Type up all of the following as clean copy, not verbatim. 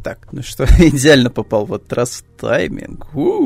Так, ну что, идеально попал в этот раз в тайминг.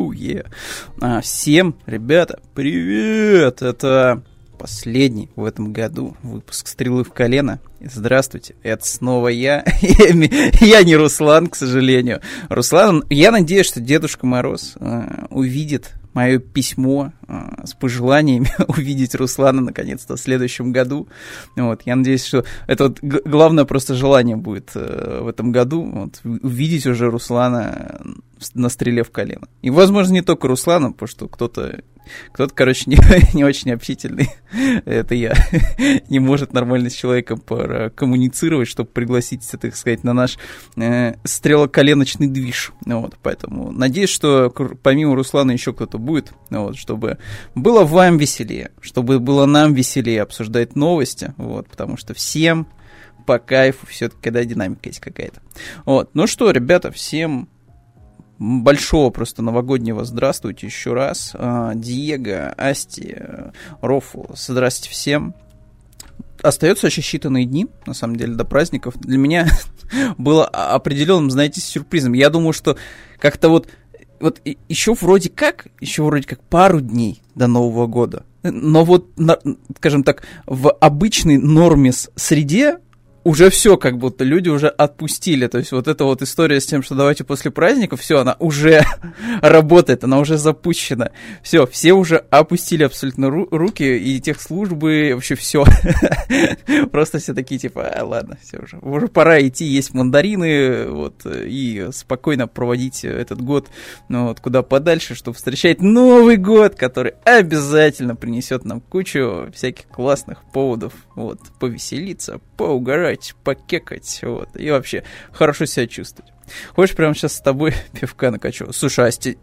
Всем, ребята, привет! Это последний в этом году выпуск «Стрелы в колено». Здравствуйте, это снова я. Я не Руслан, к сожалению. Руслан, я надеюсь, что Дедушка Мороз увидит мое письмо с пожеланиями увидеть Руслана наконец-то в следующем году. Вот, я надеюсь, что это вот главное просто желание будет в этом году, вот, увидеть уже Руслана на «Стреле в колено». И, возможно, не только Руслана, потому что кто-то, короче, не очень общительный, это я, не может нормально с человеком коммуницировать, чтобы пригласить, так сказать, на наш стрелоколеночный движ. Вот, поэтому надеюсь, что помимо Руслана еще кто-то будет, вот, чтобы было вам веселее, чтобы было нам веселее обсуждать новости, вот, потому что всем по кайфу все-таки, когда динамика есть какая-то. Вот, ну что, ребята, всем большого просто новогоднего здравствуйте еще раз. Диего, Асти, Рофу, здравствуйте всем. Остается еще считанные дни, на самом деле, до праздников. Для меня было определенным, знаете, сюрпризом. Я думаю, что как-то вот еще вроде как пару дней до Нового года. Но вот, скажем так, в обычной норме среде уже все, как будто люди уже отпустили. То есть вот эта вот история с тем, что давайте после праздников, все, она уже работает, она уже запущена. Все уже опустили абсолютно руки, и техслужбы, вообще все. Просто все такие, типа, ладно, все уже пора идти есть мандарины, вот, и спокойно проводить этот год, ну, вот, куда подальше, чтобы встречать Новый год, который обязательно принесет нам кучу всяких классных поводов, вот, повеселиться, поугарать, покекать, вот, и вообще хорошо себя чувствовать. Хочешь, прямо сейчас с тобой пивка накачу? Слушай, Асти,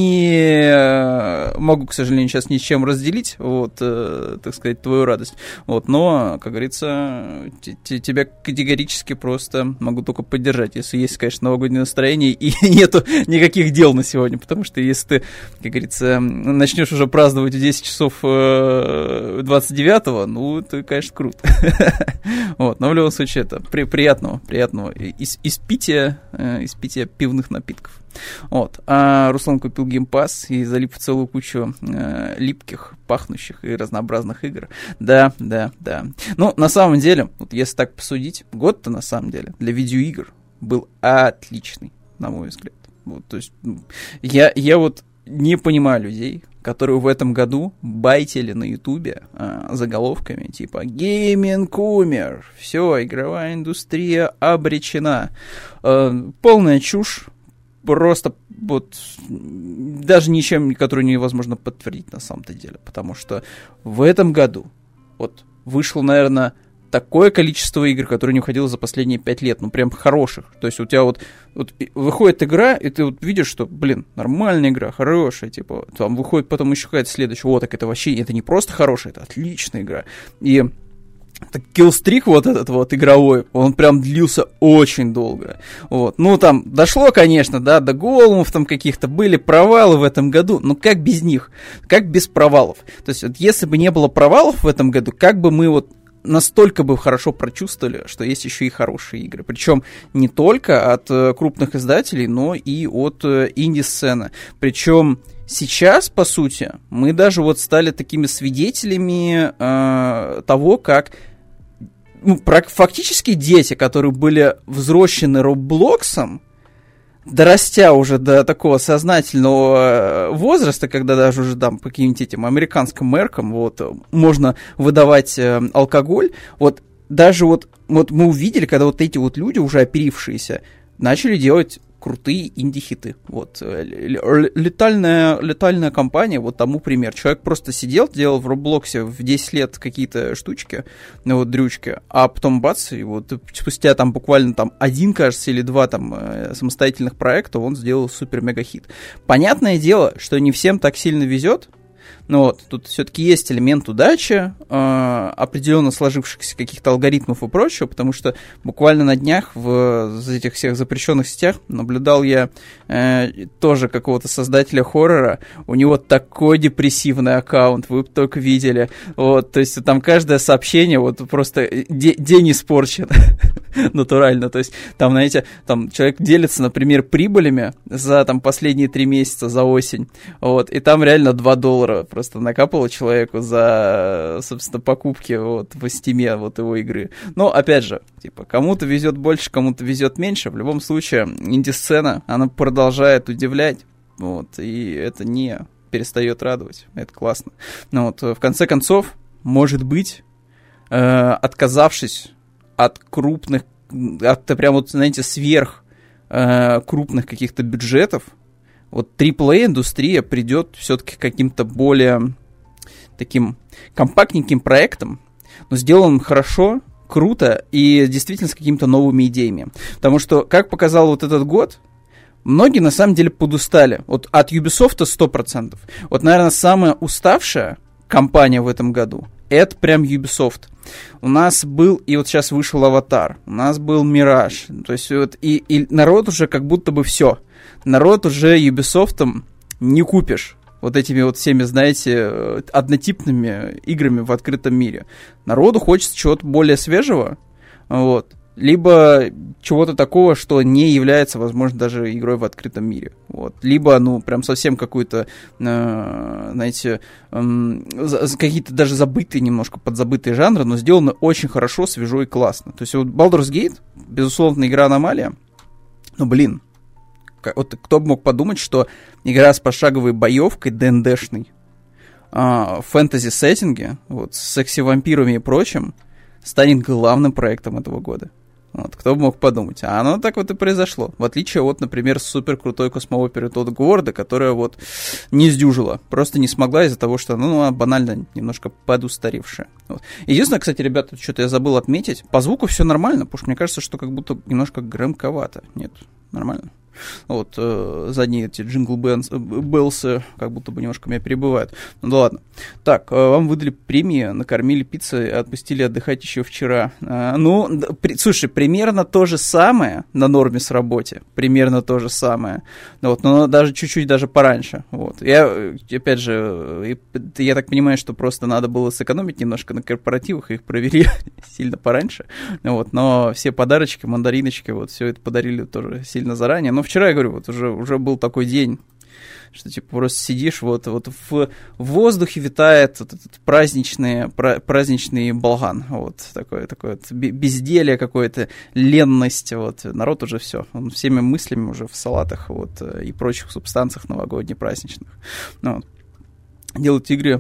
не могу, к сожалению, сейчас ни с чем разделить, вот, так сказать, твою радость, вот, но, как говорится, тебя категорически просто могу только поддержать, если есть, конечно, новогоднее настроение и нету никаких дел на сегодня, потому что если ты, как говорится, начнешь уже праздновать в 10 часов 29-го, ну, это, конечно, круто. Вот, но в любом случае, это приятного испития пивных напитков. Вот. А Руслан купил геймпасс и залип в целую кучу липких, пахнущих и разнообразных игр. Да. Ну, на самом деле, вот если так посудить, год-то на самом деле для видеоигр был отличный, на мой взгляд. Вот, то есть я вот не понимаю людей, которые в этом году байтили на Ютубе заголовками типа «Гейминг умер», «Все, игровая индустрия обречена». Полная чушь, просто вот даже ничем, которую невозможно подтвердить на самом-то деле, потому что в этом году вот вышло, наверное, такое количество игр, которые не выходило за последние 5 лет, ну прям хороших. То есть у тебя вот выходит игра, и ты вот видишь, что, нормальная игра, хорошая, типа, там выходит потом еще какая-то следующая, так это вообще, это не просто хорошая, это отличная игра. И киллстрик вот этот вот игровой, он прям длился очень долго. Вот. Ну, там дошло, конечно, да, до голумов там каких-то, были провалы в этом году, но как без них? Как без провалов? То есть вот если бы не было провалов в этом году, как бы мы вот настолько бы хорошо прочувствовали, что есть еще и хорошие игры. Причем не только от крупных издателей, но и от инди-сцены. Причем сейчас, по сути, мы даже вот стали такими свидетелями того, как фактически дети, которые были взрослены Роблоксом, дорастя уже до такого сознательного возраста, когда даже уже там по каким-нибудь этим американским меркам вот, можно выдавать алкоголь, вот даже вот мы увидели, когда вот эти вот люди, уже оперившиеся, начали делать крутые инди-хиты. Вот. Летальная компания, вот тому пример. Человек просто сидел, делал в Роблоксе в 10 лет какие-то штучки, вот, дрючки, а потом бац, и вот спустя там буквально там 1, кажется, или 2 там самостоятельных проекта он сделал супер-мега-хит. Понятное дело, что не всем так сильно везет, Ну вот, тут все-таки есть элемент удачи, определенно сложившихся каких-то алгоритмов и прочего, потому что буквально на днях в этих всех запрещенных сетях наблюдал я тоже какого-то создателя хоррора, у него такой депрессивный аккаунт, вы бы только видели, вот, то есть там каждое сообщение, вот просто день испорчен, натурально, то есть там, знаете, там человек делится, например, прибылями за там последние 3 месяца, за осень, вот, и там реально $2 просто накапало человеку за, собственно, покупки вот в Стиме вот его игры. Но, опять же, типа, кому-то везет больше, кому-то везет меньше, в любом случае, инди-сцена, она продолжает удивлять, вот, и это не перестает радовать, это классно. Но вот, в конце концов, может быть, отказавшись от крупных, от прям вот, знаете, сверх крупных каких-то бюджетов, вот AAA-индустрия придет все-таки к каким-то более таким компактненьким проектам, но сделанным хорошо, круто и действительно с какими-то новыми идеями. Потому что, как показал вот этот год, многие на самом деле подустали. Вот от Ubisoft 100%. Вот, наверное, самая уставшая компания в этом году — это прям Ubisoft. У нас был, и вот сейчас вышел Аватар, у нас был Мираж. То есть вот и народ уже как будто бы все. Народ уже Ubisoft'ом не купишь вот этими вот всеми, знаете, однотипными играми в открытом мире. Народу хочется чего-то более свежего, вот, либо чего-то такого, что не является, возможно, даже игрой в открытом мире. Вот. Либо, ну, прям совсем какой-то, знаете, какие-то даже забытые немножко, подзабытые жанры, но сделаны очень хорошо, свежо и классно. То есть вот Baldur's Gate, безусловно, игра-аномалия, но, блин, вот кто бы мог подумать, что игра с пошаговой боевкой, ДНДшной, в фэнтези-сеттинге, вот, с секси-вампирами и прочим, станет главным проектом этого года. Вот, кто бы мог подумать. А оно так вот и произошло. В отличие от, например, супер крутой космооперы Тодда Говарда, которая вот не сдюжила. Просто не смогла из-за того, что она банально немножко подустаревшая. Вот. Единственное, кстати, ребята, что-то я забыл отметить. По звуку все нормально, потому что мне кажется, что как будто немножко громковато. Нет, нормально. Вот, задние эти джингл-беллсы как будто бы немножко меня перебивают. Ну да ладно. Так, вам выдали премии, накормили пиццей, отпустили отдыхать еще вчера. Слушай, примерно то же самое на норме с работе. Примерно то же самое. Вот, но даже чуть-чуть даже пораньше. Вот. Я, опять же, я так понимаю, что просто надо было сэкономить немножко на корпоративах, их провели сильно пораньше. Вот, но все подарочки, мандариночки, вот, все это подарили тоже сильно заранее. Но вчера, я говорю, вот уже был такой день, что типа просто сидишь, вот в воздухе витает вот этот праздничный балган, вот такое вот безделье какое-то, ленность, вот вот уже все, он всеми мыслями уже в салатах вот и прочих субстанциях новогодне-праздничных. Вот. Делают игры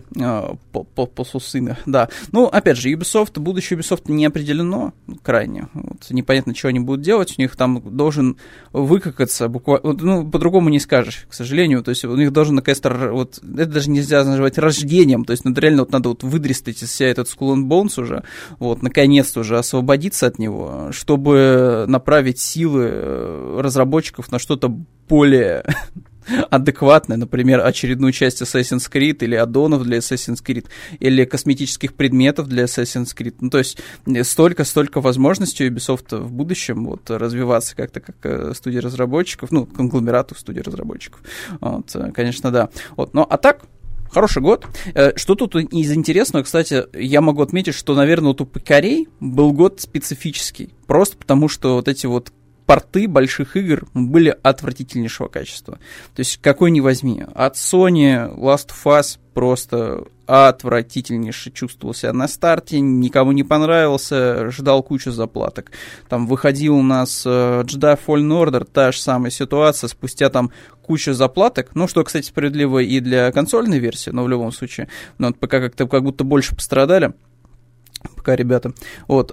по сусыны, да. Ну, опять же, Ubisoft, будущее Ubisoft не определено крайне. Вот, непонятно, что они будут делать. У них там должен выкакаться буквально... Ну, по-другому не скажешь, к сожалению. То есть у них должен, наконец-то... Вот, это даже нельзя называть рождением. То есть, ну, реально вот надо вот выдрестать из себя этот Skull and Bones уже, вот, наконец-то уже освободиться от него, чтобы направить силы разработчиков на что-то более... адекватное, например, очередную часть Assassin's Creed или аддонов для Assassin's Creed, или косметических предметов для Assassin's Creed. Ну, то есть столько возможностей у Ubisoft в будущем вот, развиваться как-то как студия разработчиков, ну, конгломерату студий разработчиков. Вот, конечно, да. Вот, ну, а так, хороший год. Что тут из интересного, кстати, я могу отметить, что, наверное, вот у пекарей был год специфический. Просто потому, что вот эти вот порты больших игр были отвратительнейшего качества. То есть, какой ни возьми. От Sony Last of Us просто отвратительнейше чувствовал себя на старте, никому не понравился, ждал кучу заплаток. Там выходил у нас Jedi Fallen Order, та же самая ситуация, спустя там кучу заплаток, ну, что, кстати, справедливо и для консольной версии, но в любом случае, но вот пока как-то как будто больше пострадали, пока ребята. Вот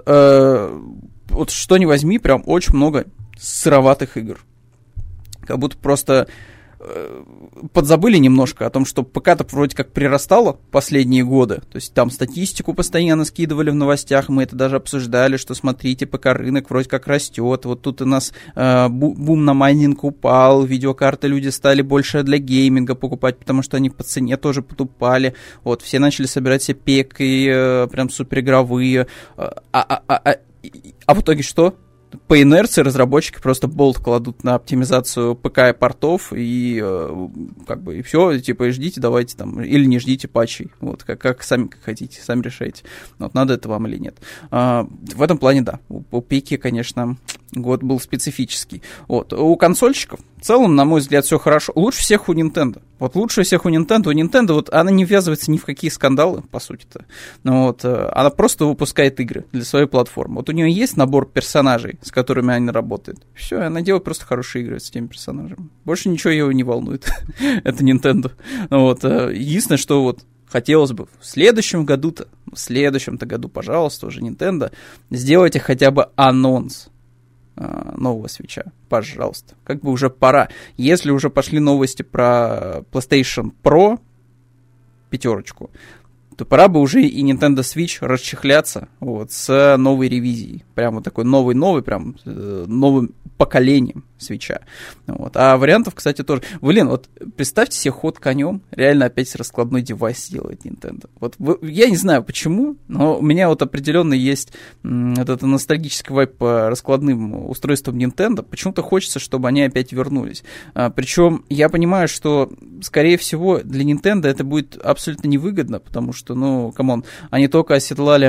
что ни возьми, прям очень много сыроватых игр. Как будто просто подзабыли немножко о том, что ПК-то вроде как прирастало последние годы. То есть там статистику постоянно скидывали в новостях, мы это даже обсуждали, что смотрите, ПК-рынок вроде как растет. Вот тут у нас бум на майнинг упал, видеокарты люди стали больше для гейминга покупать, потому что они по цене тоже потупали. Вот, все начали собирать себе пеки, прям суперигровые. А в итоге что? По инерции разработчики просто болт кладут на оптимизацию ПК и портов, и как бы и все, типа, и ждите, давайте там, или не ждите патчей, вот, как сами как хотите, сами решайте, вот, надо это вам или нет. В этом плане, да, у Пики, конечно, год был специфический. Вот, у консольщиков в целом, на мой взгляд, все хорошо. Лучше всех у Nintendo. Вот лучше всех у Nintendo. У Nintendo вот она не ввязывается ни в какие скандалы, по сути-то. Но вот она просто выпускает игры для своей платформы. Вот у нее есть набор персонажей, с которыми она работает. Все, она делает просто хорошие игры с теми персонажами. Больше ничего ее не волнует. Это Nintendo. Вот. Единственное, что вот хотелось бы в следующем году-то, пожалуйста, уже Nintendo, сделайте хотя бы анонс нового свитча, пожалуйста. Как бы уже пора. Если уже пошли новости про PlayStation Pro 5, то пора бы уже и Nintendo Switch расчехляться вот, с новой ревизией. Прям вот такой новый, прям новым поколением свитча. Вот. А вариантов, кстати, тоже. Блин, вот представьте себе ход конем, реально опять раскладной девайс делает Nintendo. Вот я не знаю почему, но у меня вот определенно есть вот это ностальгический вайб по раскладным устройствам Nintendo. Почему-то хочется, чтобы они опять вернулись. Причем я понимаю, что, скорее всего, для Nintendo это будет абсолютно невыгодно, потому что, ну, камон, они только оседлали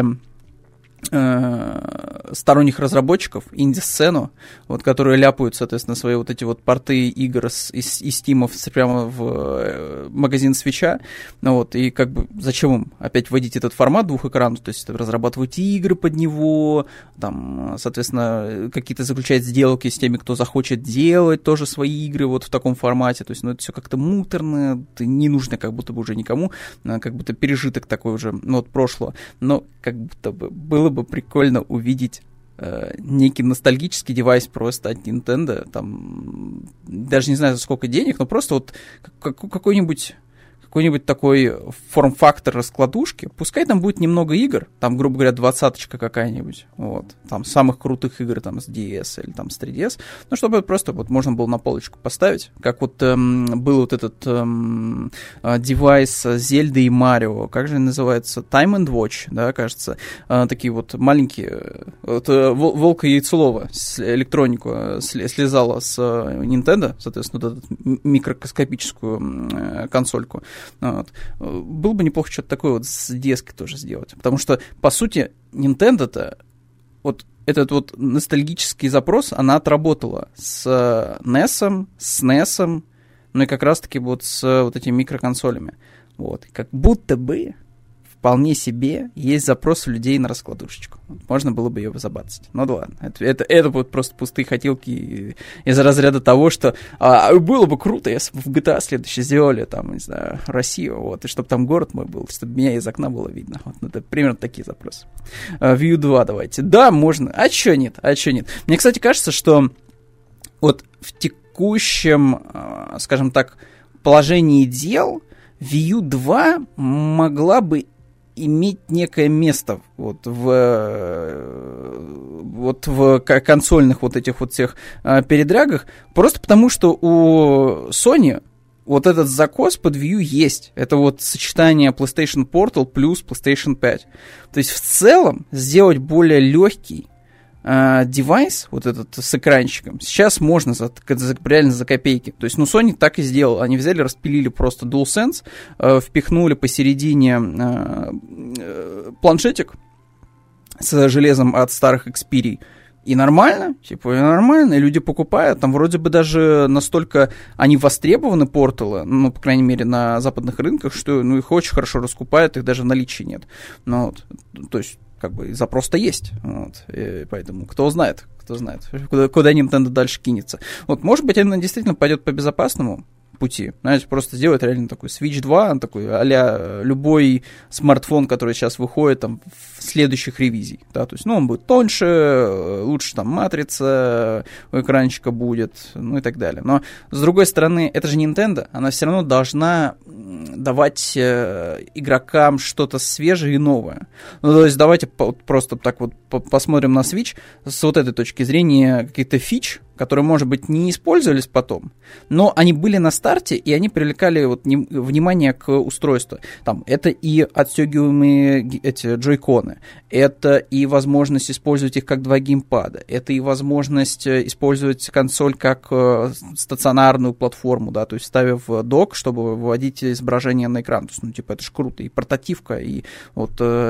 сторонних разработчиков, инди-сцену, вот, которые ляпают, соответственно, свои вот эти вот порты игр из Steam прямо в магазин свитча, вот, и как бы зачем им опять вводить этот формат двухэкранов, то есть разрабатывать игры под него, там, соответственно, какие-то заключать сделки с теми, кто захочет делать тоже свои игры вот в таком формате, то есть, ну, это все как-то муторно, не нужно как будто бы уже никому, как будто пережиток такой уже, ну, вот, прошлого, но как будто бы было бы прикольно увидеть некий ностальгический девайс просто от Nintendo, там, даже не знаю, за сколько денег, но просто вот какой-нибудь такой форм-фактор раскладушки, пускай там будет немного игр, там, грубо говоря, 20-очка какая-нибудь, вот, там, самых крутых игр, там, с DS или там с 3DS, ну, чтобы просто вот можно было на полочку поставить, как вот был вот этот девайс Зельды и Марио, как же называется, Time and Watch, да, кажется, такие вот маленькие, вот, Волка Яйцелова электронику слезала с Nintendo, соответственно, вот эту микроскопическую консольку. Вот. Было бы неплохо что-то такое вот с DS тоже сделать. Потому что, по сути, Nintendo-то вот этот вот ностальгический запрос она отработала с NES, с NES, ну и как раз-таки вот с вот этими микроконсолями. Вот. Как будто бы вполне себе есть запрос у людей на раскладушечку. Можно было бы ее забацать. Ну да ладно. Это вот просто пустые хотелки из разряда того, что было бы круто, если бы в GTA следующее сделали, там, не знаю, Россию, вот, и чтобы там город мой был, чтобы меня из окна было видно. Вот, это примерно такие запросы. View 2 давайте. Да, можно. А чё нет? Мне, кстати, кажется, что вот в текущем, скажем так, положении дел View 2 могла бы иметь некое место вот в консольных вот этих вот всех передрягах, просто потому что у Sony вот этот закос под View есть. Это вот сочетание PlayStation Portal плюс PlayStation 5. То есть в целом сделать более легкий девайс, вот этот с экранчиком, сейчас можно реально за копейки. То есть, ну, Sony так и сделал. Они взяли, распилили просто DualSense, впихнули посередине планшетик с железом от старых Xperia. И нормально, и люди покупают. Там вроде бы даже настолько они востребованы, порталы, ну, по крайней мере, на западных рынках, что, ну, их очень хорошо раскупают, их даже в наличии нет. Ну, вот, то есть, как бы запрос-то есть, вот, и поэтому кто знает, куда Nintendo дальше кинется. Вот, может быть, она действительно пойдет по безопасному пути. Знаете, просто сделать реально такой Switch 2, такой а-ля любой смартфон, который сейчас выходит там в следующих ревизий, да, то есть, ну, он будет тоньше, лучше там матрица у экранчика будет, ну и так далее. Но, с другой стороны, это же Nintendo, она все равно должна давать игрокам что-то свежее и новое. Ну, то есть, давайте просто так вот посмотрим на Switch с вот этой точки зрения каких-то фич, которые, может быть, не использовались потом, но они были на старте, и они привлекали вот внимание к устройству. Там, это и отстегиваемые эти джойконы, это и возможность использовать их как два геймпада, это и возможность использовать консоль как стационарную платформу, да, то есть ставив док, чтобы выводить изображение на экран. То есть, ну, типа, это ж круто. И портативка, и вот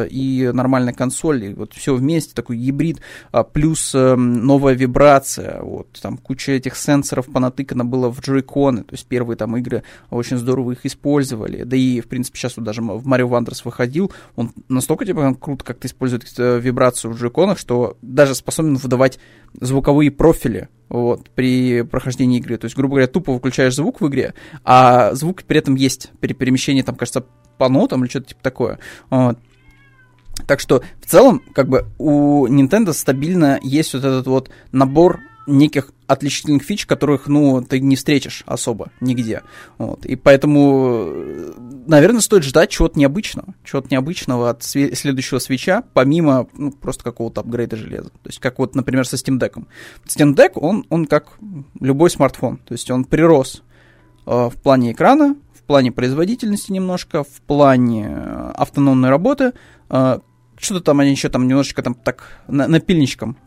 и нормальная консоль, и вот все вместе, такой гибрид, плюс новая вибрация, вот. Там куча этих сенсоров понатыкано было в джойконы, то есть первые там игры очень здорово их использовали, да и, в принципе, сейчас вот даже в Mario Wonders выходил, он настолько, типа, круто как-то использует вибрацию в джойконах, что даже способен выдавать звуковые профили, вот, при прохождении игры, то есть, грубо говоря, тупо выключаешь звук в игре, а звук при этом есть при перемещении, там, кажется, по нотам или что-то типа такое, вот. Так что, в целом, как бы, у Nintendo стабильно есть вот этот вот набор неких отличительных фич, которых, ну, ты не встретишь особо нигде. Вот. И поэтому, наверное, стоит ждать чего-то необычного от следующего свитча, помимо, ну, просто какого-то апгрейда железа. То есть, как вот, например, со Steam Deck. Steam Deck, он как любой смартфон. То есть, он прирос в плане экрана, в плане производительности немножко, в плане автономной работы. Что-то там они еще там немножечко там так напильничком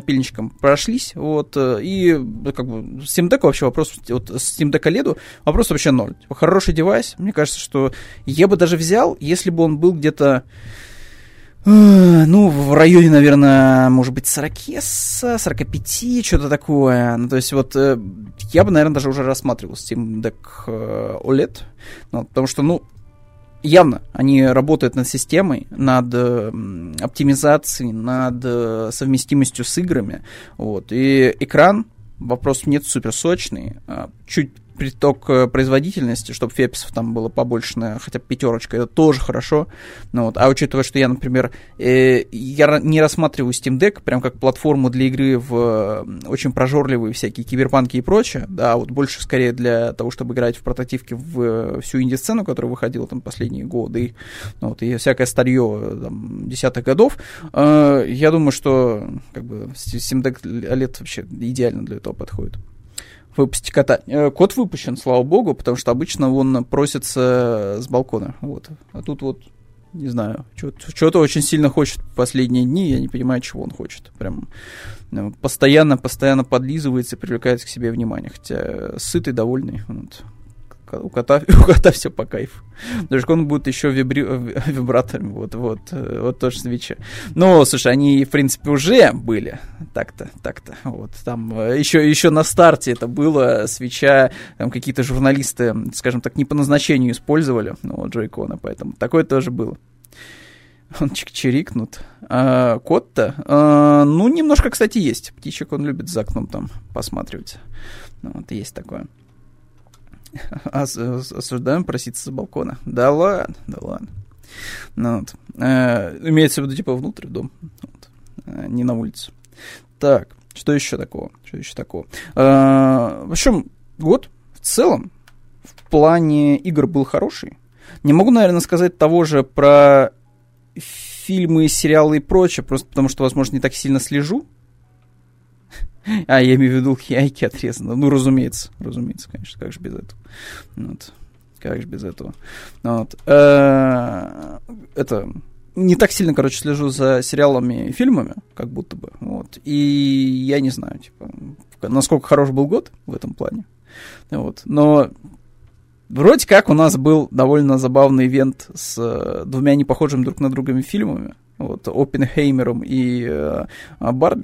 прошлись, вот, и как бы Steam Deck вообще вопрос, вот с Steam Deck OLED вопрос вообще ноль. Типа, хороший девайс, мне кажется, что я бы даже взял, если бы он был где-то, ну, в районе, наверное, может быть, 40-45, что-то такое. Ну, то есть, вот, я бы, наверное, даже уже рассматривал Steam Deck OLED, ну, потому что, ну, явно они работают над системой, над оптимизацией, над совместимостью с играми. Вот. И экран, вопросов нет, суперсочный, чуть приток производительности, чтобы феписов там было побольше, на хотя бы 5, это тоже хорошо. Ну, вот. А учитывая, что я, например, я не рассматриваю Steam Deck прям как платформу для игры в очень прожорливые всякие киберпанки и прочее, да, вот больше скорее для того, чтобы играть в портативке в всю инди-сцену, которая выходила там последние годы, вот, и всякое старье там, 10-х годов, я думаю, что как бы Steam Deck OLED вообще идеально для этого подходит. Выпустить кота. Кот выпущен, слава богу, потому что обычно он просится с балкона. Вот. А тут вот, не знаю, что-то очень сильно хочет в последние дни, я не понимаю, чего он хочет. Прям постоянно подлизывается и привлекает к себе внимание. Хотя сытый, довольный. Вот. У кота все по кайфу. Даже он будет еще вибраторами. Вот тоже свечи. Ну, слушай, они, в принципе, уже были. Так-то. Вот. Там еще на старте это было. Свеча, там какие-то журналисты, скажем так, не по назначению использовали. Ну, джойкона, поэтому такое тоже было. Он чик-чирикнут. Кот-то, ну, немножко, кстати, есть. Птичек он любит за окном там посматривать. Ну, вот есть такое. Осуждаем проситься с балкона. Да ладно. Ну, вот. Имеется в виду, типа, внутрь в дом. Вот. Не на улицу. Так, что еще такого? В общем, год в целом в плане игр был хороший. Не могу, наверное, сказать того же про фильмы, сериалы и прочее, просто потому что, возможно, не так сильно слежу. Я имею в виду яйки отрезаны. Ну, разумеется, конечно, как же без этого. Вот. Как же без этого. Вот. Это... Не так сильно, короче, слежу за сериалами и фильмами, как будто бы. Вот. И я не знаю, типа, насколько хорош был год в этом плане. Вот. Но вроде как у нас был довольно забавный ивент с двумя непохожими друг на друга фильмами. Вот, Оппенхеймером и Барби. Вот.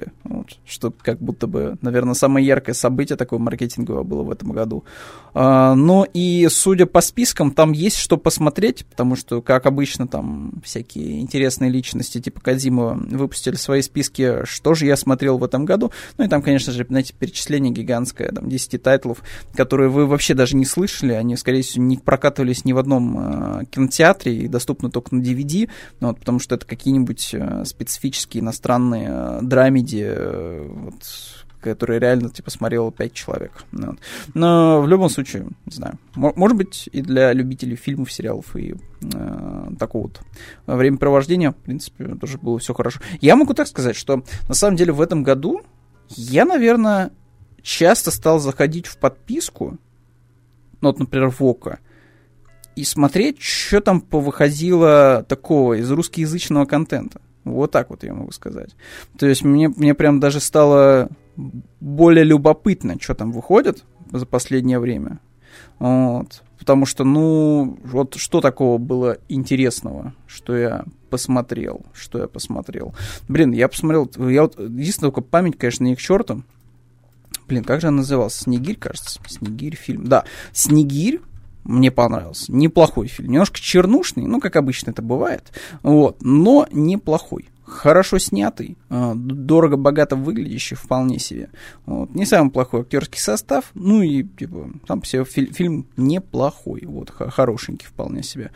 вот, что как будто бы, наверное, самое яркое событие такое маркетинговое было в этом году. Но и, судя по спискам, там есть что посмотреть, потому что, как обычно, там всякие интересные личности типа Кодзимы выпустили свои списки, что же я смотрел в этом году. Ну и там, конечно же, знаете, перечисление гигантское, там 10 тайтлов, которые вы вообще даже не слышали, они, скорее всего, не прокатывались ни в одном кинотеатре и доступны только на DVD, ну, вот, потому что это какие-нибудь специфические иностранные драмеди, вот, которые реально, типа, смотрело 5 человек. Вот. Но в любом случае, не знаю, может быть, и для любителей фильмов, сериалов и такого вот времяпровождения, в принципе, тоже было все хорошо. Я могу так сказать, что, на самом деле, в этом году я, наверное, часто стал заходить в подписку, ну, вот, например, в ОКО, и смотреть, что там повыходило такого из русскоязычного контента. Вот так вот я могу сказать. То есть мне прям даже стало более любопытно, что там выходит за последнее время. Вот. Потому что, ну, вот что такого было интересного, что я посмотрел. Блин, я посмотрел, единственная только память, конечно, не к черту. Блин, как же она называлась? «Снегирь», кажется. «Снегирь» фильм. Да, «Снегирь» мне понравился. Неплохой фильм. Немножко чернушный, ну, как обычно это бывает. Вот, но неплохой. Хорошо снятый, дорого-богато выглядящий, вполне себе. Вот. Не самый плохой актерский состав, ну и типа сам по себе фильм неплохой, вот, хорошенький вполне себе.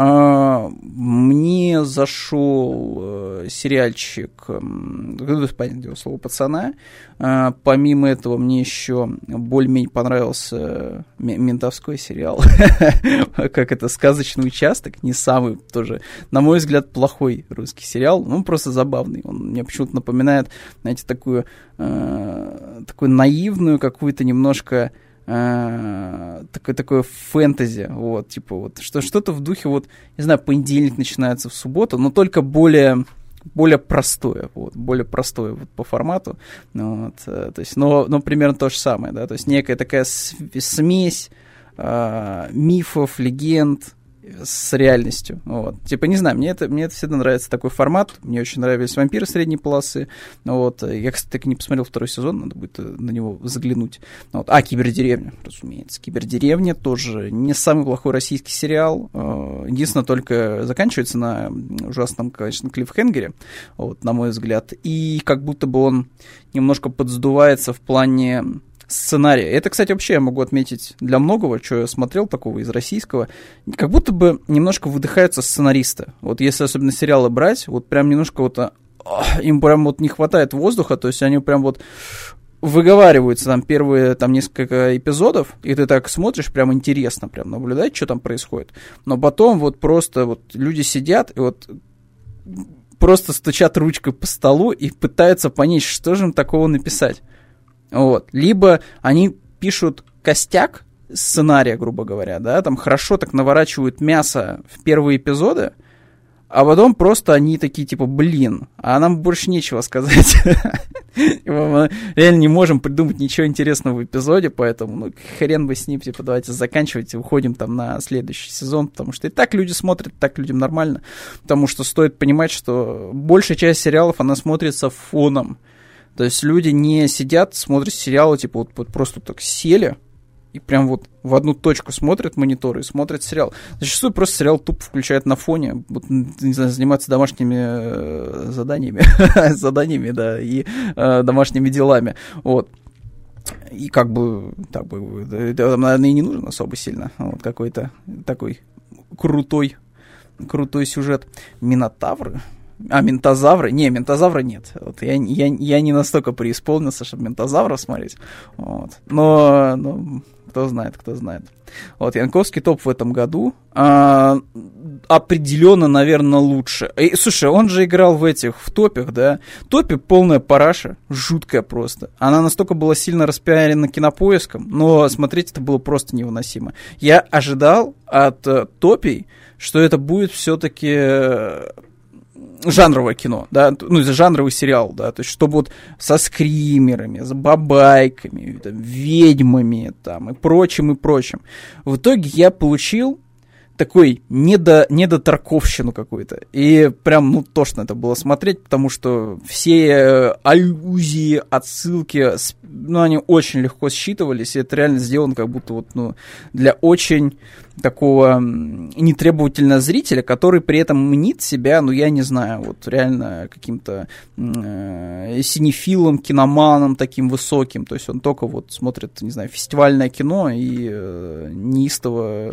Мне зашел сериальчик, понятное дело, слово «Пацана». Помимо этого, мне еще более-менее понравился ментовской сериал, как это, «Сказочный участок», не самый тоже, на мой взгляд, плохой русский сериал, ну, просто забавный. Он мне почему-то напоминает, знаете, такую наивную какую-то немножко такое фэнтези, вот, типа вот, что-то в духе, вот, не знаю, понедельник начинается в субботу, но только более простое, вот, более простое вот, по формату, вот, то есть, но примерно то же самое, да, то есть некая такая смесь мифов, легенд с реальностью. Вот. Типа, не знаю, мне это всегда нравится такой формат. Мне очень нравились «Вампиры» средней полосы. Вот. Я, кстати, так и не посмотрел второй сезон, надо будет на него заглянуть. Вот. «Кибердеревня», разумеется. «Кибердеревня» тоже не самый плохой российский сериал. Единственное, только заканчивается на ужасном, конечно, клиффхенгере, вот, на мой взгляд. И как будто бы он немножко подсдувается в плане сценария. Это, кстати, вообще я могу отметить для многого, что я смотрел такого из российского, как будто бы немножко выдыхаются сценаристы. Вот если особенно сериалы брать, вот прям немножко вот им прям вот не хватает воздуха, то есть они прям вот выговариваются там первые там несколько эпизодов, и ты так смотришь, прям интересно прям наблюдать, что там происходит. Но потом вот просто вот люди сидят и вот просто стучат ручкой по столу и пытаются понять, что же им такого написать. Вот. Либо они пишут костяк сценария, грубо говоря, да, там хорошо так наворачивают мясо в первые эпизоды, а потом просто они такие, типа, блин, а нам больше нечего сказать. Мы реально не можем придумать ничего интересного в эпизоде, поэтому, ну, хрен бы с ним, типа, давайте заканчивать и уходим там на следующий сезон, потому что и так люди смотрят, и так людям нормально, потому что стоит понимать, что большая часть сериалов, она смотрится фоном. То есть люди не сидят, смотрят сериалы, типа вот просто так сели и прям вот в одну точку смотрят мониторы и смотрят сериал. Зачастую просто сериал тупо включают на фоне, вот, не знаю, заниматься домашними заданиями, да, и домашними делами. Вот. И как бы, наверное, и не нужен особо сильно. Вот какой-то такой крутой сюжет. Минотавры? Ментозавры? Не, ментозавра нет. Вот, я не настолько преисполнился, чтобы ментозавров смотреть. Вот. Но кто знает. Вот, Янковский топ в этом году определенно, наверное, лучше. Слушай, он же играл в топях, да? Топе полная параша, жуткая просто. Она настолько была сильно распиарена Кинопоиском, но смотреть это было просто невыносимо. Я ожидал от топей, что это будет все-таки жанровое кино, да, ну, жанровый сериал, да, то есть, чтобы вот со скримерами, с бабайками, там, ведьмами, там, и прочим. В итоге я получил такой недотарковщину какую-то. И прям, ну, тошно это было смотреть, потому что все аллюзии, отсылки, ну, они очень легко считывались, и это реально сделано как будто вот, ну, для очень такого нетребовательного зрителя, который при этом мнит себя, ну, я не знаю, вот реально каким-то синефилом, киноманом таким высоким, то есть он только вот смотрит, не знаю, фестивальное кино и неистово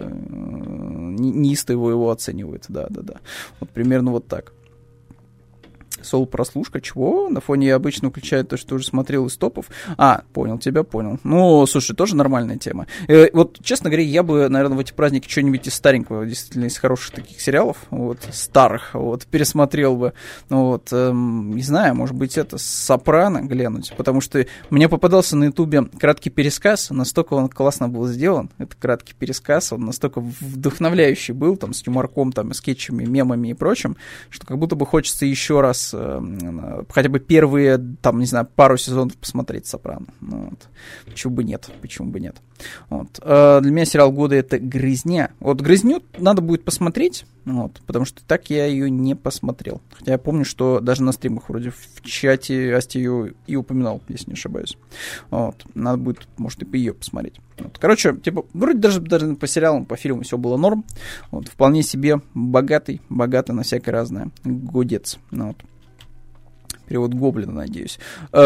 его оценивает, да-да-да, вот примерно вот так. Соло-прослушка, чего? На фоне я обычно включаю то, что уже смотрел из топов. Понял тебя, понял. Ну, слушай, тоже нормальная тема. Вот, честно говоря, я бы, наверное, в эти праздники что-нибудь из старенького, действительно, из хороших таких сериалов, вот, старых, вот, пересмотрел бы. Вот, не знаю, может быть, это «Сопрано» глянуть, потому что мне попадался на Ютубе краткий пересказ, настолько он классно был сделан, это краткий пересказ, он настолько вдохновляющий был, там, с юморком, там, скетчами, мемами и прочим, что как будто бы хочется еще раз хотя бы первые, там, не знаю, пару сезонов посмотреть «Сопрано». Ну, вот. Почему бы нет? Вот. Для меня сериал года — это «Грызня». Вот «Грызню» надо будет посмотреть, вот, потому что так я ее не посмотрел. Хотя я помню, что даже на стримах вроде в чате Асти ее и упоминал, если не ошибаюсь. Вот. Надо будет, может, и по ее посмотреть. Вот. Короче, типа, вроде даже по сериалам, по фильму все было норм. Вот. Вполне себе богатый на всякое разное. Годец. Ну, вот. Перевод Гоблина, надеюсь.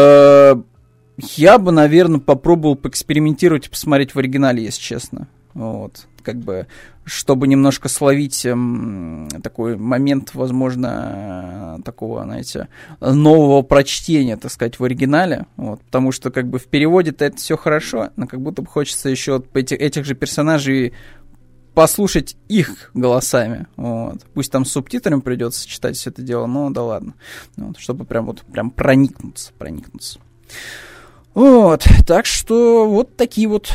Я бы, наверное, попробовал поэкспериментировать и посмотреть в оригинале, если честно. Вот. Как бы, чтобы немножко словить такой момент, возможно, такого, знаете, нового прочтения, так сказать, в оригинале. Вот. Потому что, как бы, в переводе-то это все хорошо, но как будто бы хочется еще этих же персонажей послушать их голосами. Вот. Пусть там с субтитрами придется читать все это дело, но да ладно. Вот. Чтобы прям проникнуться. Вот, так что вот такие вот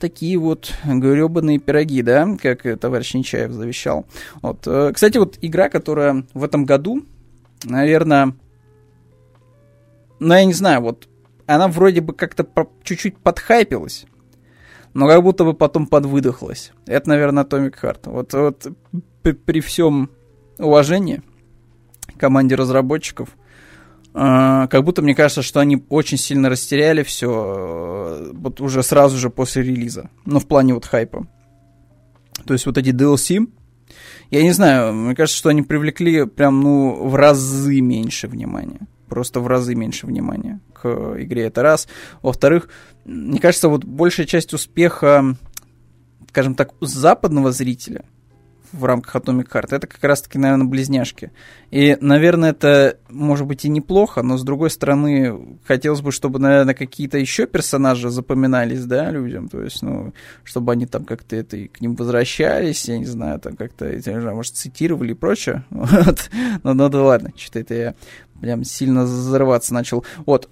гребаные пироги, да, как товарищ Нечаев завещал. Вот. Кстати, вот игра, которая в этом году, наверное, ну, я не знаю, вот она вроде бы как-то чуть-чуть подхайпилась, но как будто бы потом подвыдохлась. Это, наверное, Atomic Heart. Вот при всем уважении к команде разработчиков, как будто мне кажется, что они очень сильно растеряли все вот уже сразу же после релиза. Ну, в плане вот хайпа. То есть вот эти DLC, я не знаю, мне кажется, что они привлекли прям, ну, в разы меньше внимания. Просто в разы меньше внимания к игре. Это раз. Во-вторых, мне кажется, вот большая часть успеха, скажем так, у западного зрителя в рамках Atomic Heart, это как раз-таки, наверное, близняшки. И, наверное, это, может быть, и неплохо, но, с другой стороны, хотелось бы, чтобы, наверное, какие-то еще персонажи запоминались, да, людям, то есть, ну, чтобы они там как-то к ним возвращались, я не знаю, там как-то, может, цитировали и прочее. Вот. Ну, да ладно, что-то это я прям сильно взрываться начал. Вот.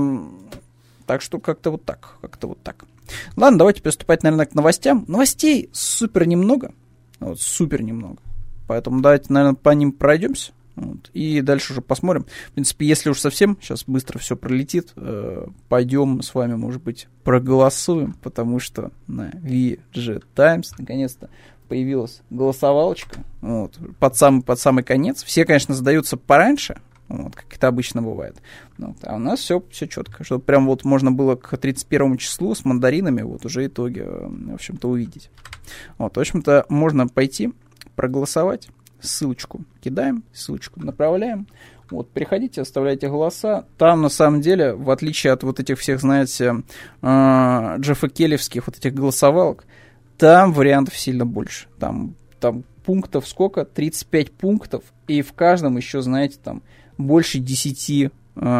Так что как-то вот так. Ладно, давайте приступать, наверное, к новостям. Новостей супер немного. Вот, супер немного. Поэтому давайте, наверное, по ним пройдемся. Вот, и дальше уже посмотрим. В принципе, если уж совсем сейчас быстро все пролетит, пойдем с вами, может быть, проголосуем, потому что на VG Times наконец-то появилась голосовалочка. Вот, под самый конец. Все, конечно, сдаются пораньше, вот, как это обычно бывает. Вот, а у нас все четко. Чтобы прям вот можно было к 31 числу с мандаринами вот уже итоги, в общем-то, увидеть. Вот, в общем-то, можно пойти проголосовать. Ссылочку кидаем, ссылочку направляем. Вот, переходите, оставляйте голоса. Там, на самом деле, в отличие от вот этих всех, знаете, Джеффа Келлевских вот этих голосовалок, там вариантов сильно больше. Там пунктов сколько? 35 пунктов. И в каждом еще, знаете, там больше 10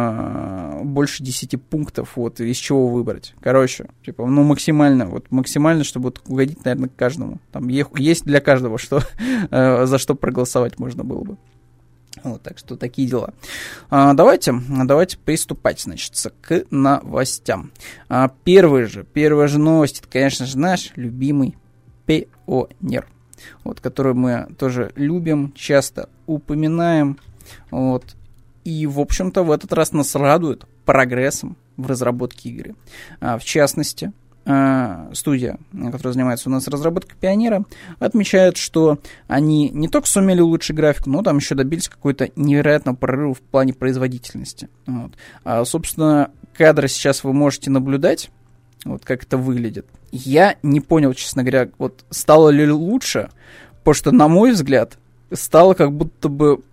пунктов, вот, из чего выбрать. Короче, типа, ну, максимально, чтобы вот угодить, наверное, каждому. Там есть для каждого, что, за что проголосовать можно было бы. Вот, так что такие дела. Давайте приступать, значит, к новостям. Первая же новость, это, конечно же, наш любимый Пионер, вот, который мы тоже любим, часто упоминаем, вот. И, в общем-то, в этот раз нас радует прогрессом в разработке игры. В частности, студия, которая занимается у нас разработкой Пионера, отмечает, что они не только сумели улучшить графику, но там еще добились какой-то невероятного прорыва в плане производительности. Вот. Собственно, кадры сейчас вы можете наблюдать, вот как это выглядит. Я не понял, честно говоря, вот стало ли лучше, потому что, на мой взгляд, стало как будто бы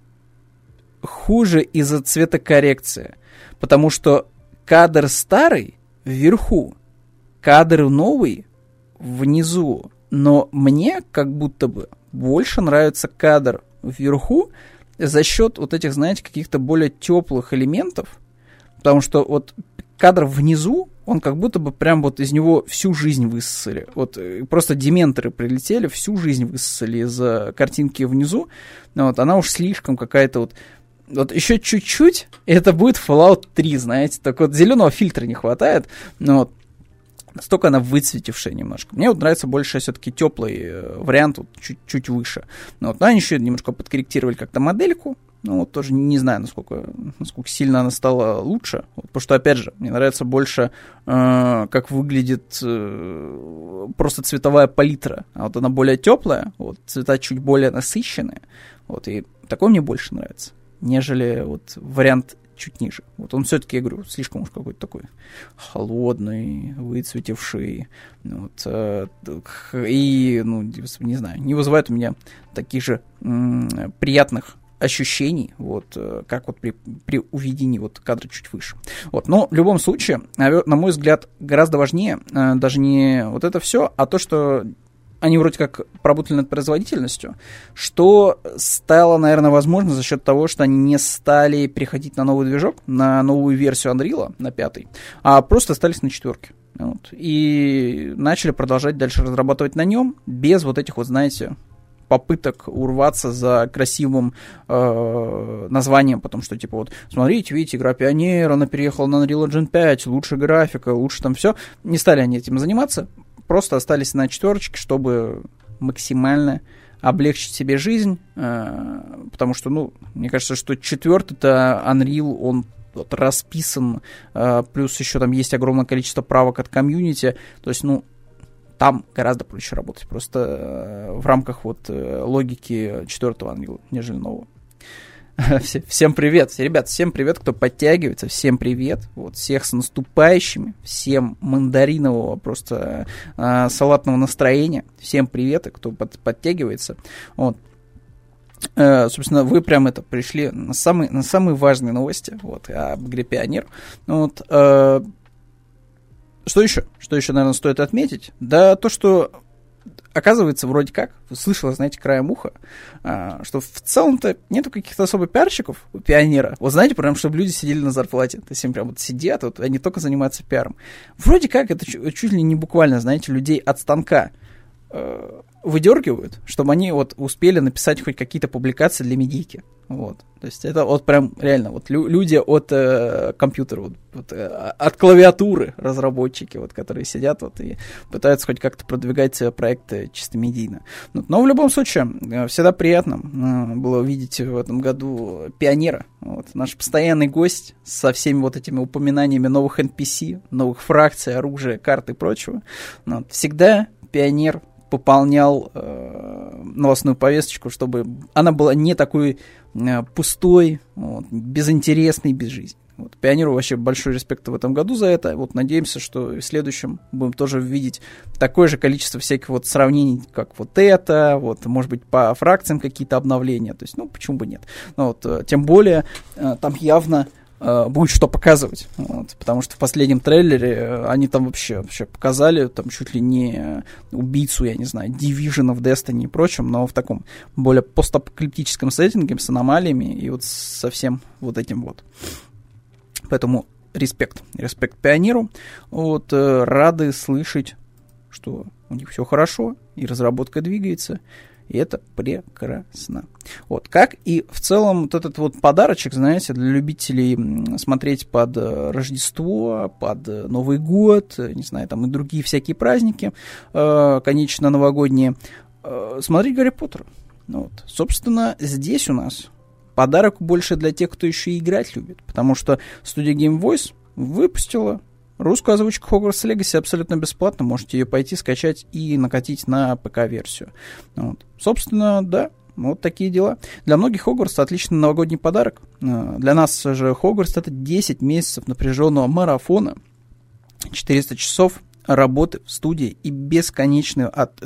хуже из-за цветокоррекции, потому что кадр старый вверху, кадр новый внизу, но мне как будто бы больше нравится кадр вверху за счет вот этих, знаете, каких-то более теплых элементов, потому что вот кадр внизу, он как будто бы прям вот из него всю жизнь высосали. Вот просто дементоры прилетели, всю жизнь высосали из картинки внизу. Вот, она уж слишком какая-то вот еще чуть-чуть, и это будет Fallout 3, знаете. Так вот, зеленого фильтра не хватает, но вот настолько она выцветившая немножко. Мне вот нравится больше все-таки теплый вариант, вот чуть-чуть выше. Вот, но они еще немножко подкорректировали как-то модельку. Ну, вот тоже не знаю, насколько сильно она стала лучше. Вот, потому что, опять же, мне нравится больше, как выглядит просто цветовая палитра. А вот она более теплая, вот, цвета чуть более насыщенные. Вот, и такой мне больше нравится, нежели вот вариант чуть ниже. Вот он все-таки, я говорю, слишком уж какой-то такой холодный, выцветивший. Вот, и, ну, не знаю, не вызывает у меня таких же приятных ощущений, вот, как вот при уведении вот кадра чуть выше. Вот, но в любом случае, на мой взгляд, гораздо важнее даже не вот это все, а то, что они вроде как поработали над производительностью, что стало, наверное, возможно за счет того, что они не стали переходить на новый движок, на новую версию Unreal, на 5, а просто остались на 4. Вот, и начали продолжать дальше разрабатывать на нем без вот этих вот, знаете, попыток урваться за красивым названием, потому что, типа, вот, смотрите, видите, игра Пионер, она переехала на Unreal Engine 5, лучше графика, лучше там все. Не стали они этим заниматься, просто остались на 4, чтобы максимально облегчить себе жизнь, потому что, ну, мне кажется, что 4-то Unreal, он вот расписан, плюс еще там есть огромное количество правок от комьюнити, то есть, ну, там гораздо проще работать, просто в рамках вот логики 4-го Unreal, нежели нового. Всем привет, ребят, всем привет, кто подтягивается, всем привет, вот, всех с наступающими, всем мандаринового просто салатного настроения, всем привет, кто подтягивается, вот. Собственно, вы прям это пришли на самые важные новости, вот, об игре Пионер, вот. Что еще, наверное, стоит отметить? Да то, что, оказывается, вроде как, слышала, знаете, краем уха, что в целом-то нету каких-то особо пиарщиков у Пионера. Вот знаете, прям, чтобы люди сидели на зарплате. То есть им прям вот сидят, вот, они только занимаются пиаром. Вроде как это чуть ли не буквально, знаете, людей от станка выдергивают, чтобы они вот успели написать хоть какие-то публикации для медийки. Вот. То есть это вот прям реально вот люди от компьютера, вот, от клавиатуры разработчики, вот, которые сидят вот, и пытаются хоть как-то продвигать проекты чисто медийно. Но в любом случае, всегда приятно было видеть в этом году Пионера. Вот, наш постоянный гость со всеми вот этими упоминаниями новых NPC, новых фракций, оружия, карт и прочего. Вот, всегда Пионер пополнял новостную повесточку, чтобы она была не такой пустой, вот, безинтересной, безжизненной. Вот, Пионеру вообще большой респект в этом году за это. Вот, надеемся, что в следующем будем тоже видеть такое же количество всяких вот сравнений, как вот это, вот, может быть, по фракциям какие-то обновления. То есть, ну, почему бы нет. Но вот, тем более, там явно будет что показывать, вот, потому что в последнем трейлере они там вообще показали там чуть ли не убийцу, я не знаю, Division of Destiny и прочим, но в таком более постапокалиптическом сеттинге с аномалиями и вот со всем вот этим вот. Поэтому респект Пионеру. Вот, рады слышать, что у них все хорошо и разработка двигается. И это прекрасно. Вот, как и в целом вот этот вот подарочек, знаете, для любителей смотреть под Рождество, под Новый год, не знаю, там и другие всякие праздники, конечно, новогодние, смотреть Гарри Поттера. Вот. Собственно, здесь у нас подарок больше для тех, кто еще и играть любит, потому что студия Game Voice выпустила русскую озвучку Hogwarts Legacy абсолютно бесплатно. Можете ее пойти скачать и накатить на ПК-версию. Вот. Собственно, да. Вот такие дела. Для многих Хогвартс — отличный новогодний подарок. Для нас же Хогвартс — это 10 месяцев напряженного марафона, 400 часов работы в студии и бесконечность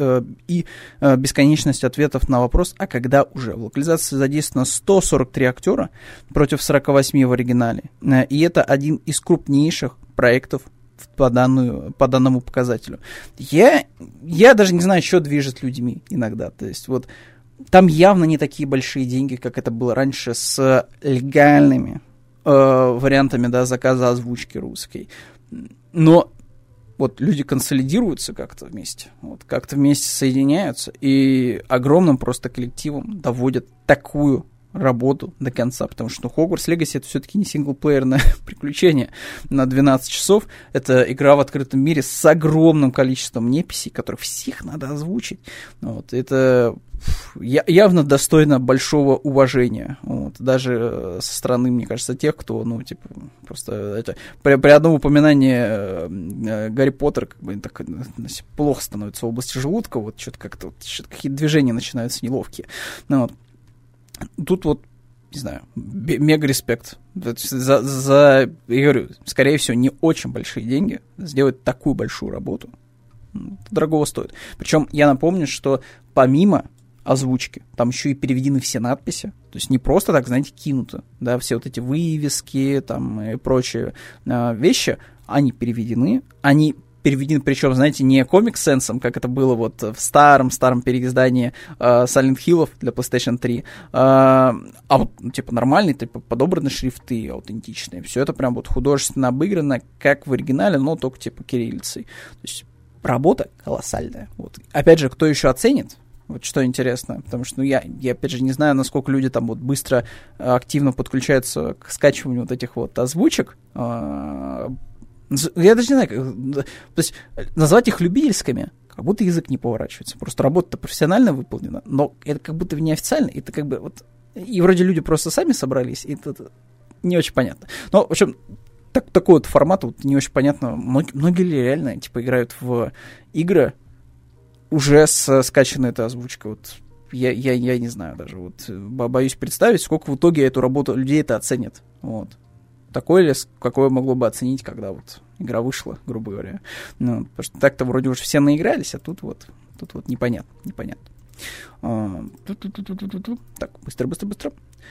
ответов на вопрос, а когда уже. В локализации задействовано 143 актера против 48 в оригинале. И это один из крупнейших проектов по данному показателю. Я даже не знаю, что движет людьми иногда. То есть вот там явно не такие большие деньги, как это было раньше с легальными вариантами, да, заказа озвучки русской. Но вот люди консолидируются как-то вместе, вот, как-то вместе соединяются и огромным просто коллективом доводят такую работу до конца, потому что Hogwarts Legacy — это все-таки не синглплеерное приключение на 12 часов, это игра в открытом мире с огромным количеством неписей, которых всех надо озвучить. Вот, это явно достойно большого уважения, вот, даже со стороны, мне кажется, тех, кто, ну, типа, просто это, при одном упоминании Гарри Поттер как бы так плохо становится в области желудка, вот что-то как-то вот, какие-то движения начинаются неловкие. Ну, вот. Тут вот, не знаю, мега респект. Я говорю, скорее всего, не очень большие деньги сделать такую большую работу. Дорогого стоит. Причем я напомню, что помимо озвучки, там еще и переведены все надписи. То есть не просто так, знаете, кинуто. Да, все вот эти вывески там, и прочие вещи, они переведены, причем, знаете, не Comic Sense, как это было вот в старом переиздании Silent Hill'ов для PlayStation 3, а вот, типа, нормальные, типа, подобранные шрифты, аутентичные. Все это прям вот художественно обыграно, как в оригинале, но только, типа, кириллицей. То есть работа колоссальная. Вот. Опять же, кто еще оценит? Вот что интересно, потому что, ну, я опять же не знаю, насколько люди там вот быстро, активно подключаются к скачиванию вот этих вот озвучек. Я даже не знаю, то есть назвать их любительскими, как будто язык не поворачивается. Просто работа-то профессионально выполнена, но это как будто неофициально, это как бы вот... И вроде люди просто сами собрались, и это не очень понятно. Но, в общем, такой вот формат вот не очень понятно. Многие ли реально, типа, играют в игры уже с скачанной этой озвучкой? Вот я не знаю даже. Вот боюсь представить, сколько в итоге эту работу людей это оценит. Вот. Такое ли, какое могло бы оценить, когда вот игра вышла, грубо говоря. Ну, потому что так-то вроде уже все наигрались, а тут вот непонятно. Так, быстро.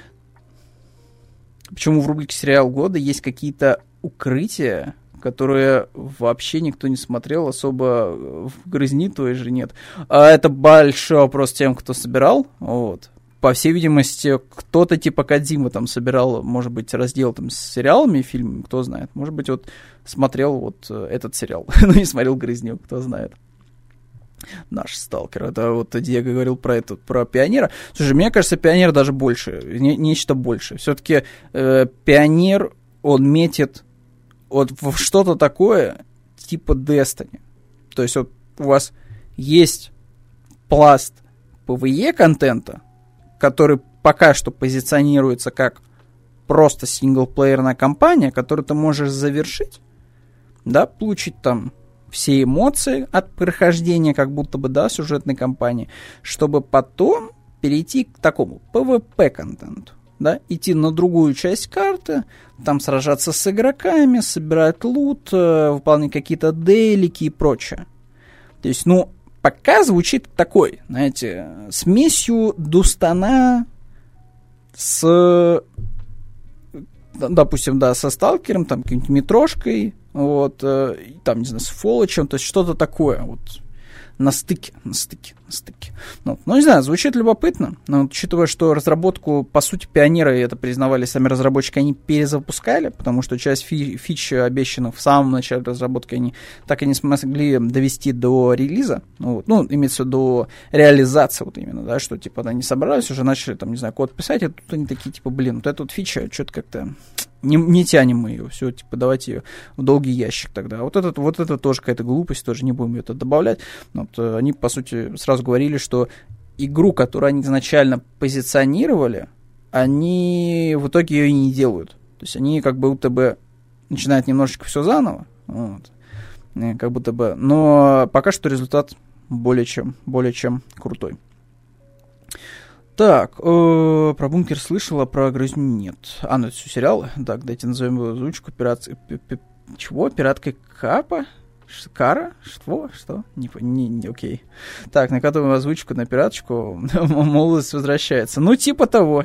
Почему в рубрике «Сериал года» есть какие-то укрытия, которые вообще никто не смотрел, особо в грызни той же нет? Это большой вопрос тем, кто собирал, вот. По всей видимости, кто-то типа Кодзимы там собирал, может быть, раздел там с сериалами, фильмами, кто знает. Может быть, вот смотрел вот этот сериал, но не смотрел «Грызню», кто знает. Наш сталкер. Это вот Диего говорил про «Пионера». Слушай, мне кажется, «Пионер» даже больше, нечто больше. Все-таки «Пионер», он метит вот в что-то такое типа Destiny. То есть вот у вас есть пласт PvE-контента, который пока что позиционируется как просто синглплеерная кампания, которую ты можешь завершить, да, получить там все эмоции от прохождения, как будто бы, да, сюжетной кампании, чтобы потом перейти к такому PvP-контенту, да, идти на другую часть карты, там сражаться с игроками, собирать лут, выполнять какие-то дейлики и прочее. То есть, ну, пока звучит такой, знаете, смесью Дустана с, допустим, да, со Сталкером, там, каким-нибудь метрошкой, вот, там, не знаю, с Фолочем, то есть что-то такое, вот, на стыке. Ну, не знаю, звучит любопытно, но учитывая, что разработку, по сути, «Пионеры», это признавали сами разработчики, они перезапускали, потому что часть фич, обещанных в самом начале разработки, они так и не смогли довести до релиза, ну, имеется в виду до реализации вот именно, да, что, типа, они собрались, уже начали, там, не знаю, код писать, и тут они такие, типа, блин, вот эта вот фича, что-то как-то... Не тянем мы ее, все, типа, давайте ее в долгий ящик тогда. Вот это тоже какая-то глупость, тоже не будем ее добавлять. Вот, они, по сути, сразу говорили, что игру, которую они изначально позиционировали, они в итоге ее и не делают. То есть они как будто бы начинают немножечко все заново, Вот. Как будто бы. Но пока что результат более чем крутой. Так, про бункер слышала, про грызню нет. Ну это все сериалы. Так, дайте назовем его озвучку. Чего? Пиратка Капа? Кара? Что? Не, окей. Так, накатываем озвучку на пираточку. Молодость возвращается. Ну, типа того.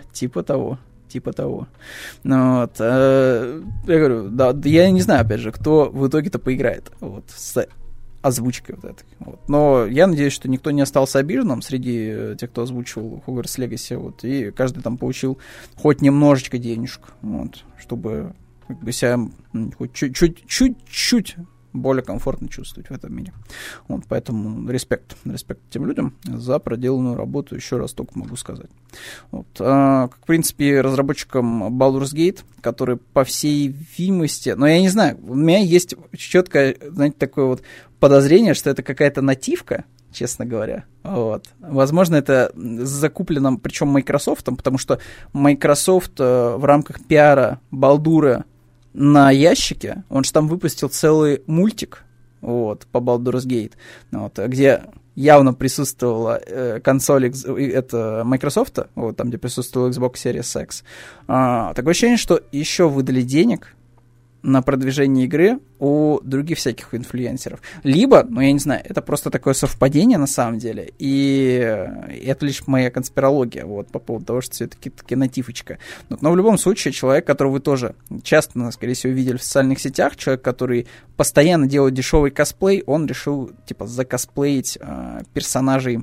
Ну, вот. Я говорю, да, я не знаю, опять же, кто в итоге-то поиграет. Вот, с озвучкой вот этой. Вот. Но я надеюсь, что никто не остался обиженным среди тех, кто озвучивал Hogwarts Legacy. Вот, и каждый там получил хоть немножечко денежек. Вот, чтобы как бы себя хоть чуть-чуть более комфортно чувствовать в этом мире. Вот, поэтому респект тем людям за проделанную работу, еще раз только могу сказать. Вот, в принципе, разработчикам Baldur's Gate, который, по всей видимости, но я не знаю, у меня есть четкое, знаете, такое вот подозрение, что это какая-то нативка, честно говоря. Вот. Возможно, это закуплено, причем Microsoft, потому что Microsoft в рамках пиара Балдура на ящике, он же там выпустил целый мультик вот, по Baldur's Gate, вот, где явно присутствовала консоль это Microsoft, вот, там, где присутствовал Xbox Series X. Такое ощущение, что еще выдали денег на продвижение игры у других всяких инфлюенсеров. Либо, я не знаю, это просто такое совпадение на самом деле, и это лишь моя конспирология, вот, по поводу того, что все-таки нативочка. Но в любом случае, человек, которого вы тоже часто, скорее всего, видели в социальных сетях, человек, который постоянно делает дешевый косплей, он решил, закосплеить персонажей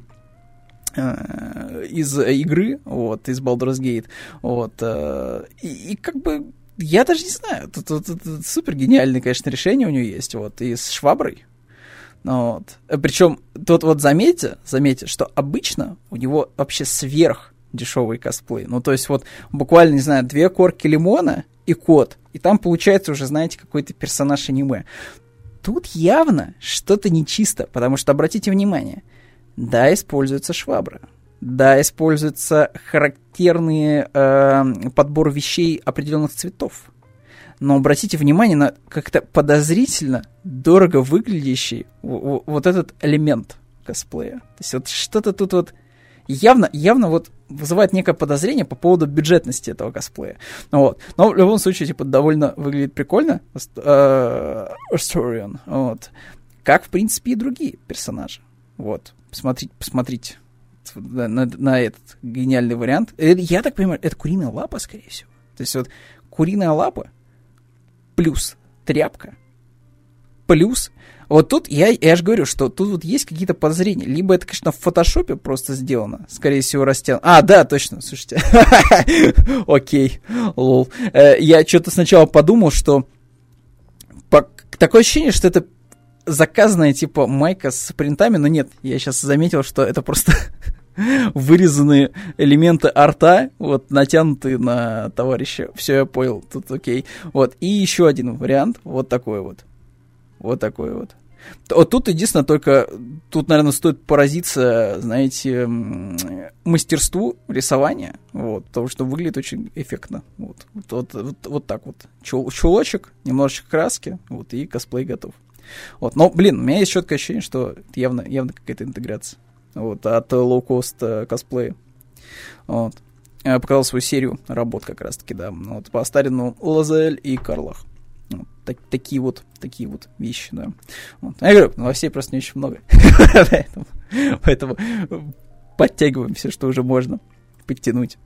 из игры, вот, из Baldur's Gate, вот, и как бы я даже не знаю, тут супер гениальное, конечно, решение у него есть, вот, и с шваброй, вот. Причем тут вот заметьте, что обычно у него вообще сверх дешевый косплей, то есть вот буквально, не знаю, 2 корки лимона и кот, и там получается уже, знаете, какой-то персонаж аниме. Тут явно что-то нечисто, потому что, обратите внимание, да, используется швабра, да, используется характерный подбор вещей определенных цветов. Но обратите внимание на как-то подозрительно дорого выглядящий вот этот элемент косплея. То есть вот что-то тут вот явно вот вызывает некое подозрение по поводу бюджетности этого косплея. Вот. Но в любом случае, довольно выглядит прикольно. Astarion. Вот. Как, в принципе, и другие персонажи. Вот. Посмотрите. На этот гениальный вариант. Я так понимаю, это куриная лапа, скорее всего. То есть вот куриная лапа плюс тряпка плюс... Вот тут я же говорю, что тут вот есть какие-то подозрения. Либо это, конечно, в фотошопе просто сделано. Скорее всего, растянуто. Да, точно, слушайте. Окей, лол. Я что-то сначала подумал, что... Такое ощущение, что это заказанная типа майка с принтами, но нет, я сейчас заметил, что это просто вырезанные элементы арта, вот, натянутые на товарища. Все, я понял, тут окей. Вот, и еще один вариант, вот такой вот. Вот такой вот. Вот тут единственное только, тут, наверное, стоит поразиться, знаете, мастерству рисования, вот, потому что выглядит очень эффектно. Вот так вот. Чулочек, немножечко краски, вот, и косплей готов. Вот, но, у меня есть четкое ощущение, что это явно какая-то интеграция. Вот, от лоу-кост косплея. Вот. Я показал свою серию работ как раз-таки, да. Вот, по Астарину, Лазель и Карлах. Вот, такие вот вещи, да. Вот. Я говорю, новостей просто не очень много. Поэтому подтягиваем все, что уже можно подтянуть.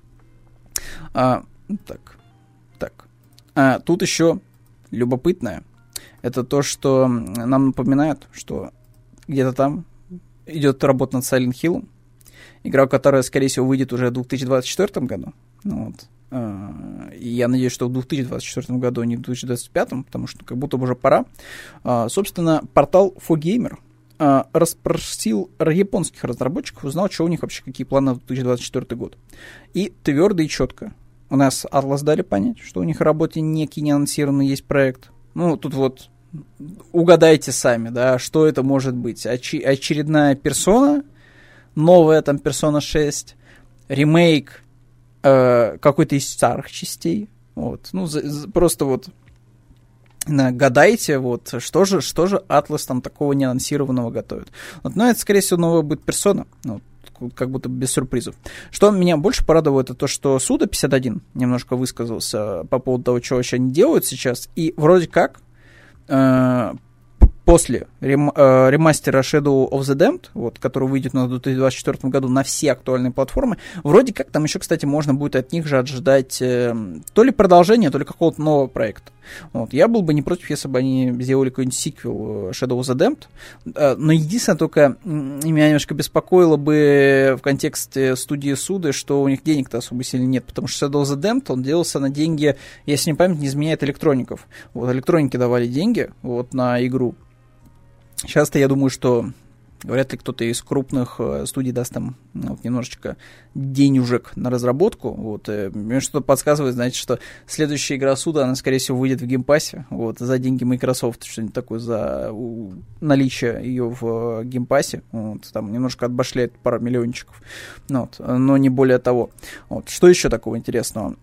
Так. Тут еще любопытное. Это то, что нам напоминают, что где-то там идет работа над Silent Hill, игра, которая, скорее всего, выйдет уже в 2024 году. Вот. И я надеюсь, что в 2024 году, а не в 2025, потому что как будто бы уже пора. Собственно, портал 4Gamer расспросил японских разработчиков, узнал, что у них вообще, какие планы на 2024 год. И твердо и четко у нас Atlas дали понять, что у них в работе некий неанонсированный есть проект. Тут вот угадайте сами, да, что это может быть. Очередная персона, новая там персона 6, ремейк какой-то из старых частей. Вот. Просто вот гадайте, вот, что же Atlas там такого неанонсированного готовит. Вот, но это, скорее всего, новая будет персона, вот, как будто без сюрпризов. Что меня больше порадовало, это то, что Суда51 немножко высказался по поводу того, что вообще они делают сейчас, и вроде как после ремастера Shadow of the Damned, вот, который выйдет в 2024 году на все актуальные платформы, вроде как там еще, кстати, можно будет от них же ожидать то ли продолжение, то ли какого-то нового проекта. Вот. Я был бы не против, если бы они сделали какой-нибудь сиквел Shadow of the Damned, но единственное, только меня немножко беспокоило бы в контексте студии Суды, что у них денег-то особо сильно нет, потому что Shadow of the Damned, он делался на деньги, если не память не изменяет, электроников. Вот, электроники давали деньги вот, на игру. Сейчас-то я думаю, что вряд ли кто-то из крупных студий даст там вот, немножечко денежек на разработку. Вот. Мне что-то подсказывает, значит, что следующая игра Суда, она, скорее всего, выйдет в геймпассе, вот, за деньги Microsoft, что-нибудь такое, за наличие ее в геймпассе. Вот, там немножко отбашляет пару миллиончиков, вот, но не более того. Вот. Что еще такого интересного?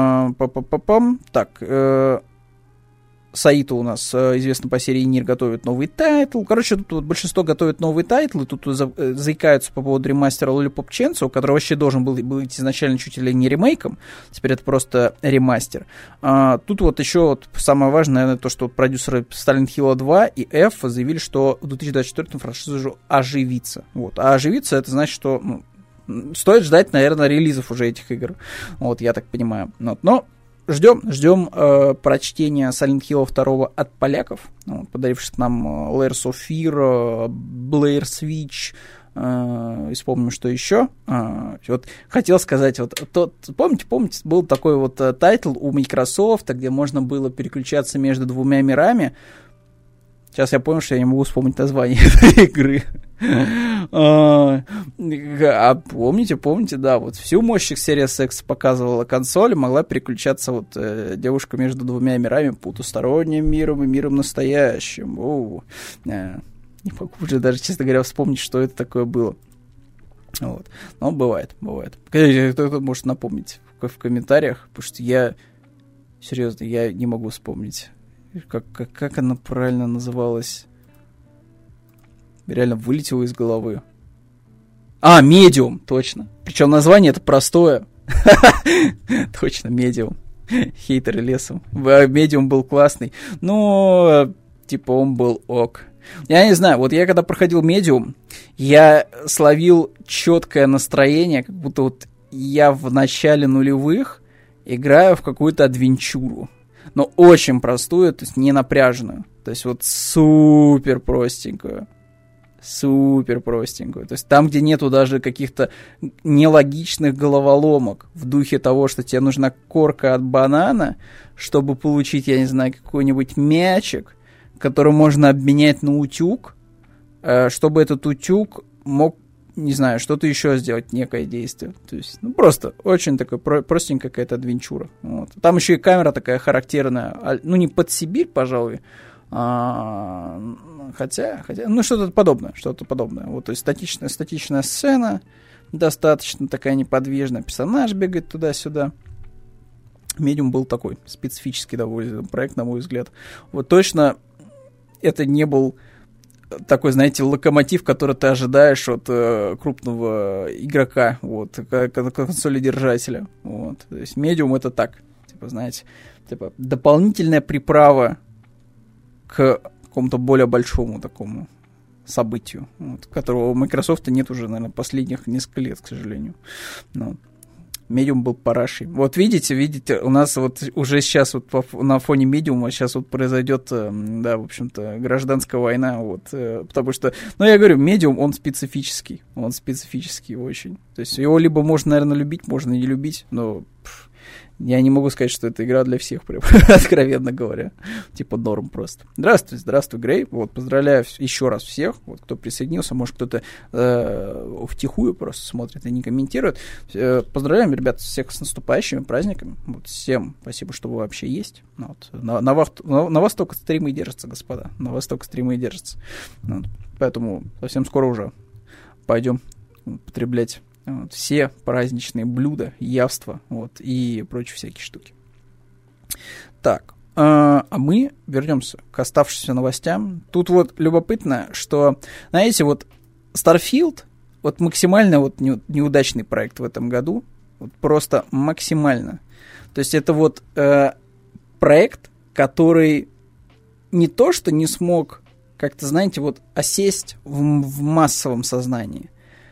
Так... Саито у нас, известно по серии Нир, готовит новый тайтл. Короче, тут вот большинство готовит новые тайтлы. Тут заикаются по поводу ремастера Lollipop Chainsaw, который вообще должен был быть изначально чуть ли не ремейком. Теперь это просто ремастер. Тут вот еще вот самое важное, наверное, то, что вот продюсеры Silent Hill 2 и F заявили, что в 2024 франшиза уже оживится. Вот. А оживиться, это значит, что стоит ждать, наверное, релизов уже этих игр. Вот, я так понимаю. Вот. Но Ждем прочтения Silent Hill 2 от поляков, вот, подаривших нам Layers of Fear, Blair Switch, и вспомним, что еще. Вот, хотел сказать, вот, помните, был такой вот тайтл у Microsoft, где можно было переключаться между двумя мирами. Сейчас я понял, что я не могу вспомнить название этой игры. А помните, да, вот всю мощь Series X показывала консоль, могла переключаться вот девушка между двумя мирами, потусторонним миром и миром настоящим. Не могу уже даже, честно говоря, вспомнить, что это такое было. Вот. Но бывает. Кто-то может напомнить в комментариях, потому что я не могу вспомнить. Как она правильно называлась? Реально вылетело из головы. Medium, точно. Причем название это простое. Точно, Medium. Хейтеры лесом. Medium был классный. Но, типа, он был ок. Я не знаю, вот я когда проходил Medium, я словил четкое настроение, как будто вот я в начале нулевых играю в какую-то адвенчуру. Но очень простую, то есть не напряженную. То есть вот супер простенькую. То есть там, где нету даже каких-то нелогичных головоломок в духе того, что тебе нужна корка от банана, чтобы получить, я не знаю, какой-нибудь мячик, который можно обменять на утюг, чтобы этот утюг мог, не знаю, что-то еще сделать, некое действие. То есть, просто очень такая простенькая какая-то адвенчура. Вот. Там еще и камера такая характерная, не под Сибирь, пожалуй, хотя, что-то подобное. Вот, то есть статичная сцена, достаточно такая неподвижная, персонаж бегает туда-сюда. Medium был такой специфический довольно проект, на мой взгляд. Вот точно это не был такой, знаете, локомотив, который ты ожидаешь от крупного игрока, вот, консолидержателя. Вот. То есть Medium это так, типа, знаете, типа дополнительная приправа к какому-то более большому такому событию, вот, которого у Microsoft нет уже, наверное, последних несколько лет, к сожалению. Но Medium был парашей. Вот видите, у нас вот уже сейчас вот на фоне Medium сейчас вот произойдет, да, в общем-то, гражданская война, вот, потому что, я говорю, Medium, он специфический очень. То есть его либо можно, наверное, любить, можно не любить, но я не могу сказать, что это игра для всех, откровенно говоря. Типа норм просто. Здравствуй, Грей. Вот, поздравляю еще раз всех, вот, кто присоединился. Может, кто-то втихую просто смотрит и не комментирует. Поздравляем, ребят, всех с наступающими праздниками. Вот, всем спасибо, что вы вообще есть. Вот, на вас только стримы и держатся, господа. На вас только стримы и держатся. Вот, поэтому совсем скоро уже пойдем потреблять вот, все праздничные блюда, явства, вот, и прочие всякие штуки. Так, А мы вернемся к оставшимся новостям. Тут вот любопытно, что, знаете, вот Starfield, вот максимально вот неудачный проект в этом году, вот просто максимально. То есть это вот проект, который не то, что не смог как-то, знаете, вот осесть в массовом сознании.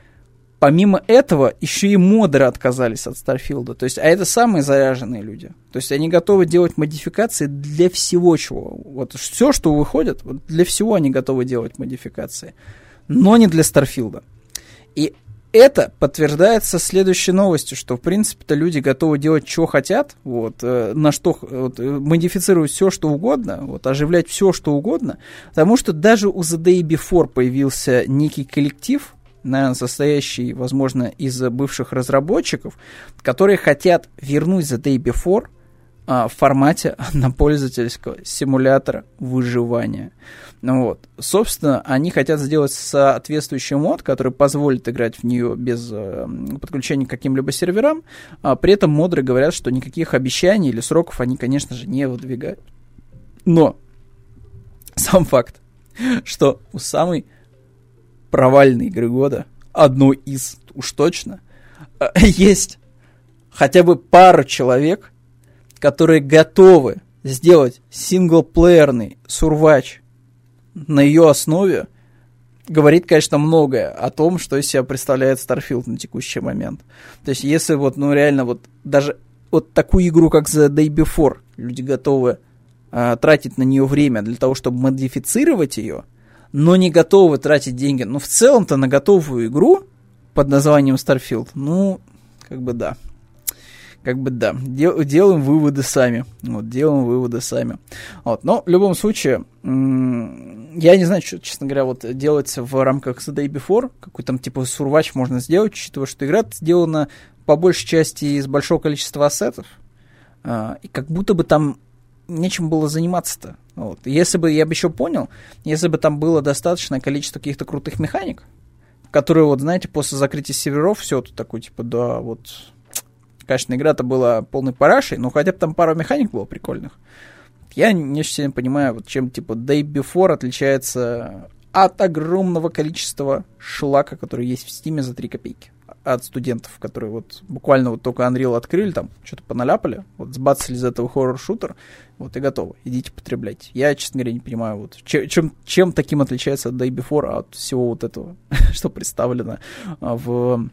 Помимо этого, еще и модеры отказались от Старфилда. То есть, а это самые заряженные люди. То есть, они готовы делать модификации для всего чего. Вот все, что выходит, вот для всего они готовы делать модификации. Но не для Старфилда. И это подтверждается следующей новостью, что, в принципе-то, люди готовы делать, что хотят, вот, на что, вот, модифицировать все, что угодно, вот, оживлять все, что угодно, потому что даже у The Day Before появился некий коллектив, наверное, состоящий, возможно, из бывших разработчиков, которые хотят вернуть The Day Before в формате однопользовательского симулятора выживания. Ну вот. Собственно, они хотят сделать соответствующий мод, который позволит играть в нее без подключения к каким-либо серверам, а при этом модеры говорят, что никаких обещаний или сроков они, конечно же, не выдвигают. Но сам факт, что у самой провальной игры года, одной из, уж точно, есть хотя бы пару человек, которые готовы сделать синглплеерный сурвач на ее основе, говорит, конечно, многое о том, что из себя представляет Starfield на текущий момент. То есть, если вот, ну, реально, вот даже вот такую игру, как The Day Before, люди готовы тратить на нее время для того, чтобы модифицировать ее, но не готовы тратить деньги. Ну, в целом-то на готовую игру под названием Starfield, ну, как бы да. Как бы да. Делаем выводы сами. Вот, делаем выводы сами. Вот. Но в любом случае, я не знаю, что, честно говоря, вот делать в рамках The Day Before. Какой там типа сурвач можно сделать, учитывая, что игра сделана по большей части из большого количества ассетов. И как будто бы там нечем было заниматься-то. Вот. Если бы, я бы еще понял, если бы там было достаточное количество каких-то крутых механик, которые, вот, знаете, после закрытия серверов, все тут такое, типа, да, вот, конечно, игра-то была полной парашей, но хотя бы там пару механик было прикольных. Я не очень сильно понимаю, вот, чем, типа, Day Before отличается от огромного количества шлака, который есть в Steam за 3 копейки. От студентов, которые вот буквально вот только Unreal открыли, там что-то поналяпали, вот сбацали из этого хоррор-шутер, вот и готово. Идите потребляйте. Я, честно говоря, не понимаю, вот чем таким отличается Day Before от всего вот этого, что представлено в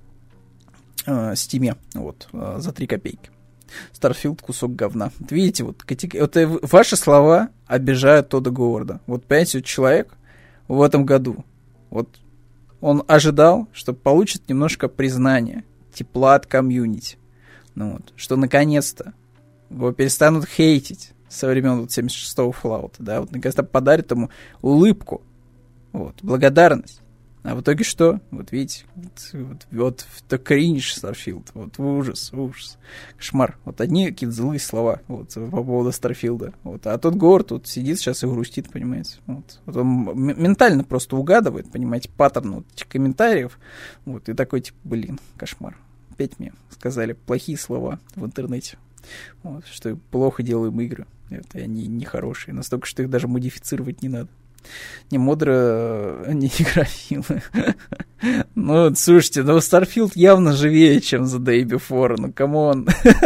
Steam, вот, за 3 копейки. Starfield кусок говна. Вот видите, вот ваши слова обижают Тодда Говарда. Вот, понимаете, вот человек в этом году, вот, он ожидал, что получит немножко признания, тепла от комьюнити. Ну вот, что наконец-то его перестанут хейтить со времен вот 76-го Fallout, да, вот наконец-то подарит ему улыбку, вот, благодарность. А в итоге что? Вот видите, вот кринж Starfield, вот ужас, кошмар. Вот одни какие-то злые слова вот, по поводу Starfield. Вот. А тот Говард вот сидит сейчас и грустит, понимаете. Вот он ментально просто угадывает, понимаете, паттерн вот этих комментариев. Вот, и такой, типа, блин, кошмар. Опять мне сказали плохие слова в интернете. Вот, что плохо делаем игры. Это они нехорошие. Настолько, что их даже модифицировать не надо. Не модеры, не графилы. Ну, слушайте, ну Starfield явно живее, чем The Day Before. Ну, камон.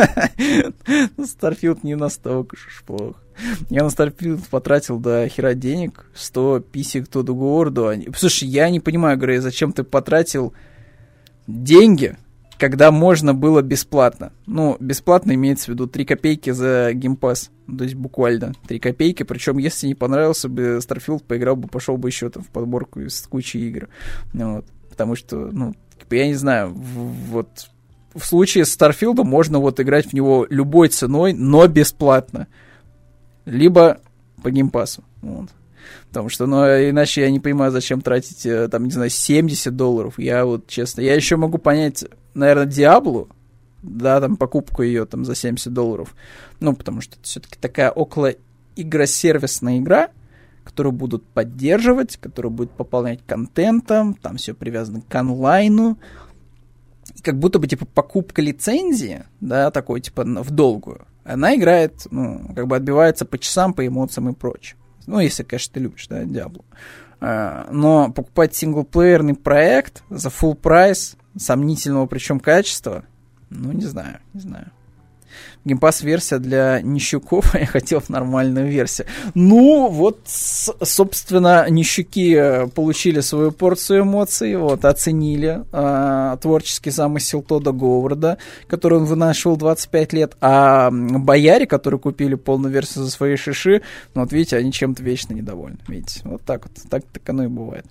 Starfield не настолько уж плохо. Я на Starfield потратил до хера денег, 100 писек Тодду Говарду. Слушай, я не понимаю, Грей, зачем ты потратил деньги, когда можно было бесплатно. Ну, бесплатно имеется в виду 3 копейки за Game Pass. То есть буквально 3 копейки. Причем, если не понравился бы Starfield, поиграл бы, пошел бы еще там в подборку из кучи игр. Вот. Потому что, ну, я не знаю, вот в случае с Starfield можно вот играть в него любой ценой, но бесплатно. Либо по Game Pass. Вот. Потому что, ну, иначе я не понимаю, зачем тратить, там, не знаю, $70. Я вот, честно, я еще могу понять, наверное, Diablo, да, там, покупку ее там за $70. Ну, потому что это все-таки такая около игросервисная игра, которую будут поддерживать, которую будет пополнять контентом, там все привязано к онлайну. И как будто бы, типа, покупка лицензии, да, такой, типа, в долгую, Она играет, ну, как бы отбивается по часам, по эмоциям и прочее. Ну, если, конечно, ты любишь, да, Diablo. Но покупать синглплеерный проект за full прайс, сомнительного причем качества, ну, не знаю. Геймпасс-версия для нищуков, я хотел нормальную версию. Ну, вот, собственно, нищуки получили свою порцию эмоций, вот, оценили творческий замысел Тодда Говарда, который он вынашивал 25 лет, а бояре, которые купили полную версию за свои шиши, ну, вот, видите, они чем-то вечно недовольны, видите, вот так вот, так оно и бывает.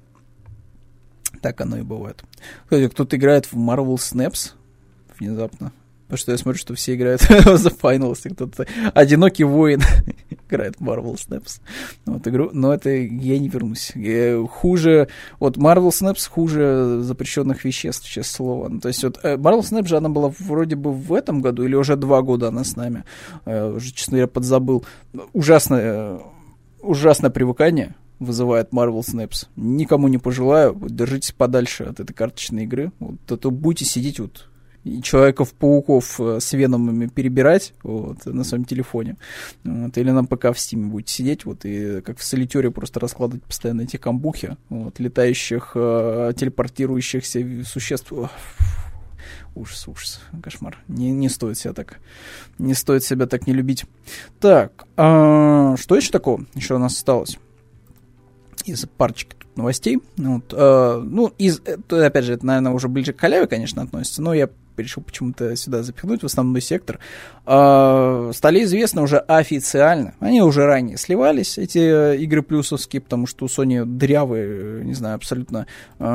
Так оно и бывает. Кто-то играет в Marvel Snaps внезапно. Потому что я смотрю, что все играют в The Finals, и кто-то одинокий воин играет в Marvel Snaps. Вот игру, но это я не вернусь. Хуже, вот Marvel Snaps хуже запрещенных веществ, честное слово. Ну, то есть вот Marvel Snaps же она была вроде бы в этом году, или уже 2 года она с нами. Уже, честно говоря, подзабыл. Ужасное привыкание вызывает Marvel Snaps. Никому не пожелаю. Держитесь подальше от этой карточной игры. Вот, а то будете сидеть вот и Человеков-пауков с Веномами перебирать вот, на своем телефоне. Вот, или на ПК в Стиме будете сидеть вот, и как в солитёре просто раскладывать постоянно эти камбухи, вот, летающих, телепортирующихся существ. Ужас, кошмар. Не стоит себя так не любить. Так, что еще такого? Еще у нас осталось из парочки новостей. Вот, опять же, это, наверное, уже ближе к халяве, конечно, относится, но я решил почему-то сюда запихнуть в основной сектор. Стали известны уже официально. Они уже ранее сливались, эти игры плюсовские, потому что у Sony дырявые, не знаю, абсолютно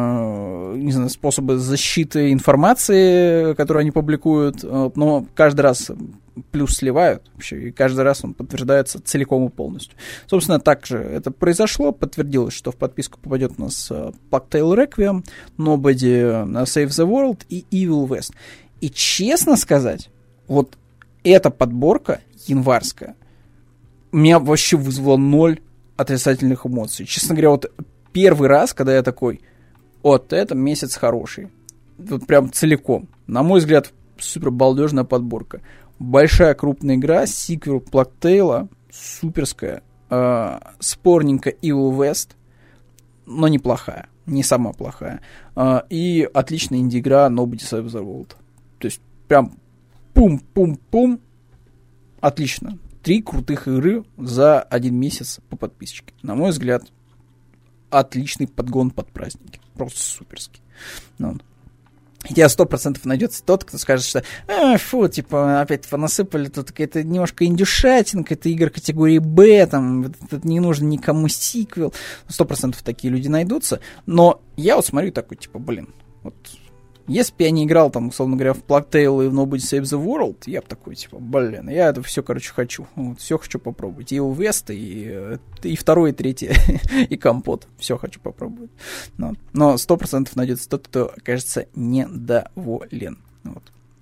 способы защиты информации, которую они публикуют, но каждый раз плюс сливают вообще, и каждый раз он подтверждается целиком и полностью. Собственно, так же это произошло, подтвердилось, что в подписку попадет у нас Plague Tale Requiem, Nobody, Save the World и Evil West. И честно сказать, вот эта подборка январская меня вообще вызвала 0 отрицательных эмоций. Честно говоря, вот первый раз, когда я такой, вот это месяц хороший. Вот прям целиком. На мой взгляд, супер балдежная подборка. Большая крупная игра, сиквел Plague Tale, суперская, спорненько Evil West, но неплохая, не самая плохая. И отличная инди-игра Nobody Save the World. То есть прям пум-пум-пум, отлично. 3 крутых игры за 1 месяц по подписчике. На мой взгляд, отличный подгон под праздники. Просто суперский. Ну, и тебе 100% найдется тот, кто скажет, что опять понасыпали, тут какая-то немножко индюшатинка, это игра категории Б, там, это не нужен никому сиквел. 100% такие люди найдутся. Но я вот смотрю такой, вот, если бы я не играл, там, условно говоря, в Plague Tale и в Nobody Save the World, я бы такой, я это все, хочу. Вот, все хочу попробовать. И Evil West, и второй, и третий, и компот. Все хочу попробовать. Но 100% найдется тот, кто окажется недоволен. Вот.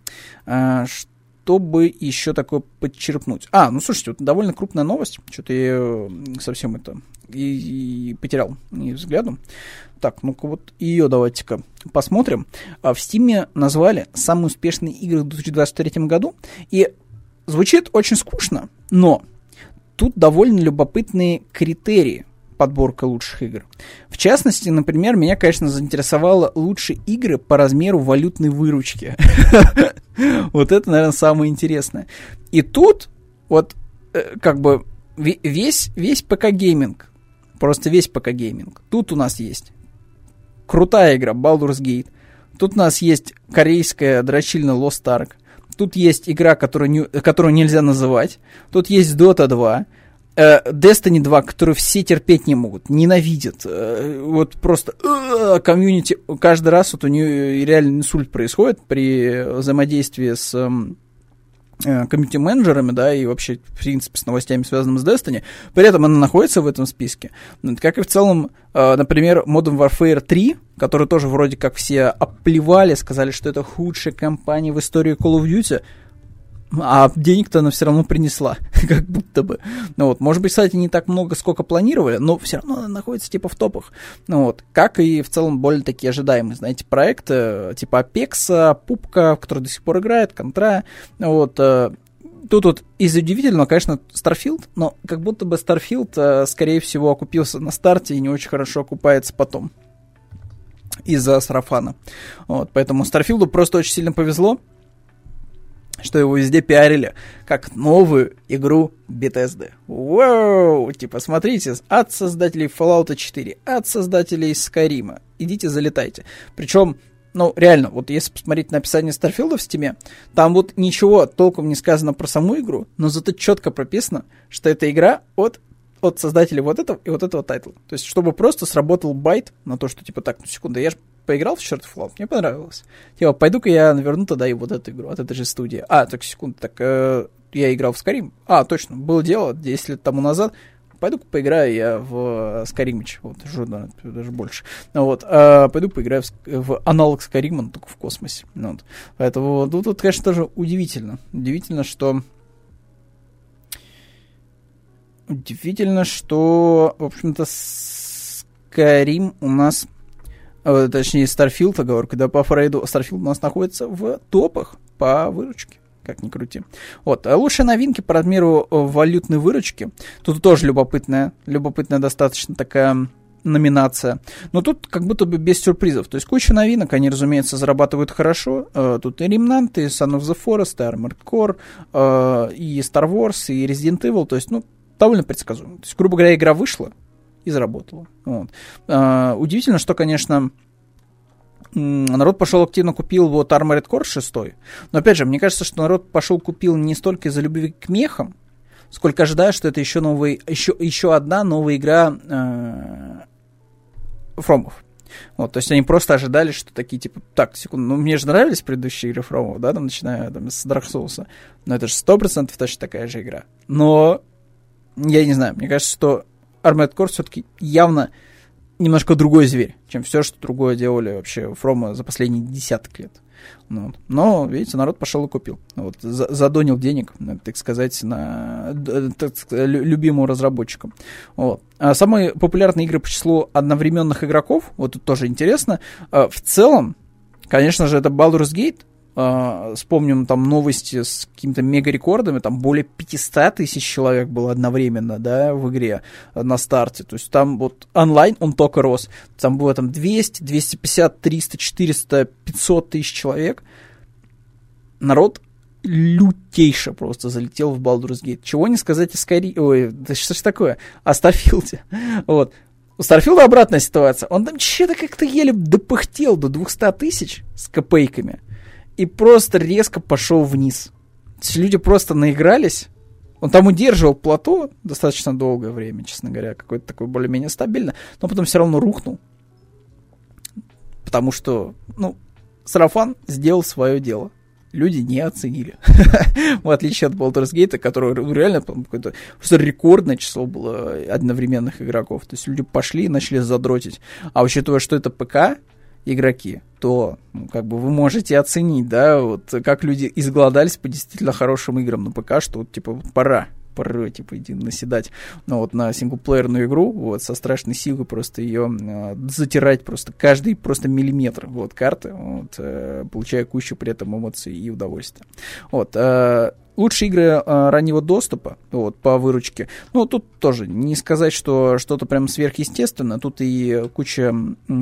Чтобы еще такое подчерпнуть. Слушайте, вот довольно крупная новость. Что-то я совсем это и потерял взглядом. Так, ну-ка вот ее давайте-ка посмотрим. В Steam назвали самые успешные игры в 2023 году. И звучит очень скучно, но тут довольно любопытные критерии подборка лучших игр. В частности, например, меня, конечно, заинтересовало лучшие игры по размеру валютной выручки. Вот это, наверное, самое интересное. И тут вот как бы весь ПК-гейминг, просто весь ПК-гейминг. Тут у нас есть крутая игра Baldur's Gate. Тут у нас есть корейская дрочильня Lost Ark. Тут есть игра, которую нельзя называть. Тут есть Dota 2. Destiny 2, которую все терпеть не могут, ненавидят. Вот просто комьюнити, каждый раз вот у нее реально инсульт происходит при взаимодействии с комьюнити-менеджерами, да, и вообще, в принципе, с новостями, связанными с Destiny. При этом она находится в этом списке. Как и в целом, например, Modern Warfare 3, который тоже вроде как все оплевали, сказали, что это худшая кампания в истории Call of Duty, а денег-то она все равно принесла, как будто бы. Ну вот, может быть, кстати, не так много, сколько планировали, но все равно она находится типа в топах. Ну вот, как и в целом более такие ожидаемые, знаете, проекты типа Apex, Пупка, в который до сих пор играет, Контра, вот, тут вот из удивительного, конечно, Starfield, но как будто бы Starfield, скорее всего, окупился на старте и не очень хорошо окупается потом из-за сарафана. Вот, поэтому Starfield'у просто очень сильно повезло, что его везде пиарили как новую игру Bethesda. Вау! Типа, смотрите, от создателей Fallout 4, от создателей Skyrim. Идите, залетайте. Причем, ну, реально, вот если посмотреть на описание Starfield'а в Steam, там вот ничего толком не сказано про саму игру, но зато четко прописано, что это игра от создателей вот этого и вот этого тайтла. То есть, чтобы просто сработал байт на то, что, типа, так, ну, секунду, я же поиграл в чертов Fallout, мне понравилось. Типа, пойду-ка я наверну тогда и вот эту игру от этой же студии. Так, секунду, так, я играл в Skyrim. Точно, было дело 10 лет тому назад. Пойду-ка поиграю я в Skyrim'ич, вот, даже больше. Вот, пойду поиграю в аналог Skyrim, но только в космосе. Вот. Поэтому тут, конечно, тоже удивительно. Удивительно, что, в общем-то, Skyrim у нас, точнее, Starfield, оговорка, да, по Фрейду, Starfield у нас находится в топах по выручке, как ни крути. Вот, лучшие новинки по размеру валютной выручки. Тут тоже любопытная достаточно такая номинация. Но тут как будто бы без сюрпризов. То есть куча новинок, они, разумеется, зарабатывают хорошо. Тут и Remnant, и Son of the Forest, и Armored Core, и Star Wars, и Resident Evil. То есть, ну, довольно предсказуемо. То есть, грубо говоря, игра вышла и заработала. Вот. Удивительно, что, конечно, народ пошел активно купил вот Armored Core 6. Но, опять же, мне кажется, что народ пошел купил не столько из-за любви к мехам, сколько ожидая, что это еще одна новая игра Фромов. Вот, то есть они просто ожидали, что такие, типа, так, секунду, ну мне же нравились предыдущие игры Фромов, да, там, начиная там, с Dark Souls, но это же 100% точно такая же игра. Но, я не знаю, мне кажется, что Armored Core все-таки явно немножко другой зверь, чем все, что другое делали вообще Фрома за последние десяток лет. Ну, вот. Но, видите, народ пошел и купил. Вот, задонил денег, так сказать, на любимому разработчику. Вот. А самые популярные игры по числу одновременных игроков, вот тут тоже интересно, в целом, конечно же, это Baldur's Gate. Вспомним там новости с какими-то мега-рекордами, там более 500 тысяч человек было одновременно, да, в игре на старте, то есть там вот онлайн он только рос, там было там 200, 250, 300, 400, 500 тысяч человек, народ лютейше просто залетел в Baldur's Gate, чего не сказать о Skyrim, ой, да что ж такое, о Starfield, вот. У Starfield обратная ситуация, он там что-то как-то еле допыхтел до 200 тысяч с копейками, и просто резко пошел вниз. То есть люди просто наигрались. Он там удерживал плато достаточно долгое время, честно говоря, какое-то такое более-менее стабильно, но потом все равно рухнул. Потому что, ну, сарафан сделал свое дело. Люди не оценили. В отличие от Baldur's Gate, который реально какое-то рекордное число было одновременных игроков. То есть люди пошли и начали задротить. А учитывая, что это ПК, игроки, то, ну, как бы вы можете оценить, да, вот как люди изголодались по действительно хорошим играм на ПК, что вот, типа, пора, типа, иди наседать, ну, вот на синглплеерную игру, вот, со страшной силой просто ее затирать просто каждый просто миллиметр, вот, карты, вот, получая кучу при этом эмоций и удовольствия. Вот, лучшие игры раннего доступа, вот, по выручке. Ну, тут тоже не сказать, что что-то прям сверхъестественное. Тут и куча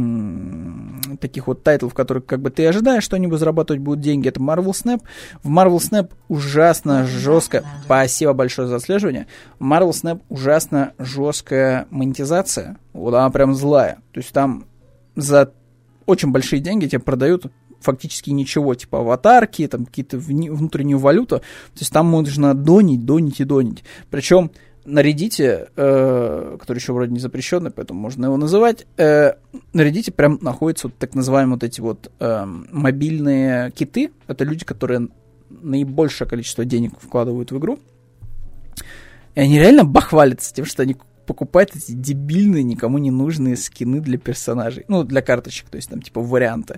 таких вот тайтлов, которые как бы ты ожидаешь, что они бы зарабатывать будут деньги. Это Marvel Snap. В Marvel Snap ужасно жестко. Спасибо большое за отслеживание. В Marvel Snap ужасно жесткая монетизация. Вот она прям злая. То есть там за очень большие деньги тебе продают фактически ничего, типа аватарки, там какие-то внутреннюю валюту, то есть там можно донить. Причем на Reddit, который еще вроде не запрещенный, поэтому можно его называть, на Reddit прям находятся вот так называемые вот эти вот мобильные киты, это люди, которые наибольшее количество денег вкладывают в игру, и они реально бахвалятся тем, что они покупать эти дебильные, никому не нужные скины для персонажей. Ну, для карточек, то есть там типа варианты.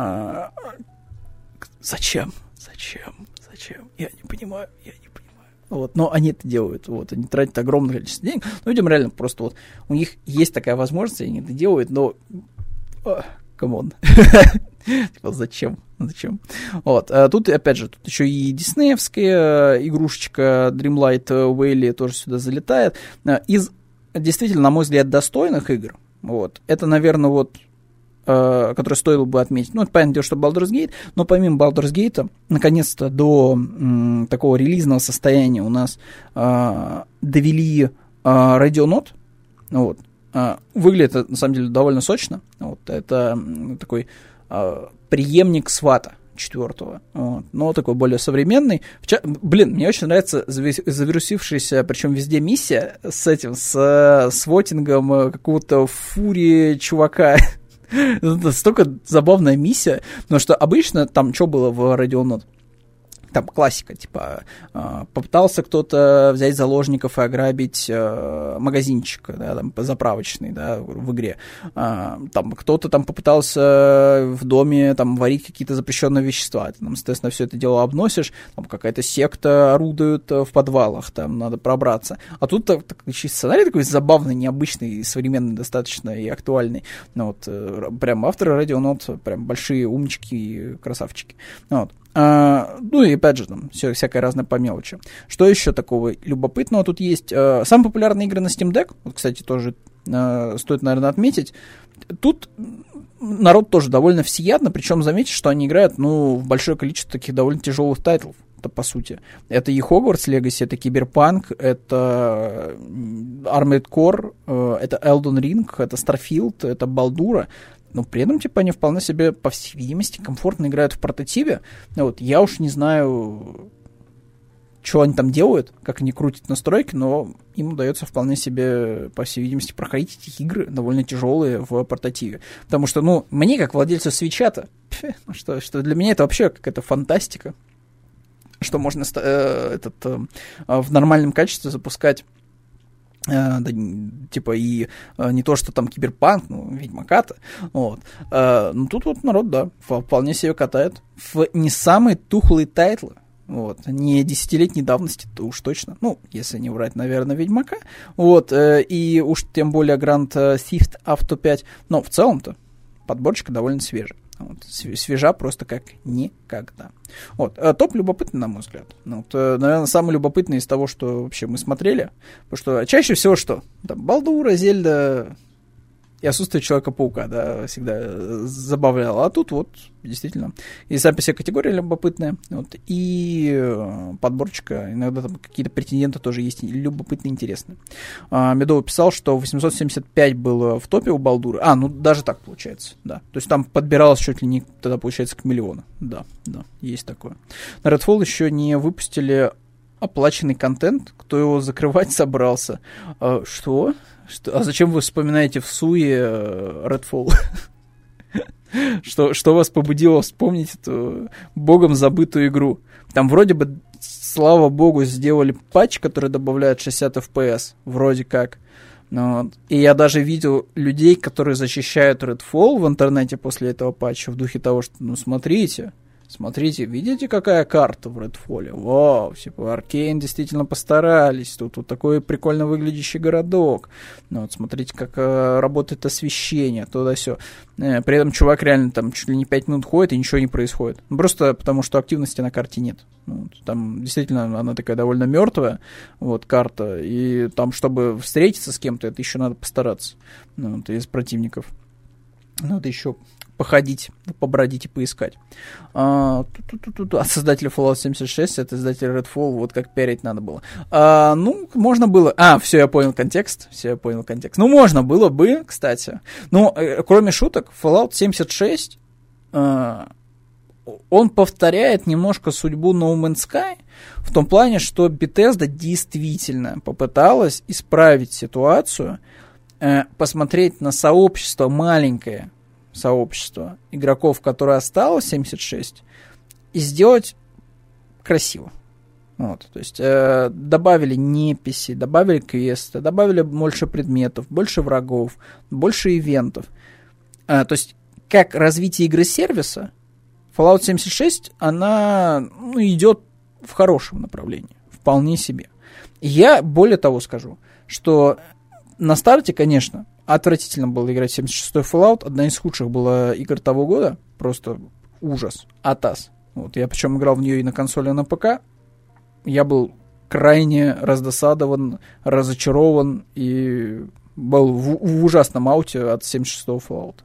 Зачем? Я не понимаю. Вот, но они это делают. Вот, они тратят огромное количество денег. Ну, видимо, реально просто вот у них есть такая возможность, они это делают, но камон. Типа, зачем? Вот. Тут, опять же, тут еще и диснеевская игрушечка Dreamlight Valley тоже сюда залетает. Из, действительно, на мой взгляд, достойных игр, вот, это, наверное, вот, который стоило бы отметить. Ну, это понятное дело, что Baldur's Gate, но помимо Baldur's Gate, наконец-то до такого релизного состояния у нас довели Radionaut. Вот. Выглядит, на самом деле, довольно сочно. Вот. Это такой преемник Свата 4-го, вот, но такой более современный. Блин, мне очень нравится завирусившаяся, причем везде миссия с этим, с вотингом какого-то фури чувака. Это настолько забавная миссия, потому что обычно там что было в Radionaut? Там классика, типа, попытался кто-то взять заложников и ограбить магазинчик, да, там, заправочный, да, в игре. Там кто-то там попытался в доме там варить какие-то запрещенные вещества. Ты там, соответственно, все это дело обносишь, там какая-то секта орудует в подвалах, там надо пробраться. А тут сценарий такой забавный, необычный, современный достаточно и актуальный. Ну, вот, прям авторы Radionaut, прям большие умнички и красавчики. Вот. Ну и опять же, там всякое разное по мелочи. Что еще такого любопытного тут есть? Самые популярные игры на Steam Deck, вот, кстати, тоже стоит, наверное, отметить. Тут народ тоже довольно всеядно, причем заметьте, что они играют, ну, в большое количество таких довольно тяжелых тайтлов. Это по сути. Это и Hogwarts Legacy, это Cyberpunk, это Armored Core, это Elden Ring, это Starfield, это Baldura. Но при этом, типа, они вполне себе, по всей видимости, комфортно играют в портативе. Вот, я уж не знаю, что они там делают, как они крутят настройки, но им удается вполне себе, по всей видимости, проходить эти игры довольно тяжелые в портативе. Потому что, ну, мне, как владельцу свитча-то, что для меня это вообще какая-то фантастика, что можно в нормальном качестве запускать. Да, типа и не то, что там Киберпанк, ну, Ведьмака-то, вот. Но тут вот народ, да, вполне себе катает в не самые тухлые тайтлы, вот, не десятилетней давности, то уж точно, ну, если не врать, наверное, Ведьмака, вот, и уж тем более Grand Theft Auto 5, но в целом-то подборочка довольно свежая. Вот, свежа просто как никогда. Вот, топ любопытный, на мой взгляд. Ну, вот, наверное, самый любопытный из того, что вообще мы смотрели. Потому что чаще всего что? Там Балдура, Зельда и отсутствие Человека-паука, да, всегда забавляло. А тут вот, действительно, и сами все категории любопытные, вот, и подборочка, иногда там какие-то претенденты тоже есть любопытные, интересные. Медово писал, что 875 было в топе у Балдуры. Ну, даже так получается, да. То есть там подбиралось чуть ли не, тогда получается, к миллиону. Да, есть такое. На Redfall еще не выпустили оплаченный контент, кто его закрывать собрался. Что? А зачем вы вспоминаете в суе Redfall? Что вас побудило вспомнить эту богом забытую игру? Там вроде бы, слава богу, сделали патч, который добавляет 60 FPS. Вроде как. Вот. И я даже видел людей, которые защищают Redfall в интернете после этого патча, в духе того, что, ну, смотрите, видите, какая карта в Redfall? Вау, типа, Аркейн действительно постарались. Тут вот такой прикольно выглядящий городок. Ну, вот смотрите, как работает освещение, туда-сё. При этом чувак реально там чуть ли не 5 минут ходит, и ничего не происходит. Просто потому, что активности на карте нет. Вот, там действительно она такая довольно мертвая, вот, карта. И там, чтобы встретиться с кем-то, это еще надо постараться. Ну, вот, из противников. Надо еще походить, побродить и поискать. А создатели Fallout 76, это издатель Redfall, вот как пиарить надо было. Ну, можно было... все, я понял контекст. Ну, можно было бы, кстати. Ну, кроме шуток, Fallout 76, он повторяет немножко судьбу No Man's Sky, в том плане, что Bethesda действительно попыталась исправить ситуацию, посмотреть на сообщество маленькое, сообщество игроков, которое осталось 76, и сделать красиво. Вот, то есть добавили неписи, добавили квесты, добавили больше предметов, больше врагов, больше ивентов. То есть как развитие игры-сервиса, Fallout 76, она идет в хорошем направлении, вполне себе. Я более того скажу, что на старте, конечно, отвратительно было играть в 76-й Fallout. Одна из худших была игр того года. Просто ужас. Атас. Вот. Я причем играл в нее и на консоли, и на ПК. Я был крайне раздосадован, разочарован и был в ужасном ауте от 76-го Fallout.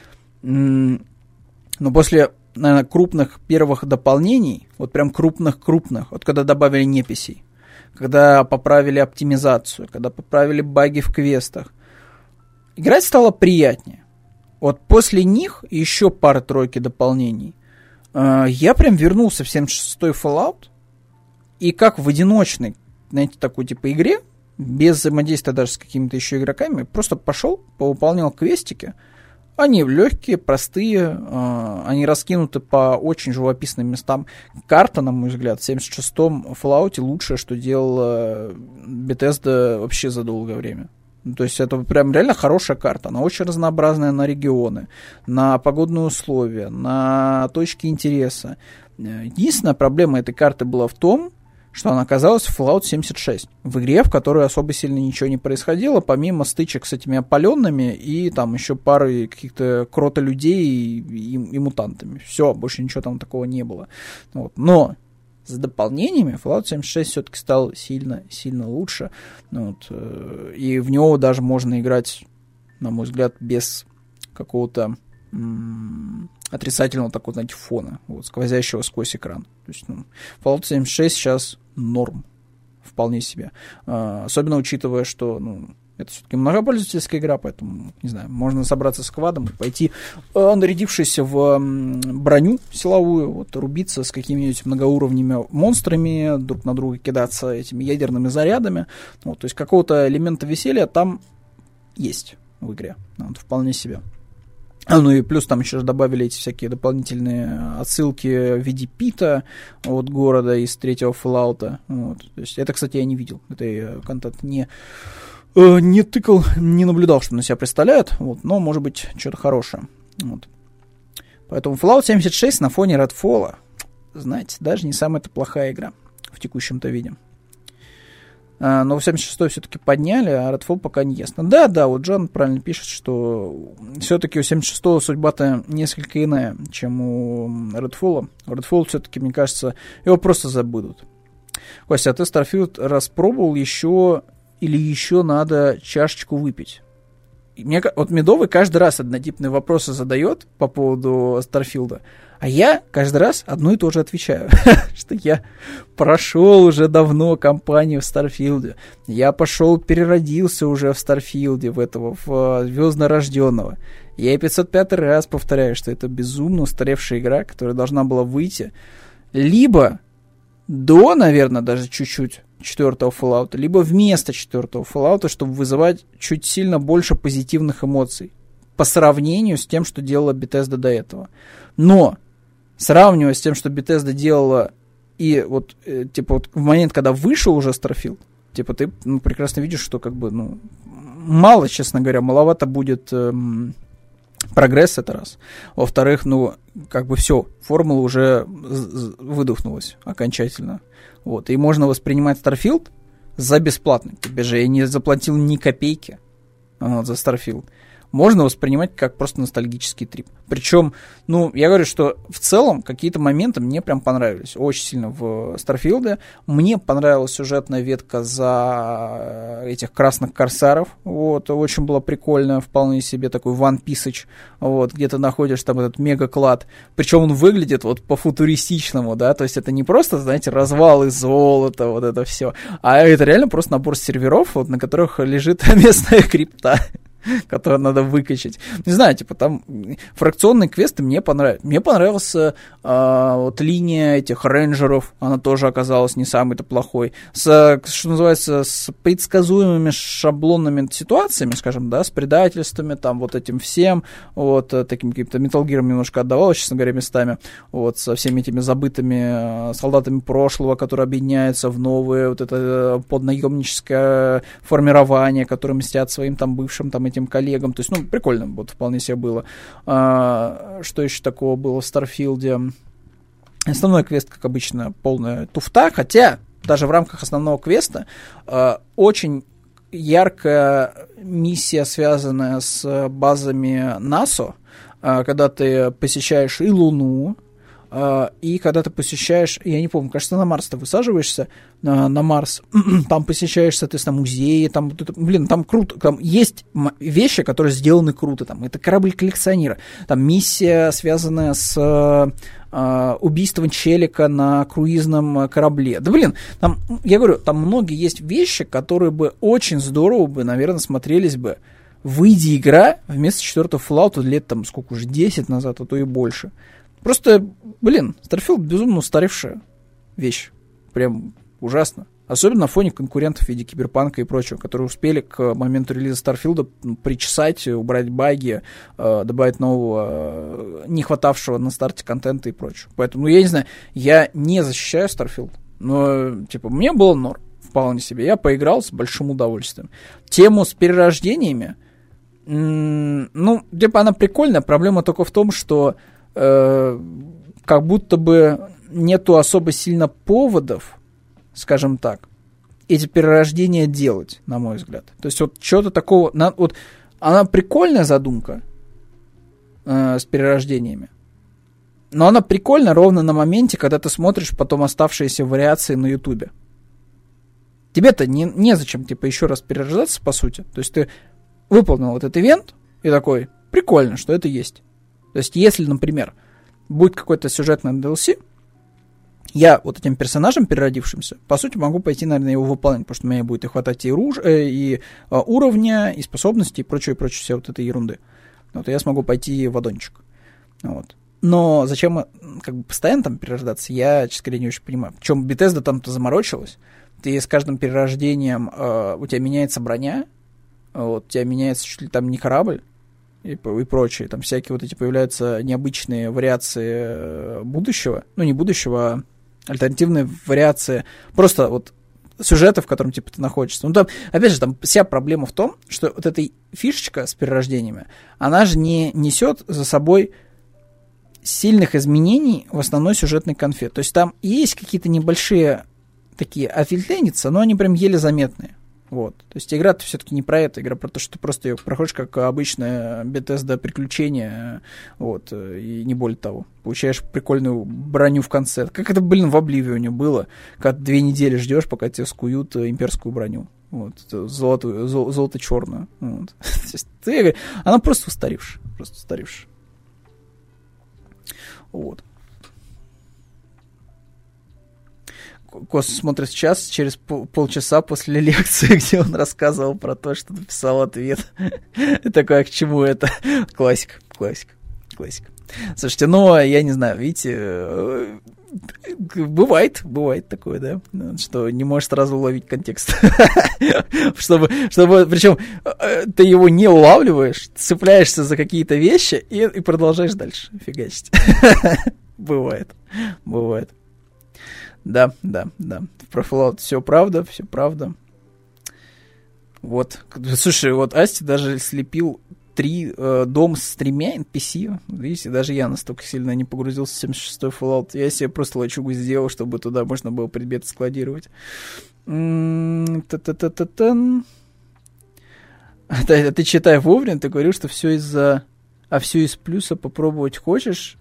Но после, наверное, крупных первых дополнений, вот прям крупных, вот когда добавили неписей, когда поправили оптимизацию, когда поправили баги в квестах, играть стало приятнее. Вот после них еще пары-тройки дополнений я прям вернулся в 76-й Fallout, и как в одиночной, знаете, такой типа игре, без взаимодействия даже с какими-то еще игроками, просто пошел, повыполнял квестики. Они легкие, простые, они раскинуты по очень живописным местам. Карта, на мой взгляд, в 76-м Fallout лучшее, что делала Bethesda вообще за долгое время. То есть это прям реально хорошая карта. Она очень разнообразная на регионы, на погодные условия, на точки интереса. Единственная проблема этой карты была в том, что она оказалась в Fallout 76, в игре, в которой особо сильно ничего не происходило, помимо стычек с этими опаленными и там еще пары каких-то крото-людей и мутантами. Все, больше ничего там такого не было. Вот. Но с дополнениями Fallout 76 все-таки стал сильно лучше. Вот. И в него даже можно играть, на мой взгляд, без какого-то отрицательного такого, знаете, фона, вот, сквозящего сквозь экран. То есть, Fallout 76 сейчас норм, вполне себе. Особенно учитывая, что, это все-таки многопользовательская игра, поэтому, не знаю, можно собраться с квадом, пойти, нарядившись в броню силовую, вот, рубиться с какими-нибудь многоуровневыми монстрами, друг на друга кидаться этими ядерными зарядами. Вот, то есть какого-то элемента веселья там есть в игре. Вот, вполне себе. Ну и плюс там еще добавили эти всякие дополнительные отсылки в виде Пита от города из третьего Fallout. Вот. То есть это, кстати, я не видел. Это я контент не тыкал, не наблюдал, что на себя представляют. Вот. Но, может быть, что-то хорошее. Вот. Поэтому Fallout 76 на фоне Redfall, знаете, даже не самая-то плохая игра в текущем-то виде. Но 76-й все-таки подняли, а Redfall пока не ясно. Да, вот Джон правильно пишет, что все-таки у 76-го судьба-то несколько иная, чем у Redfall. Redfall все-таки, мне кажется, его просто забудут. Костя, а ты Starfield распробовал еще или еще надо чашечку выпить? Вот Медовый каждый раз однотипные вопросы задает по поводу Старфилда, а я каждый раз одно и то же отвечаю, что я прошел уже давно кампанию в Старфилде, я переродился уже в Старфилде, в Звездно-рожденного. Я и 505 раз повторяю, что это безумно устаревшая игра, которая должна была выйти либо до, наверное, даже чуть-чуть 4-го Fallout, либо вместо 4-го Fallout, чтобы вызывать чуть сильно больше позитивных эмоций по сравнению с тем, что делала Bethesda до этого. Но, сравнивая с тем, что Bethesda делала, и вот, вот в момент, когда вышел уже Starfield, ты прекрасно видишь, что мало, честно говоря, маловато будет прогресс, это раз. Во-вторых, все, формула уже выдохнулась окончательно. Вот, и можно воспринимать Starfield за бесплатно. Тебе же я не заплатил ни копейки за Starfield. Можно воспринимать как просто ностальгический трип. Причем, я говорю, что в целом какие-то моменты мне прям понравились. Очень сильно в Старфилде. Мне понравилась сюжетная ветка за этих красных корсаров. Вот, очень было прикольно, вполне себе такой One Piece-ыч. Вот, где ты находишь там этот мега-клад. Причем он выглядит вот по-футуристичному, да, то есть это не просто, знаете, развал из золота, вот это все, а это реально просто набор серверов, вот, на которых лежит местная крипта, которую надо выкачать. Не знаю, там фракционные квесты мне понравились. Мне понравилась вот линия этих рейнджеров, она тоже оказалась не самой-то плохой. Что называется, с предсказуемыми шаблонными ситуациями, скажем, да, с предательствами, там, вот этим всем, вот, таким каким-то Metal Gear немножко отдавало, честно говоря, местами, вот, со всеми этими забытыми солдатами прошлого, которые объединяются в новые, вот это поднаемническое формирование, которые мстят своим там бывшим, там, этим коллегам, то есть, прикольно вот вполне себе было. Что еще такого было в Старфилде? Основной квест, как обычно, полная туфта, хотя даже в рамках основного квеста очень ярко миссия, связанная с базами НАСА, когда ты посещаешь и Луну, и когда ты посещаешь, я не помню, кажется, на Марс ты высаживаешься, на Марс, там посещаешь, соответственно, музеи, там, блин, там круто, там есть вещи, которые сделаны круто, там, это корабль коллекционера, там миссия, связанная с убийством челика на круизном корабле. Да, блин, там, я говорю, там многие есть вещи, которые бы очень здорово бы, наверное, смотрелись бы, выйди игра вместо 4-го Fallout лет, там, сколько уже, 10 назад, а то и больше. Просто, блин, Starfield безумно устаревшая вещь. Прям ужасно. Особенно на фоне конкурентов в виде Киберпанка и прочего, которые успели к моменту релиза Starfield причесать, убрать баги, добавить нового, не хватавшего на старте контента и прочего. Поэтому, я не знаю, я не защищаю Starfield, но, типа, мне было норм, вполне себе. Я поиграл с большим удовольствием. Тему с перерождениями, ну, типа, она прикольная. Проблема только в том, что как будто бы нету особо сильно поводов, скажем так, эти перерождения делать, на мой взгляд. То есть вот что-то такого... Вот, она прикольная задумка с перерождениями, но она прикольна ровно на моменте, когда ты смотришь потом оставшиеся вариации на Ютубе. Тебе-то незачем, типа, еще раз перерождаться, по сути. То есть ты выполнил вот этот ивент и такой, прикольно, что это есть. То есть, если, например, будет какой-то сюжетный DLC, я вот этим персонажем переродившимся, по сути, могу пойти, наверное, его выполнять, потому что мне будет и хватать и уровня, и способностей, и прочее, все вот этой ерунды. Вот, и я смогу пойти в аддончик. Вот. Но зачем как бы постоянно там перерождаться, я, честно говоря, не очень понимаю. Причем Bethesda там-то заморочилась. Ты с каждым перерождением у тебя меняется броня, вот, у тебя меняется чуть ли там не корабль, и прочее. Там всякие вот эти появляются необычные вариации будущего. Ну, не будущего, а альтернативные вариации просто вот сюжета, в котором, типа, ты находишься. Ну, там, опять же, там вся проблема в том, что вот эта фишечка с перерождениями, она же не несет за собой сильных изменений в основной сюжетной конфе. То есть там есть какие-то небольшие такие ответвления, но они прям еле заметные. Вот. То есть игра-то все-таки не про это, игра про то, что ты просто ее проходишь как обычное Bethesda приключение, вот, и не более того. Получаешь прикольную броню в конце. Как это, блин, в Обливионе было, когда 2 недели ждешь, пока тебе скуют имперскую броню. Вот, золото-черную. Вот. Она просто устаревшая. Вот. Кос смотрит сейчас, через полчаса после лекции, где он рассказывал про то, что написал ответ. И такой, а к чему это? Классика. Слушайте, ну, я не знаю, видите, бывает такое, да, что не можешь сразу уловить контекст. Чтобы, причем ты его не улавливаешь, цепляешься за какие-то вещи и продолжаешь дальше фигачить. Бывает. Да. Про Fallout все правда. Вот. Слушай, вот Асти даже слепил 3 дом с 3 NPC. Видите, даже я настолько сильно не погрузился в 76-й Fallout. Я себе просто лачугу сделал, чтобы туда можно было предметы складировать. А ты читай вовремя, ты говорил, что все из плюса попробовать хочешь?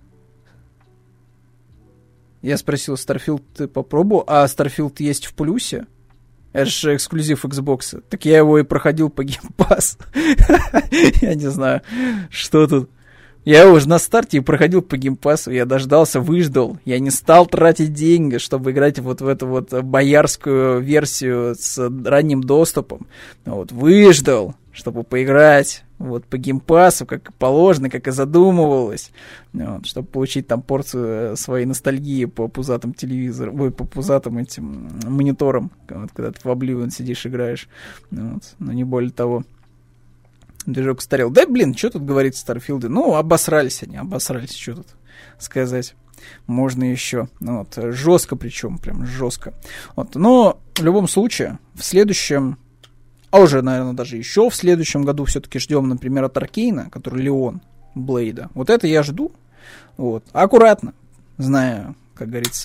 Я спросил, Starfield ты попробовал? А Starfield есть в плюсе? Это же эксклюзив Xbox. Так я его и проходил по Game Pass. Я не знаю, что тут. Я его уже на старте и проходил по Game Pass. Я дождался, выждал. Я не стал тратить деньги, чтобы играть вот в эту вот боярскую версию с ранним доступом. Вот, выждал, чтобы поиграть вот по геймпасу, как и положено, как и задумывалось, вот, чтобы получить там порцию своей ностальгии по пузатым телевизорам, по пузатым этим мониторам, вот, когда ты в Oblivion сидишь, играешь, вот, но не более того. Движок устарел. Да, блин, что тут говорить в Старфилде? Ну, обосрались, что тут сказать. Можно еще. Ну, вот, жестко причем, прям жестко. Вот, но в любом случае, в следующем, а уже, наверное, даже еще в следующем году все-таки ждем, например, от Аркейна, который Леон Блейда. Вот это я жду. Вот. Аккуратно, зная, как говорится,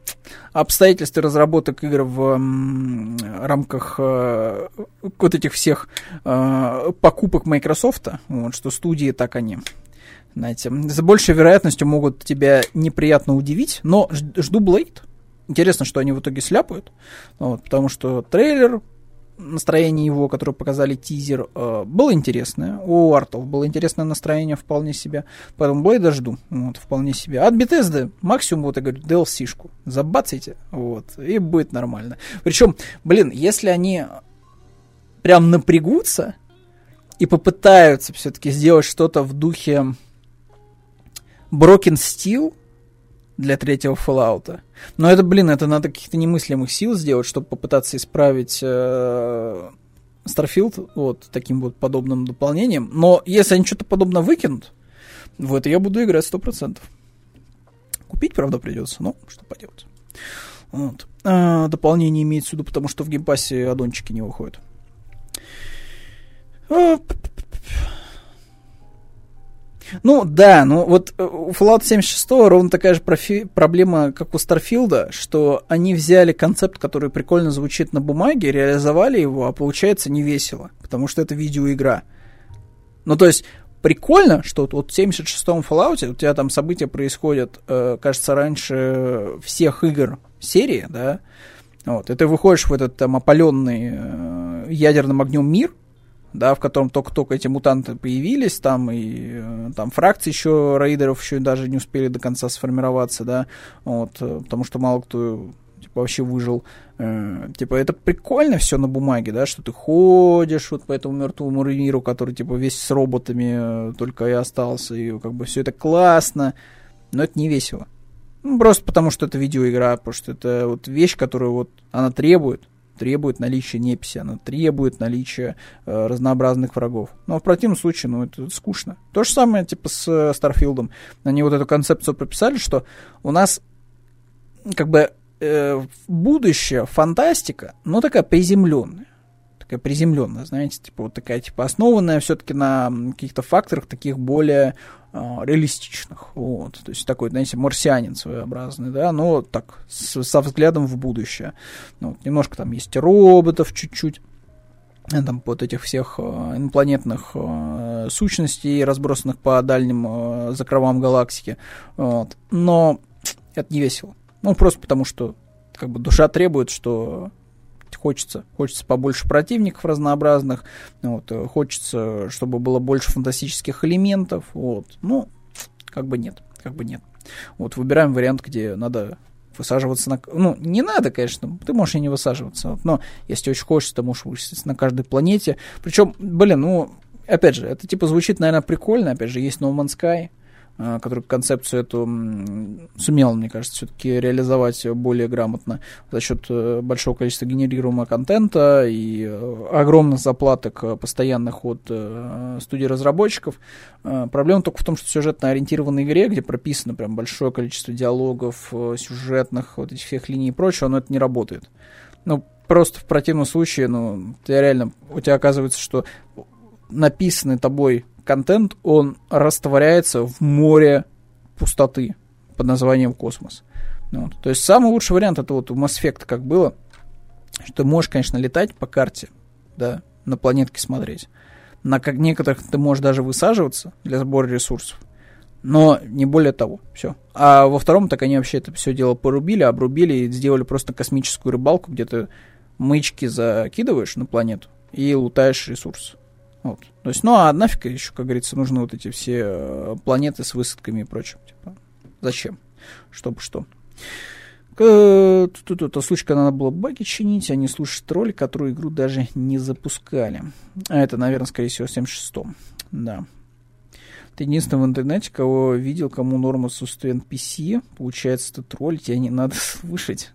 обстоятельств разработок игр в рамках вот этих всех покупок Microsoft, вот, что студии так они, знаете, с большей вероятностью могут тебя неприятно удивить, но жду Blade. Интересно, что они в итоге сляпают, вот, потому что трейлер, настроение его, которое показали тизер, было интересное. У Артов было интересное настроение вполне себе. Поэтому Блейда жду. Вот, вполне себе. От Bethesda максимум, вот я говорю, DLC-шку. Забацайте, вот, и будет нормально. Причем, если они прям напрягутся и попытаются все-таки сделать что-то в духе Broken Steel для третьего Fallout. Но это, это надо каких-то немыслимых сил сделать, чтобы попытаться исправить Starfield вот таким вот подобным дополнением. Но если они что-то подобное выкинут, в это я буду играть 100%. Купить, правда, придется, но что поделать. Вот. Дополнение имеется в виду, потому что в геймпассе аддончики не выходят. Ну, да, вот у Fallout 76 ровно такая же проблема, как у Starfield, что они взяли концепт, который прикольно звучит на бумаге, реализовали его, а получается не весело, потому что это видеоигра. Ну, то есть, прикольно, что вот в 76-м Fallout у тебя там события происходят, кажется, раньше всех игр серии, да, вот, и ты выходишь в этот там опаленный ядерным огнем мир, да, в котором только-только эти мутанты появились, там и там фракции еще рейдеров еще даже не успели до конца сформироваться, да, вот, потому что мало кто вообще выжил. Это прикольно все на бумаге, да, что ты ходишь вот по этому мертвому миру, который весь с роботами только и остался, и все это классно, но это не весело. Ну, просто потому что это видеоигра, потому что это вот вещь, которую вот она требует наличия неписи, она требует наличия разнообразных врагов. Но в противном случае, это скучно. То же самое, с Старфилдом. Они вот эту концепцию прописали, что у нас будущее фантастика, но такая приземленная, знаете, основанная все-таки на каких-то факторах таких более реалистичных, вот, то есть такой, знаете, марсианин своеобразный, да, но так, со взглядом в будущее, вот, немножко там есть роботов чуть-чуть, там вот этих всех инопланетных сущностей, разбросанных по дальним закровам галактики, вот, но это не весело, просто потому что, душа требует, что хочется побольше противников разнообразных, вот, хочется, чтобы было больше фантастических элементов, вот, нет. Вот, выбираем вариант, где надо высаживаться на... не надо, конечно, ты можешь и не высаживаться, вот, но если очень хочется, ты можешь высадиться на каждой планете, причем, опять же, это звучит, наверное, прикольно, опять же, есть No Man's Sky, который концепцию эту сумел, мне кажется, все-таки реализовать более грамотно за счет большого количества генерируемого контента и огромных заплаток постоянных от студий разработчиков. Проблема только в том, что в сюжетно-ориентированной игре, где прописано прям большое количество диалогов, сюжетных, вот этих всех линий и прочего, но это не работает. Просто в противном случае, у тебя оказывается, что написанный тобой контент, он растворяется в море пустоты под названием космос. Вот. То есть самый лучший вариант это вот у Mass Effect как было, что ты можешь, конечно, летать по карте, да, на планетки смотреть. На некоторых ты можешь даже высаживаться для сбора ресурсов, но не более того. Все. А во втором так они вообще это все дело порубили, обрубили и сделали просто космическую рыбалку, где ты маячки закидываешь на планету и лутаешь ресурсы. Вот. То есть, а нафиг еще, как говорится, нужны вот эти все планеты с высадками и прочим. Зачем? Чтобы что? Тут случка надо было баги чинить, а не слушать ролик, которую игру даже не запускали. А это, наверное, скорее всего, в 76-м. Да. Ты единственный в интернете, кого видел, кому норма отсутствия NPC. Получается, ты тролль, тебя не надо слушать.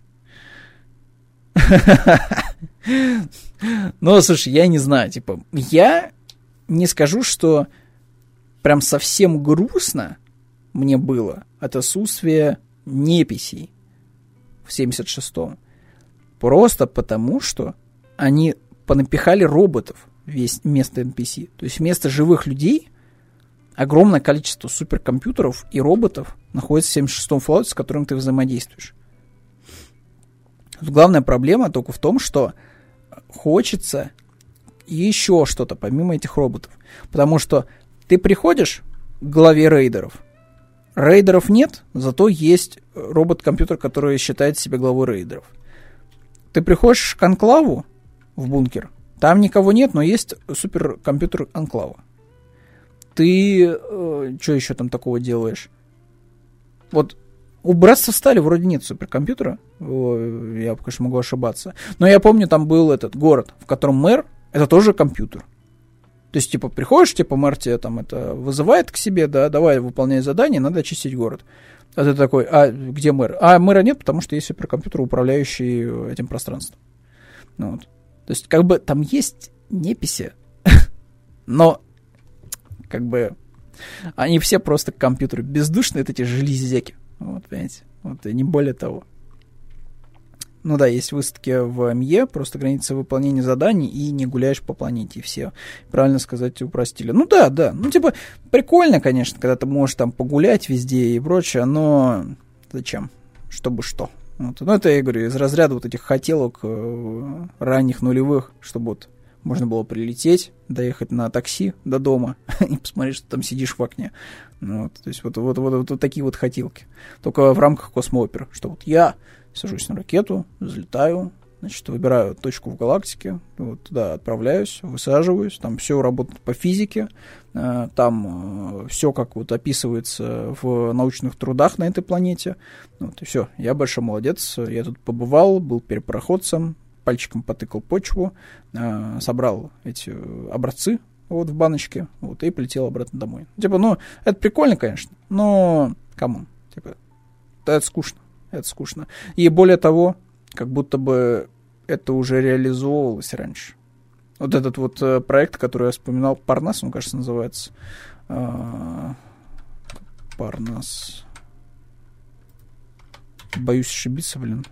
Слушай, я не знаю, я не скажу, что прям совсем грустно мне было от отсутствия неписей в 76-м. Просто потому, что они понапихали роботов вместо NPC. То есть вместо живых людей огромное количество суперкомпьютеров и роботов находится в 76-м Fallout, с которым ты взаимодействуешь. Главная проблема только в том, что хочется еще что-то помимо этих роботов. Потому что ты приходишь к главе рейдеров. Рейдеров нет, зато есть робот-компьютер, который считает себя главой рейдеров. Ты приходишь к анклаву в бункер, там никого нет, но есть суперкомпьютер анклава. Ты что еще там такого делаешь? Вот у Братства Стали вроде нет суперкомпьютера. Я, конечно, могу ошибаться. Но я помню, там был этот город, в котором мэр — это тоже компьютер. То есть, типа, приходишь, типа, мэр тебя там это вызывает к себе, да, давай, выполняй задание, надо очистить город. А ты такой, а где мэр? А мэра нет, потому что есть суперкомпьютер, управляющий этим пространством. Ну, вот. То есть, как бы, там есть неписи, но, как бы, они все просто компьютеры бездушные, это эти железяки. Вот, понимаете? Вот, и не более того. Ну да, есть выставки в МЕ, просто граница выполнения заданий, и не гуляешь по планете, и все. Правильно сказать, упростили. Ну да. Ну, типа, прикольно, конечно, когда ты можешь там погулять везде и прочее, но зачем? Чтобы что? Вот. Ну, это, я говорю, из разряда вот этих хотелок ранних нулевых, чтобы вот можно было прилететь, доехать на такси до дома и посмотреть, что там сидишь в окне. Ну, вот, то есть вот такие вот хотелки. Только в рамках космоопер, что вот я сажусь на ракету, взлетаю, значит, выбираю точку в галактике, вот туда отправляюсь, высаживаюсь, там все работает по физике, там все как вот описывается в научных трудах на этой планете. Вот, и все, я большой молодец, я тут побывал, был первопроходцем, пальчиком потыкал почву, собрал эти образцы вот в баночке, вот, и полетел обратно домой. Типа, ну, это прикольно, конечно, но, камон, типа, это скучно. Это скучно. И более того, как будто бы это уже реализовывалось раньше. Вот этот вот проект, который я вспоминал, Парнас, он, кажется, называется. Парнас. Боюсь ошибиться, блин.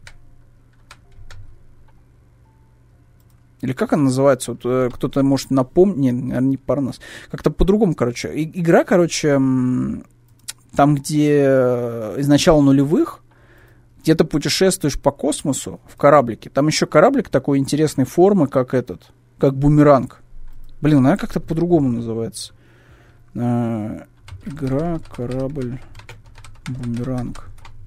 Или как она называется? Вот, кто-то может напомнить. Не Парнас. Как-то по-другому, короче. Игра, короче, там, где из начала нулевых где ты путешествуешь по космосу в кораблике. Там еще кораблик такой интересной формы, как бумеранг. Блин, она как-то по-другому называется. Игра, корабль, бумеранг.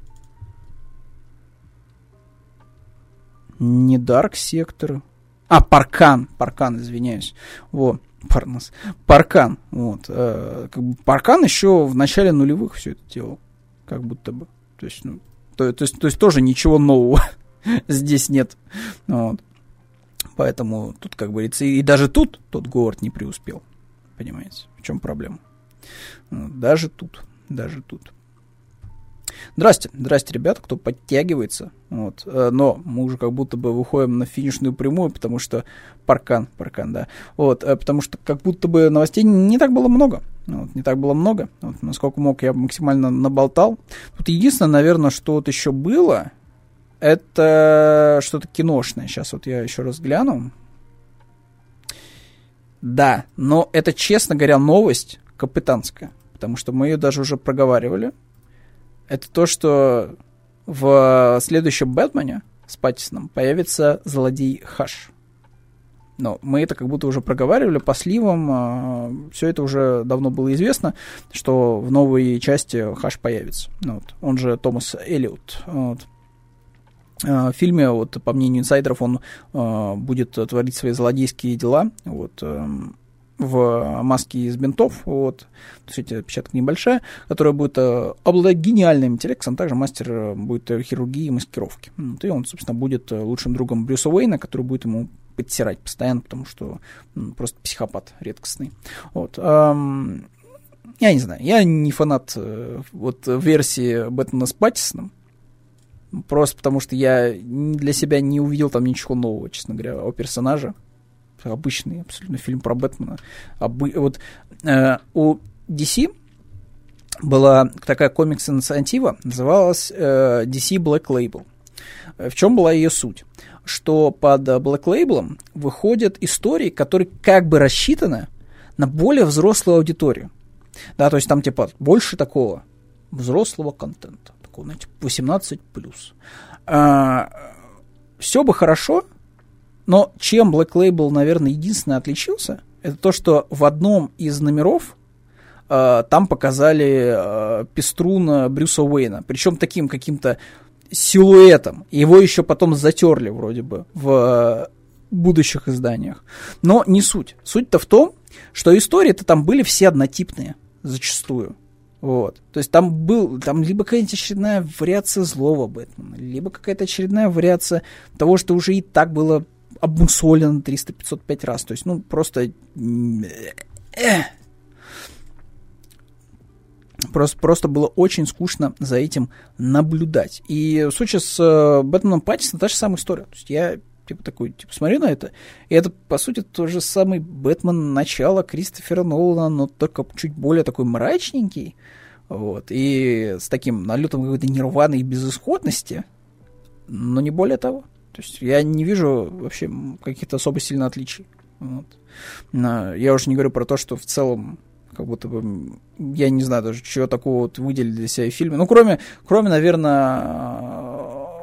Не Dark Sector. Паркан, извиняюсь. Вот, Паркан. Вот. Паркан еще в начале нулевых все это делал. Как будто бы. То есть тоже ничего нового здесь нет. Вот. Поэтому тут, как говорится, и даже тут тот город не преуспел. Понимаете, в чем проблема? Даже тут. Здрасте, ребята, кто подтягивается. Вот. Но мы уже как будто бы выходим на финишную прямую, потому что паркан, да. Вот. Потому что как будто бы новостей не так было много. Вот, не так было много. Вот, насколько мог, я максимально наболтал. Тут единственное, наверное, что вот еще было, это что-то киношное. Сейчас вот я еще раз гляну. Да, но это, честно говоря, новость капитанская. Потому что мы ее даже уже проговаривали. Это то, что в следующем Бэтмене с Паттисоном появится злодей Хаш. Но мы это как будто уже проговаривали по сливам. Все это уже давно было известно, что в новой части Хаш появится. Вот. Он же Томас Эллиот. Вот. В фильме, вот, по мнению инсайдеров, он будет творить свои злодейские дела. Вот, в маске из бинтов, вот, то есть эта отпечатка небольшая, которая будет обладать гениальным интеллектом, также мастер будет хирургии и маскировки. Вот, и он, собственно, будет лучшим другом Брюса Уэйна, который будет ему подтирать постоянно, потому что просто психопат редкостный. Вот. Я не знаю, я не фанат вот версии Бэтмена с Паттисоном, просто потому что я для себя не увидел там ничего нового, честно говоря, о персонаже. Обычный абсолютно фильм про Бэтмена. Вот у DC была такая комикс-инициатива, называлась DC Black Label. В чем была ее суть? Что под Black Label выходят истории, которые как бы рассчитаны на более взрослую аудиторию. Да, то есть там типа больше такого взрослого контента. Такого, знаете, 18+. все бы хорошо, но чем Black Label, наверное, единственное отличился, это то, что в одном из номеров там показали пеструн Брюса Уэйна, причем таким каким-то силуэтом. Его еще потом затерли вроде бы в будущих изданиях. Но не суть. Суть-то в том, что истории-то там были все однотипные зачастую. Вот. То есть там либо какая-нибудь очередная вариация злого Бэтмена, либо какая-то очередная вариация того, что уже и так было обмусолено 300-505 раз. То есть, просто... Просто было очень скучно за этим наблюдать. И в случае с Бэтменом Паттинсоном та же самая история. То есть я смотрю на это, и это, по сути, тот же самый Бэтмен начала Кристофера Нолана, но только чуть более такой мрачненький, вот, и с таким налетом какой-то нирваны и безысходности, но не более того. То есть я не вижу вообще каких-то особо сильных отличий. Вот. Я уже не говорю про то, что в целом как будто бы, я не знаю даже, чего такого вот выделили для себя в фильме. Кроме, наверное,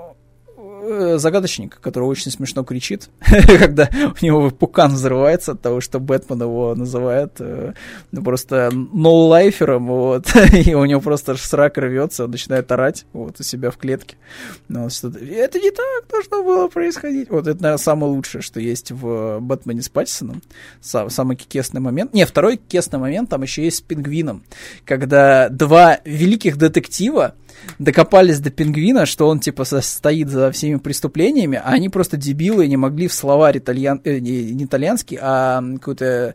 загадочника, который очень смешно кричит, когда у него пукан взрывается от того, что Бэтмен его называет просто ноулайфером, вот, и у него просто срак рвется, он начинает орать вот, у себя в клетке. Это не так должно было происходить. Вот это, наверное, самое лучшее, что есть в Бэтмене с Паттинсоном. Самый кекесный момент. Не, второй кекесный момент там еще есть с Пингвином, когда два великих детектива докопались до Пингвина, что он, типа, стоит за всеми преступлениями, а они просто дебилы и не могли в словарь не итальянский, а какой-то...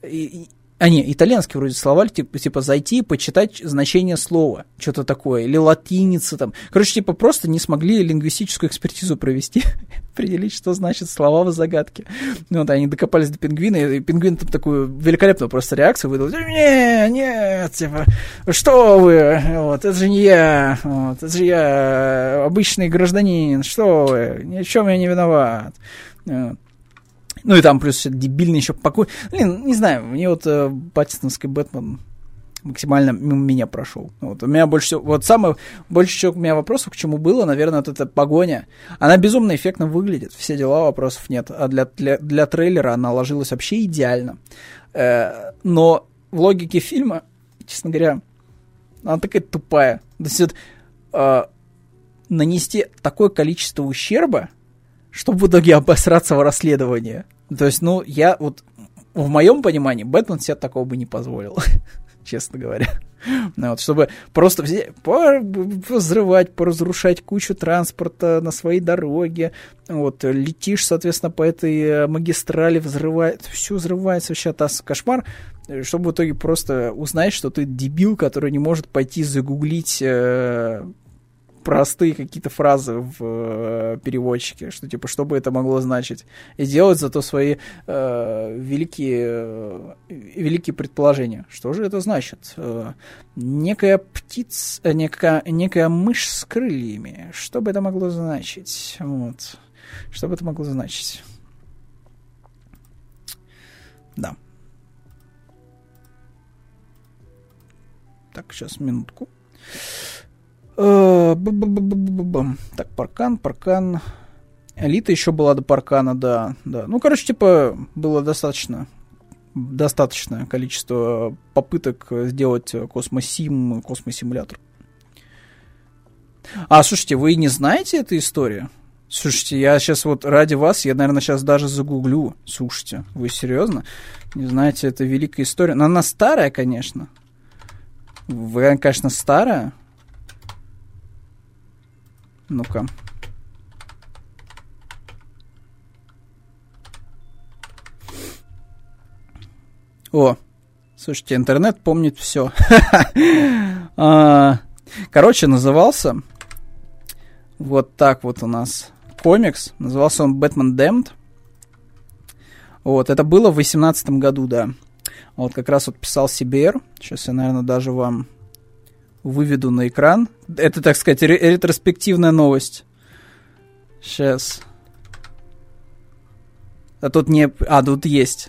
итальянский вроде словарь, типа зайти и почитать значение слова, что-то такое, или латиница там. Короче, типа просто не смогли лингвистическую экспертизу провести, определить, что значит слова в загадке. Вот, они докопались до Пингвина, и Пингвин там такую великолепную просто реакцию выдал. Нет, типа, что вы, вот, это же не я, вот, это же я обычный гражданин, что вы, ни в чем я не виноват. Вот. И там плюс дебильный еще покой. Не знаю, мне вот паттинсонский Бэтмен максимально мимо меня прошел. Вот, у меня больше всего у меня вопросов к чему было, наверное, вот эта погоня. Она безумно эффектно выглядит, все дела, вопросов нет. А для трейлера она ложилась вообще идеально. Но в логике фильма, честно говоря, она такая тупая. То есть вот, нанести такое количество ущерба, чтобы в итоге обосраться в расследовании. То есть, я вот в моем понимании Бэтмен себе такого бы не позволил, честно говоря. Чтобы просто взять, взрывать, поразрушать кучу транспорта на своей дороге, вот, летишь, соответственно, по этой магистрали, все взрывается, вообще кошмар, чтобы в итоге просто узнать, что ты дебил, который не может пойти загуглить простые какие-то фразы в переводчике, что типа, что бы это могло значить, и делать зато свои великие предположения. Что же это значит? Некая птица, некая мышь с крыльями. Что бы это могло значить? Вот. Что бы это могло значить? Да. Так, сейчас, минутку. Так, паркан. Элита еще была до паркана, да. Было достаточное количество попыток сделать космосимулятор. Слушайте, вы не знаете эту историю? Слушайте, я сейчас вот ради вас, я, наверное, сейчас даже загуглю. Слушайте, вы серьезно? Не знаете, это великая история. Но она старая, конечно. Вы, конечно, старая. Ну-ка. Слушайте, интернет помнит все. Короче, назывался вот так вот у нас комикс. Назывался он Batman Damned. Вот, это было в 2018 году, да. Вот как раз вот писал CBR. Сейчас я, наверное, даже вам выведу на экран. Это, так сказать, ретроспективная новость. Сейчас. Тут есть.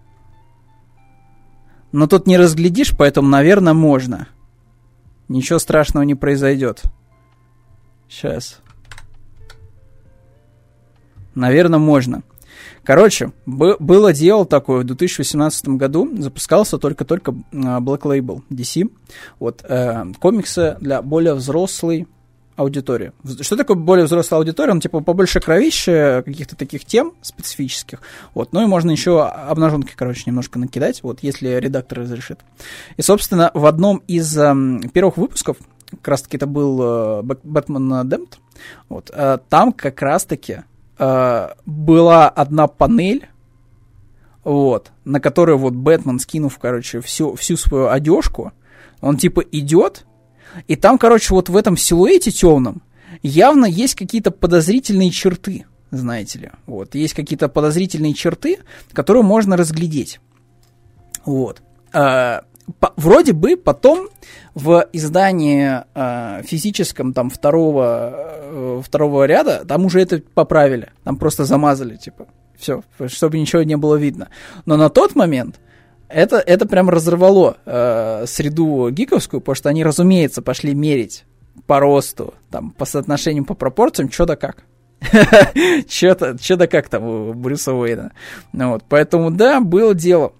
Но тут не разглядишь, поэтому, наверное, можно. Ничего страшного не произойдет. Сейчас. Наверное, можно. Короче, было дело такое, в 2018 году запускался только-только Black Label DC, вот, комиксы для более взрослой аудитории. Что такое более взрослая аудитория? Ну, типа, побольше кровища, каких-то таких тем специфических, вот, ну и можно еще обнаженки, короче, немножко накидать, вот, если редактор разрешит. И, собственно, в одном из первых выпусков, как раз-таки это был Batman Damned, вот, там как раз-таки была одна панель, вот, на которой вот Бэтмен, скинув, короче, всю свою одежку, он типа идет, и там, короче, вот в этом силуэте темном явно есть какие-то подозрительные черты, знаете ли. Вот, есть какие-то подозрительные черты, которые можно разглядеть. Вот. Вроде бы потом в издании физическом там второго ряда там уже это поправили, там просто замазали, типа, все, чтобы ничего не было видно. Но на тот момент это прям разорвало среду гиковскую, потому что они, разумеется, пошли мерить по росту, там, по соотношениям, по пропорциям, что да как. Что да как там у Брюса Уэйна. Вот, поэтому, да, было дело.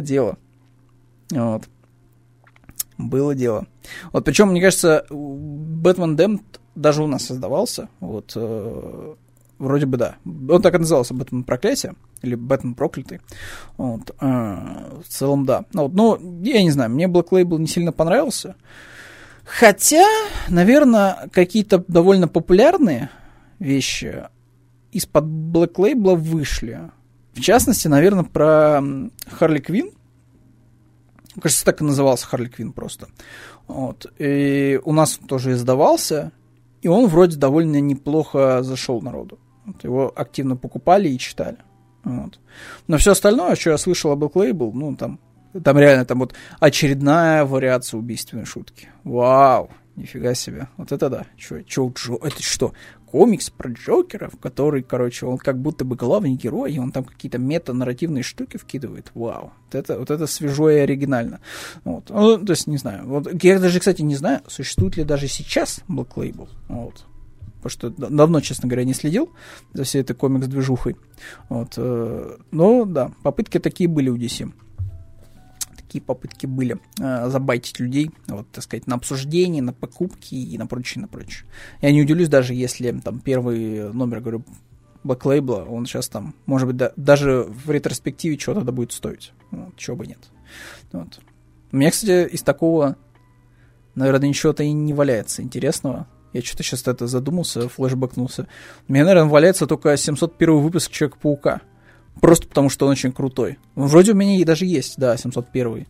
Вот. Было дело. Вот, причем, мне кажется, Batman Damned даже у нас создавался. Вот, вроде бы да. Он так и назывался, Бэтмен Проклятие, или Бэтмен Проклятый. Вот, в целом, да. Вот, ну, я не знаю, мне Black Label не сильно понравился. Хотя, наверное, какие-то довольно популярные вещи из-под Black Label вышли. В частности, наверное, про Харли Квинн. Кажется, так и назывался Харли Квинн просто. Вот. И у нас тоже издавался, и он вроде довольно неплохо зашел народу. Вот. Его активно покупали и читали. Вот. Но все остальное, что я слышал о Black Label, ну, там реально там вот очередная вариация убийственной шутки. Вау! Нифига себе. Вот это да. Это что? Комикс про Джокера, в который, короче, он как будто бы главный герой, и он там какие-то мета-нарративные штуки вкидывает. Вау. Вот это свежо и оригинально. Вот. Ну, то есть, не знаю. Вот, я даже, кстати, не знаю, существует ли даже сейчас Black Label. Вот. Потому что давно, честно говоря, не следил за всей этой комикс-движухой. Вот. Но, да, попытки такие были у DC. Такие попытки были забайтить людей, вот, так сказать, на обсуждение, на покупки и на прочее, на прочее. Я не удивлюсь, даже если там первый номер, говорю, Black Label, он сейчас там, может быть, даже в ретроспективе чего-то да будет стоить. Вот, чего бы нет. Вот. У меня, кстати, из такого, наверное, ничего-то и не валяется интересного. Я что-то сейчас это задумался, флешбэкнулся. У меня, наверное, валяется только 701 выпуск Человека-паука. Просто потому, что он очень крутой. Вроде у меня и даже есть, да, 701.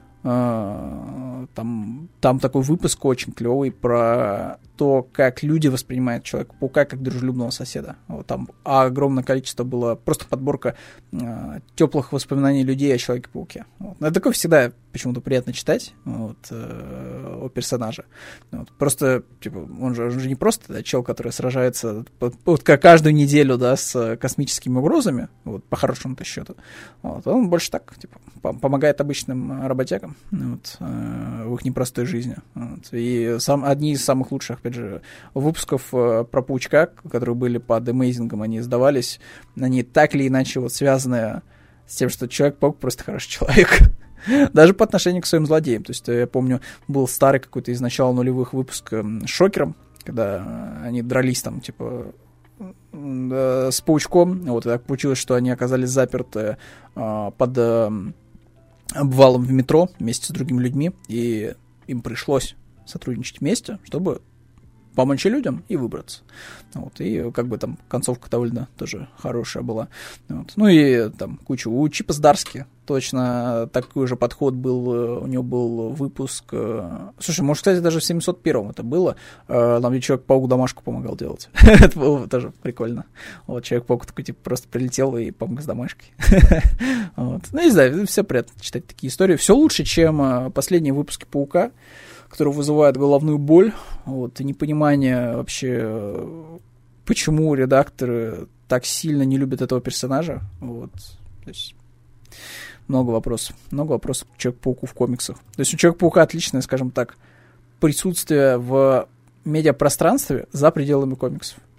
Там такой выпуск очень клевый про то, как люди воспринимают Человека-паука как дружелюбного соседа. Вот там огромное количество было, просто подборка теплых воспоминаний людей о Человеке-пауке. Вот. Это такое всегда почему-то приятно читать вот, о персонаже. Вот. Просто, типа, он же не просто чел, который сражается вот, каждую неделю, да, с космическими угрозами, вот, по хорошему-то счету. Вот. Он больше так, типа, помогает обычным работягам вот, в их непростой жизни. Вот. И одни из самых лучших, опять же, выпусков про Паучка, которые были под Amazing, они издавались, они так или иначе вот связаны с тем, что Человек-паук просто хороший человек. Даже по отношению к своим злодеям. То есть, я помню, был старый какой-то из начала нулевых выпуск с Шокером, когда они дрались там, типа, с Паучком. Вот, и так получилось, что они оказались заперты под обвалом в метро вместе с другими людьми, и им пришлось сотрудничать вместе, чтобы помочь людям и выбраться. Вот, и как бы там концовка довольно тоже хорошая была. Вот. Ну и там куча. У Чипа Здарски точно такой же подход был. У него был выпуск. Слушай, может, кстати, даже в 701-м это было. Там где Человек-паук домашку помогал делать. Это было тоже прикольно. Вот, Человек-паук такой, типа, просто прилетел и помог с домашкой. Вот. Ну, не знаю, все приятно читать такие истории. Все лучше, чем последние выпуски Паука, которые вызывают головную боль, вот, и непонимание вообще, почему редакторы так сильно не любят этого персонажа. Вот. То есть много вопросов к Человеку-пауку в комиксах. То есть у Человека-паука отличное, скажем так, присутствие в медиапространстве за пределами комиксов.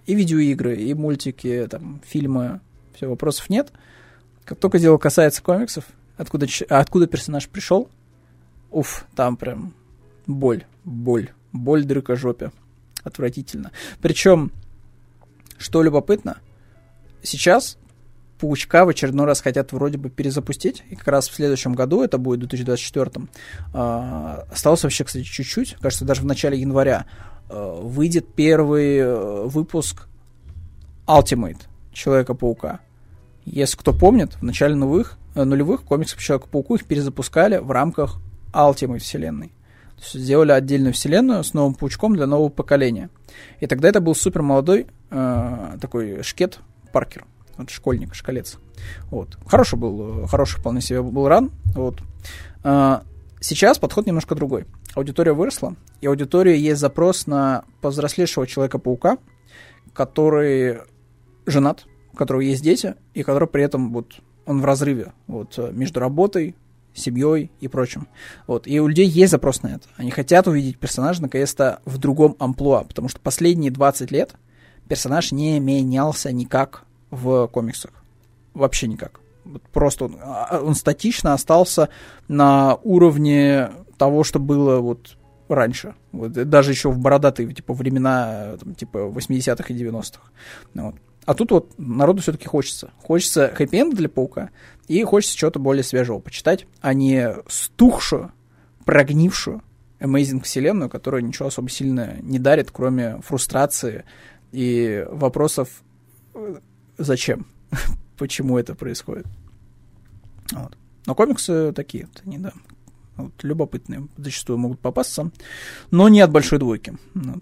И видеоигры, и мультики, там, фильмы, все, вопросов нет. Как только дело касается комиксов, откуда персонаж пришел, там прям боль, дырка жопе. Отвратительно. Причем, что любопытно, сейчас Паучка в очередной раз хотят вроде бы перезапустить, и как раз в следующем году, это будет в 2024, осталось вообще, кстати, чуть-чуть, кажется, даже в начале января, выйдет первый выпуск Ultimate Человека-паука. Если кто помнит, в начале нулевых комиксы по Человеку-пауку их перезапускали в рамках Ultimate вселенной. То есть сделали отдельную вселенную с новым паучком для нового поколения. И тогда это был супер молодой такой шкет Паркер. Вот, школьник, шкалец. Вот. Хороший вполне себе был ран. Вот. Сейчас подход немножко другой. Аудитория выросла, и аудитории есть запрос на повзрослевшего Человека-паука, который женат, у которого есть дети, и который при этом вот, он в разрыве между работой, семьей и прочим. Вот. И у людей есть запрос на это. Они хотят увидеть персонажа наконец-то в другом амплуа, потому что последние 20 лет персонаж не менялся никак в комиксах. Вообще никак. Вот просто он статично остался на уровне того, что было вот раньше. Вот, даже еще в бородатые времена там, 80-х и 90-х. Вот. А тут вот народу все-таки хочется. Хочется хэппи-энда для Паука и хочется чего-то более свежего почитать, а не стухшую, прогнившую Amazing вселенную, которая ничего особо сильно не дарит, кроме фрустрации и вопросов зачем, почему это происходит. Вот. Но комиксы такие, они, да, вот, любопытные, зачастую могут попасться, но не от большой двойки. Вот.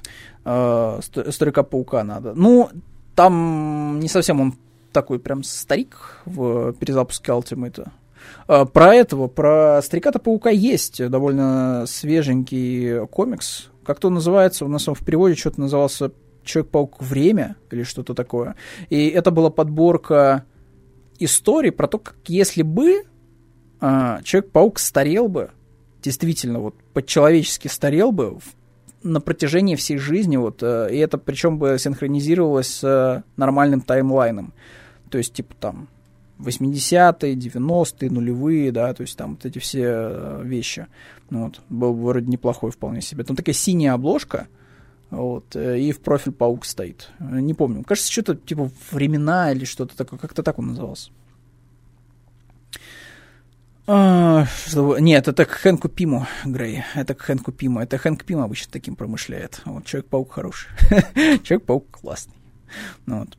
Старика-паука надо. Ну, там не совсем он такой прям старик в перезапуске Ultimate. Про Старика-паука есть довольно свеженький комикс. Как-то он называется, у нас он в переводе что-то назывался «Человек-паук. Время» или что-то такое. И это была подборка историй про то, как если бы Человек-паук старел бы, действительно, вот по-человечески старел бы на протяжении всей жизни, вот, и это причем бы синхронизировалось с нормальным таймлайном. То есть, там, 80-е, 90-е, нулевые, да, то есть там вот эти все вещи. Вот, был бы вроде неплохой вполне себе. Там такая синяя обложка, вот, и в профиль паук стоит. Не помню. Кажется, что-то типа времена или что-то такое. Как-то так он назывался. Нет, это к Хэнку Пиму, Грей. Это к Хэнку Пиму. Это Хэнк Пим обычно таким промышляет. Вот, Человек-паук хороший. Человек-паук классный. Вот.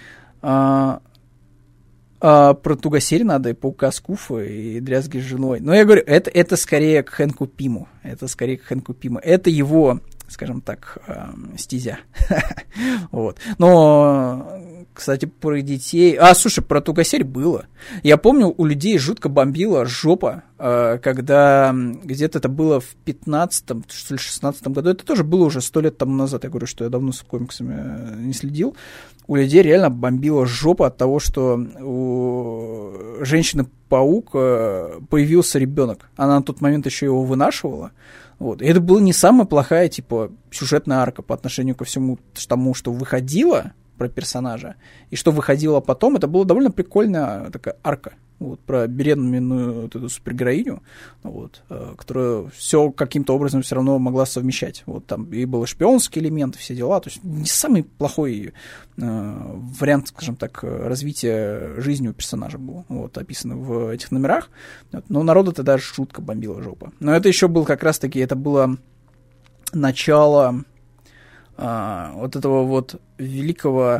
Про Тугасери надо, и Паука с Куфой, и Дрязги с женой. Но я говорю, это скорее к Хэнку Пиму. Это его, скажем так, стезя. Вот. Но, кстати, про детей... слушай, про Тугасери было. Я помню, у людей жутко бомбила жопа, когда где-то это было в 15-м, что ли, 16-м году. Это тоже было уже 100 лет тому назад. Я говорю, что я давно с комиксами не следил. У людей реально бомбила жопа от того, что у женщины-паук появился ребенок. Она на тот момент еще его вынашивала. Вот. И это была не самая плохая, сюжетная арка по отношению ко всему тому, что выходило про персонажа, и что выходило потом. Это была довольно прикольная такая арка. Вот, про беременную вот эту супергероиню, вот, которая все каким-то образом все равно могла совмещать. Вот, там и был шпионский элемент, все дела. То есть не самый плохой вариант, скажем так, развития жизни у персонажа был, вот, описан в этих номерах. Вот, но народу тогда жутко бомбила жопа. Но это еще был как раз-таки, это было начало вот этого вот великого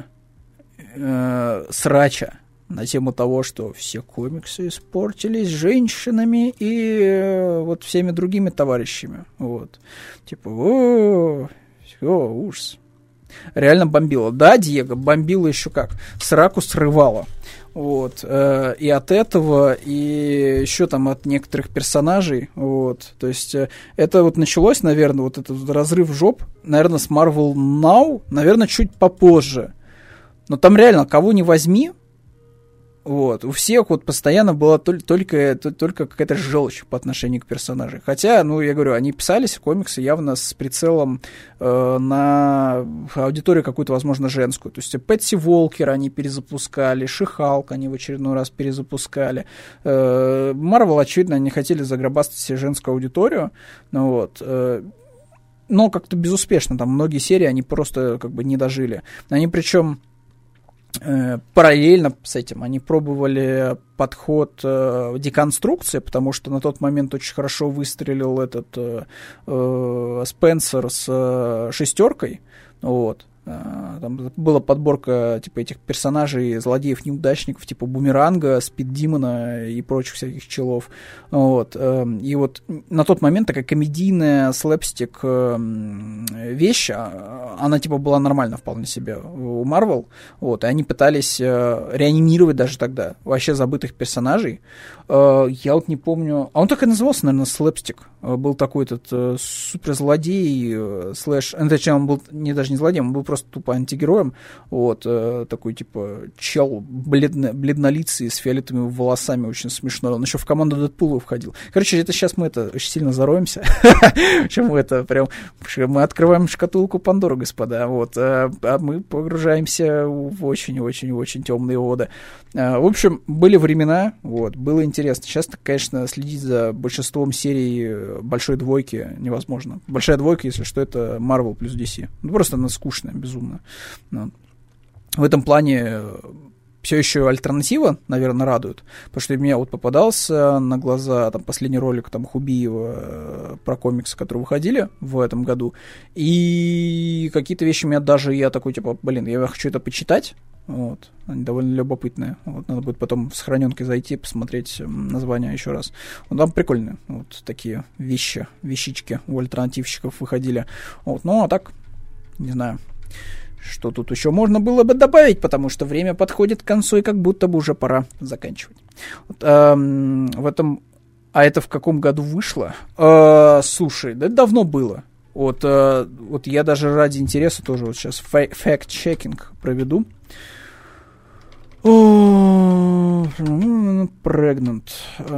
срача на тему того, что все комиксы испортились женщинами и вот всеми другими товарищами. Вот. Все, ужас. Реально бомбило. Да, Диего, бомбило еще как. Сраку срывало. Вот. И от этого, и еще там от некоторых персонажей. Вот. То есть это вот началось, наверное, вот этот разрыв жоп, наверное, с Marvel Now, наверное, чуть попозже. Но там реально, кого не возьми, Вот. У всех вот постоянно была только какая-то желчь по отношению к персонажам. Хотя, ну, я говорю, они писались, комиксы, явно с прицелом на аудиторию какую-то, возможно, женскую. То есть Пэтси Волкер они перезапускали, Ши-Халк они в очередной раз перезапускали. Марвел, очевидно, они хотели заграбастать себе женскую аудиторию. Ну, вот. Но как-то безуспешно. Там многие серии они просто как бы не дожили. Они причем... параллельно с этим они пробовали подход деконструкции, потому что на тот момент очень хорошо выстрелил этот Спенсер с шестеркой. Вот. Там была подборка типа этих персонажей, злодеев-неудачников, типа Бумеранга, Спид-Димона и прочих всяких челов. Вот. И вот на тот момент такая комедийная слэпстик вещь, она типа была нормально вполне себе у Marvel. Вот. И они пытались реанимировать даже тогда вообще забытых персонажей. Я вот не помню... А он так и назывался, наверное, слэпстик. Был такой этот суперзлодей, слэш... Точнее, он был даже не злодеем, он был просто тупо антигероем. Вот, такой, типа, чел бледнолицый, с фиолетовыми волосами, очень смешной. Он еще в команду Дэдпула входил. Короче, это сейчас мы очень сильно зароемся. Чем мы это прям... Мы открываем шкатулку Пандоры, господа. Вот, а мы погружаемся в очень-очень-очень темные воды. В общем, были времена, вот, было интересно. Сейчас, конечно, следить за большинством серий большой двойки невозможно. Большая двойка, если что, это Marvel плюс DC. Ну, просто она скучная, безумно. Но в этом плане все еще альтернатива, наверное, радует. Потому что мне вот попадался на глаза там последний ролик там Хубиева про комиксы, которые выходили в этом году. И какие-то вещи меня даже, я такой, типа, блин, я хочу это почитать. Вот. Они довольно любопытные. Вот. Надо будет потом в сохраненке зайти, посмотреть название еще раз. Вот, там прикольные вот такие вещички у альтернативщиков выходили. Вот. Ну, а так, не знаю, что тут еще можно было бы добавить, потому что время подходит к концу, и как будто бы уже пора заканчивать. Вот, в этом... А это в каком году вышло? Слушай, да это давно было. Вот я даже ради интереса тоже вот сейчас факт-чекинг проведу. Pregnant.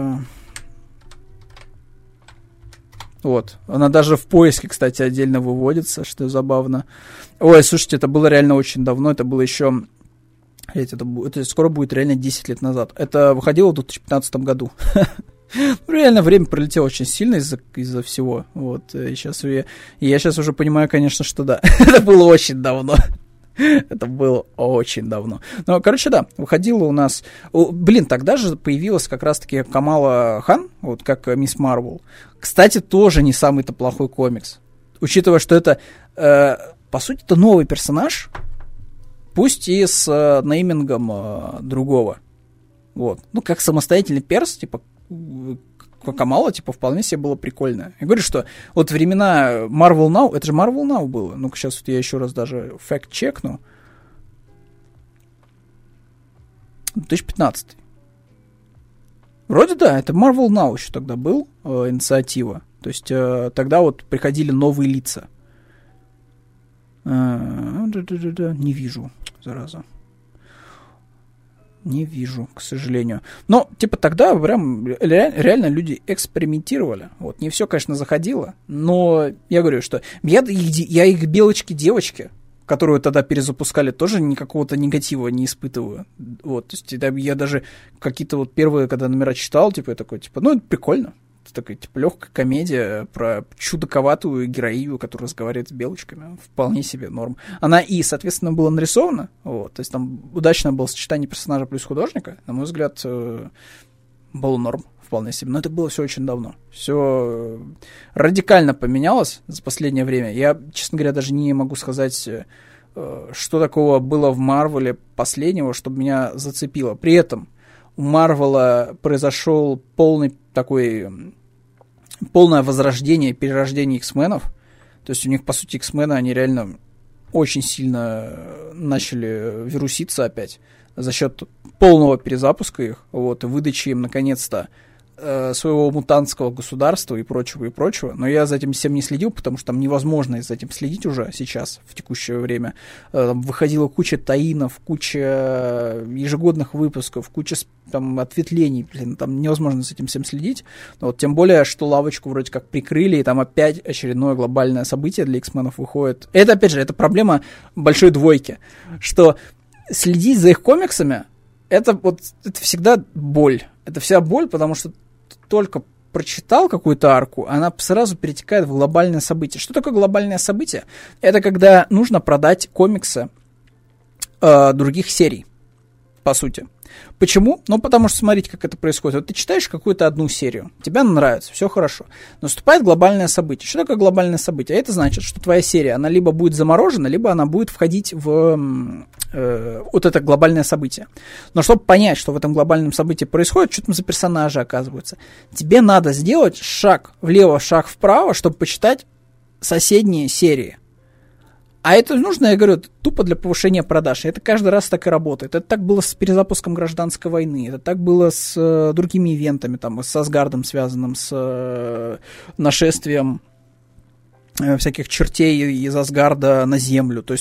Вот. Она даже в поиске, кстати, отдельно выводится, что забавно. Ой, слушайте, это было реально очень давно. Это было еще... Это скоро будет реально 10 лет назад. Это выходило в 2015 году. Реально время пролетело очень сильно из-за всего. Вот. И я сейчас уже понимаю, конечно, что да. Это было очень давно. Это было очень давно. Ну, короче, да, выходила у нас... Блин, тогда же появилась как раз-таки Камала Хан, вот как Мисс Марвел. Кстати, тоже не самый-то плохой комикс. Учитывая, что это, по сути, это новый персонаж, пусть и с неймингом другого. Вот. Ну, как самостоятельный перс, типа, Камала, типа, вполне себе было прикольно. Я говорю, что вот времена Marvel Now, это же Marvel Now было. Ну-ка, сейчас вот я еще раз даже факт-чекну. 2015. Вроде да, это Marvel Now еще тогда был, инициатива. То есть тогда вот приходили новые лица. Не вижу, зараза. Не вижу, к сожалению. Но, типа, тогда прям реально люди экспериментировали. Вот. Не все, конечно, заходило, но я говорю, что я их белочки-девочки, которую тогда перезапускали, тоже никакого-то негатива не испытываю. Вот. То есть я даже какие-то вот первые, когда номера читал, типа, я такой, типа, ну, это прикольно. Это такая, типа, легкая комедия про чудаковатую героиню, которая разговаривает с белочками. Вполне себе норм. Она и, соответственно, была нарисована. Вот, то есть там удачно было сочетание персонажа плюс художника. На мой взгляд, было норм. Вполне себе. Но это было все очень давно. Все радикально поменялось за последнее время. Я, честно говоря, даже не могу сказать, что такого было в Марвеле последнего, чтобы меня зацепило. При этом у Марвела произошел полное возрождение, перерождение X-менов. То есть у них, по сути, X-мены, они реально очень сильно начали вируситься опять за счет полного перезапуска их, вот, и выдачи им, наконец-то, своего мутантского государства и прочего, но я за этим всем не следил, потому что там невозможно за этим следить уже сейчас, в текущее время. Там выходила куча таинов, куча ежегодных выпусков, куча там ответвлений, там невозможно за этим всем следить. Вот, тем более, что лавочку вроде как прикрыли, и там опять очередное глобальное событие для X-менов выходит. Это, опять же, это проблема большой двойки, что следить за их комиксами, это всегда боль. Это вся боль, потому что только прочитал какую-то арку, она сразу перетекает в глобальное событие. Что такое глобальное событие? Это когда нужно продать комиксы других серий, по сути. Почему? Ну, потому что смотрите, как это происходит. Вот ты читаешь какую-то одну серию, тебе она нравится, все хорошо. Наступает глобальное событие. Что такое глобальное событие? Это значит, что твоя серия, она либо будет заморожена, либо она будет входить в вот это глобальное событие. Но чтобы понять, что в этом глобальном событии происходит, что там за персонажи оказываются, тебе надо сделать шаг влево, шаг вправо, чтобы почитать соседние серии. А это нужно, я говорю, тупо для повышения продаж. И это каждый раз так и работает. Это так было с перезапуском Гражданской войны, это так было с другими ивентами, там, с Асгардом связанным, с нашествием всяких чертей из Асгарда на Землю. То есть,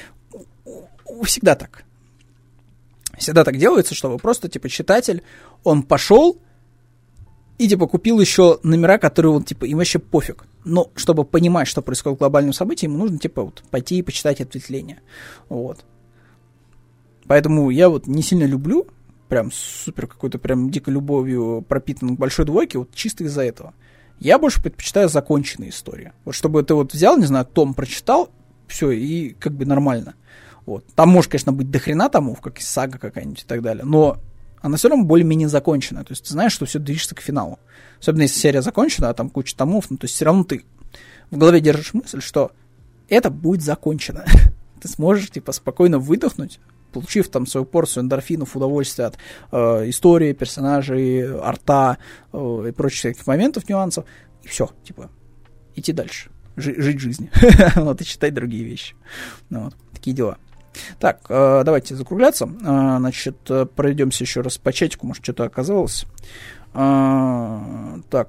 всегда так. Всегда так делается, чтобы просто, читатель, он пошел и, купил еще номера, которые, им вообще пофиг. Но чтобы понимать, что происходит в глобальном событии, ему нужно, пойти и почитать ответвления. Вот. Поэтому я не сильно люблю, прям супер какой-то прям дикой любовью пропитан к большой двойке, чисто из-за этого. Я больше предпочитаю законченные истории. Вот чтобы ты взял, не знаю, том прочитал, все, и нормально. Вот. Там может, конечно, быть дохрена томов, как и сага какая-нибудь и так далее, но она все равно более-менее закончена. То есть ты знаешь, что все движется к финалу. Особенно если серия закончена, а там куча томов, то есть все равно ты в голове держишь мысль, что это будет закончено. Ты сможешь, спокойно выдохнуть, получив там свою порцию эндорфинов, удовольствия от истории, персонажей, арта и прочих таких моментов, нюансов, и все, идти дальше. Жить жизнью. И читать другие вещи. Такие дела. Так, давайте закругляться. Значит, пройдемся еще раз по чатику, может, что-то оказалось. Так.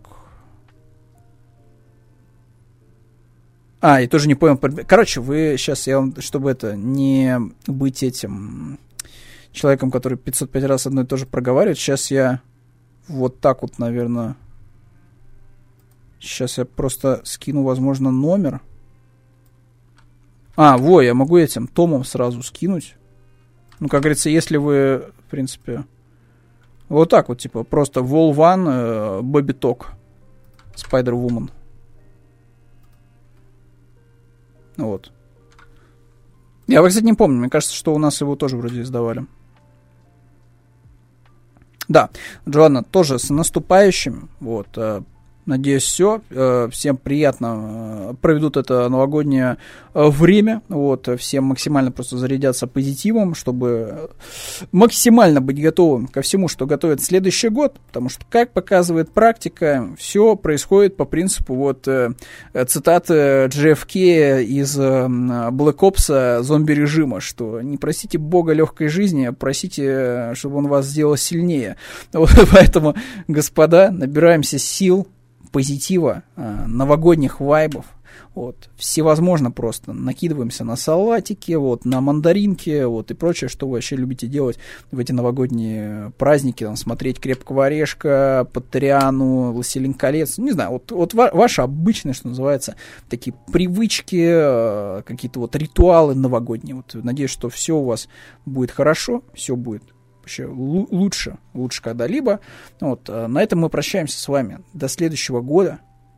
Я тоже не понял. Короче, вы сейчас, чтобы не быть этим человеком, который 505 раз одно и то же проговаривает, сейчас я вот так наверное, сейчас я просто скину, возможно, номер. Я могу этим томом сразу скинуть. Как говорится, если вы, в принципе, вот так просто Vol One, Bobby Talk, Spider-Woman. Вот. Я, кстати, не помню, мне кажется, что у нас его тоже вроде издавали. Да, Джоанна, тоже с наступающим, надеюсь, все. Всем приятно проведут это новогоднее время. Всем максимально просто зарядятся позитивом, чтобы максимально быть готовым ко всему, что готовит следующий год. Потому что, как показывает практика, все происходит по принципу цитаты JFK из Black Ops зомби-режима, что не просите Бога легкой жизни, а просите, чтобы он вас сделал сильнее. Поэтому, господа, набираемся сил, позитива, новогодних вайбов, всевозможно просто накидываемся на салатики, на мандаринки, и прочее, что вы вообще любите делать в эти новогодние праздники, смотреть «Крепкого орешка», «Патриану», «Властелин колец», не знаю, ваши обычные, что называется, такие привычки, какие-то ритуалы новогодние, надеюсь, что все у вас будет хорошо, все будет вообще лучше когда-либо. На этом мы прощаемся с вами до следующего года.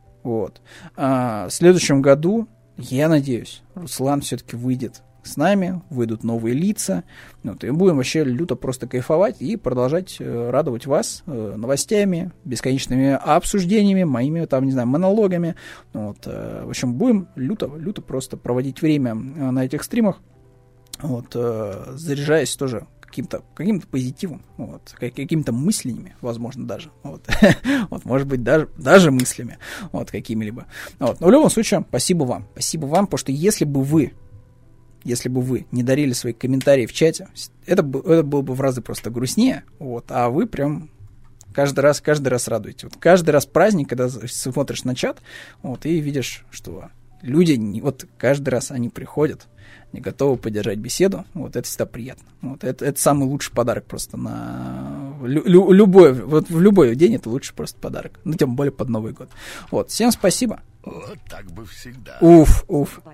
В следующем году, я надеюсь, Руслан все-таки выйдет с нами, выйдут новые лица, и будем вообще люто просто кайфовать и продолжать радовать вас новостями, бесконечными обсуждениями, моими монологами. В общем, будем люто просто проводить время на этих стримах, заряжаясь тоже каким-то позитивом, какими-то мыслями, возможно, даже. Может быть, даже мыслями, какими-либо. Но в любом случае, спасибо вам, потому что если бы вы не дарили свои комментарии в чате, это было бы в разы просто грустнее, а вы прям каждый раз радуете. Вот каждый раз праздник, когда смотришь на чат, вот, и видишь, что люди, вот каждый раз они приходят, не готовы поддержать беседу, вот это всегда приятно. Вот это самый лучший подарок просто в любой день это лучший просто подарок. Ну, тем более под Новый год. Вот, всем спасибо. Вот так бы всегда. Уф.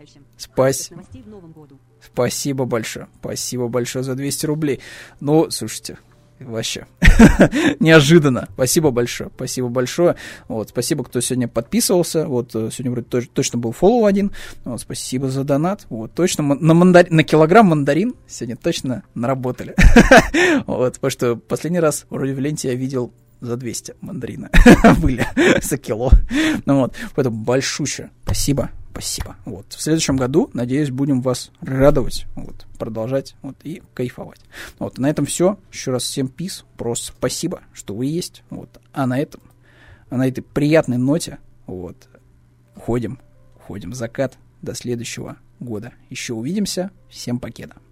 Спасибо большое за 200 рублей. Ну, слушайте, вообще неожиданно. Спасибо большое. Вот, спасибо, кто сегодня подписывался. Вот, сегодня вроде точно был фоллоу один. Вот, спасибо за донат. Вот, точно на килограмм мандарин сегодня точно наработали. Вот, потому что последний раз вроде в ленте я видел за 200 мандарина были за кило. Ну вот, поэтому большущее спасибо. Вот. В следующем году, надеюсь, будем вас радовать, вот, продолжать вот, и кайфовать. Вот. На этом все. Еще раз всем peace. Просто спасибо, что вы есть. Вот. А на этой приятной ноте вот, уходим в закат до следующего года. Еще увидимся. Всем покеда.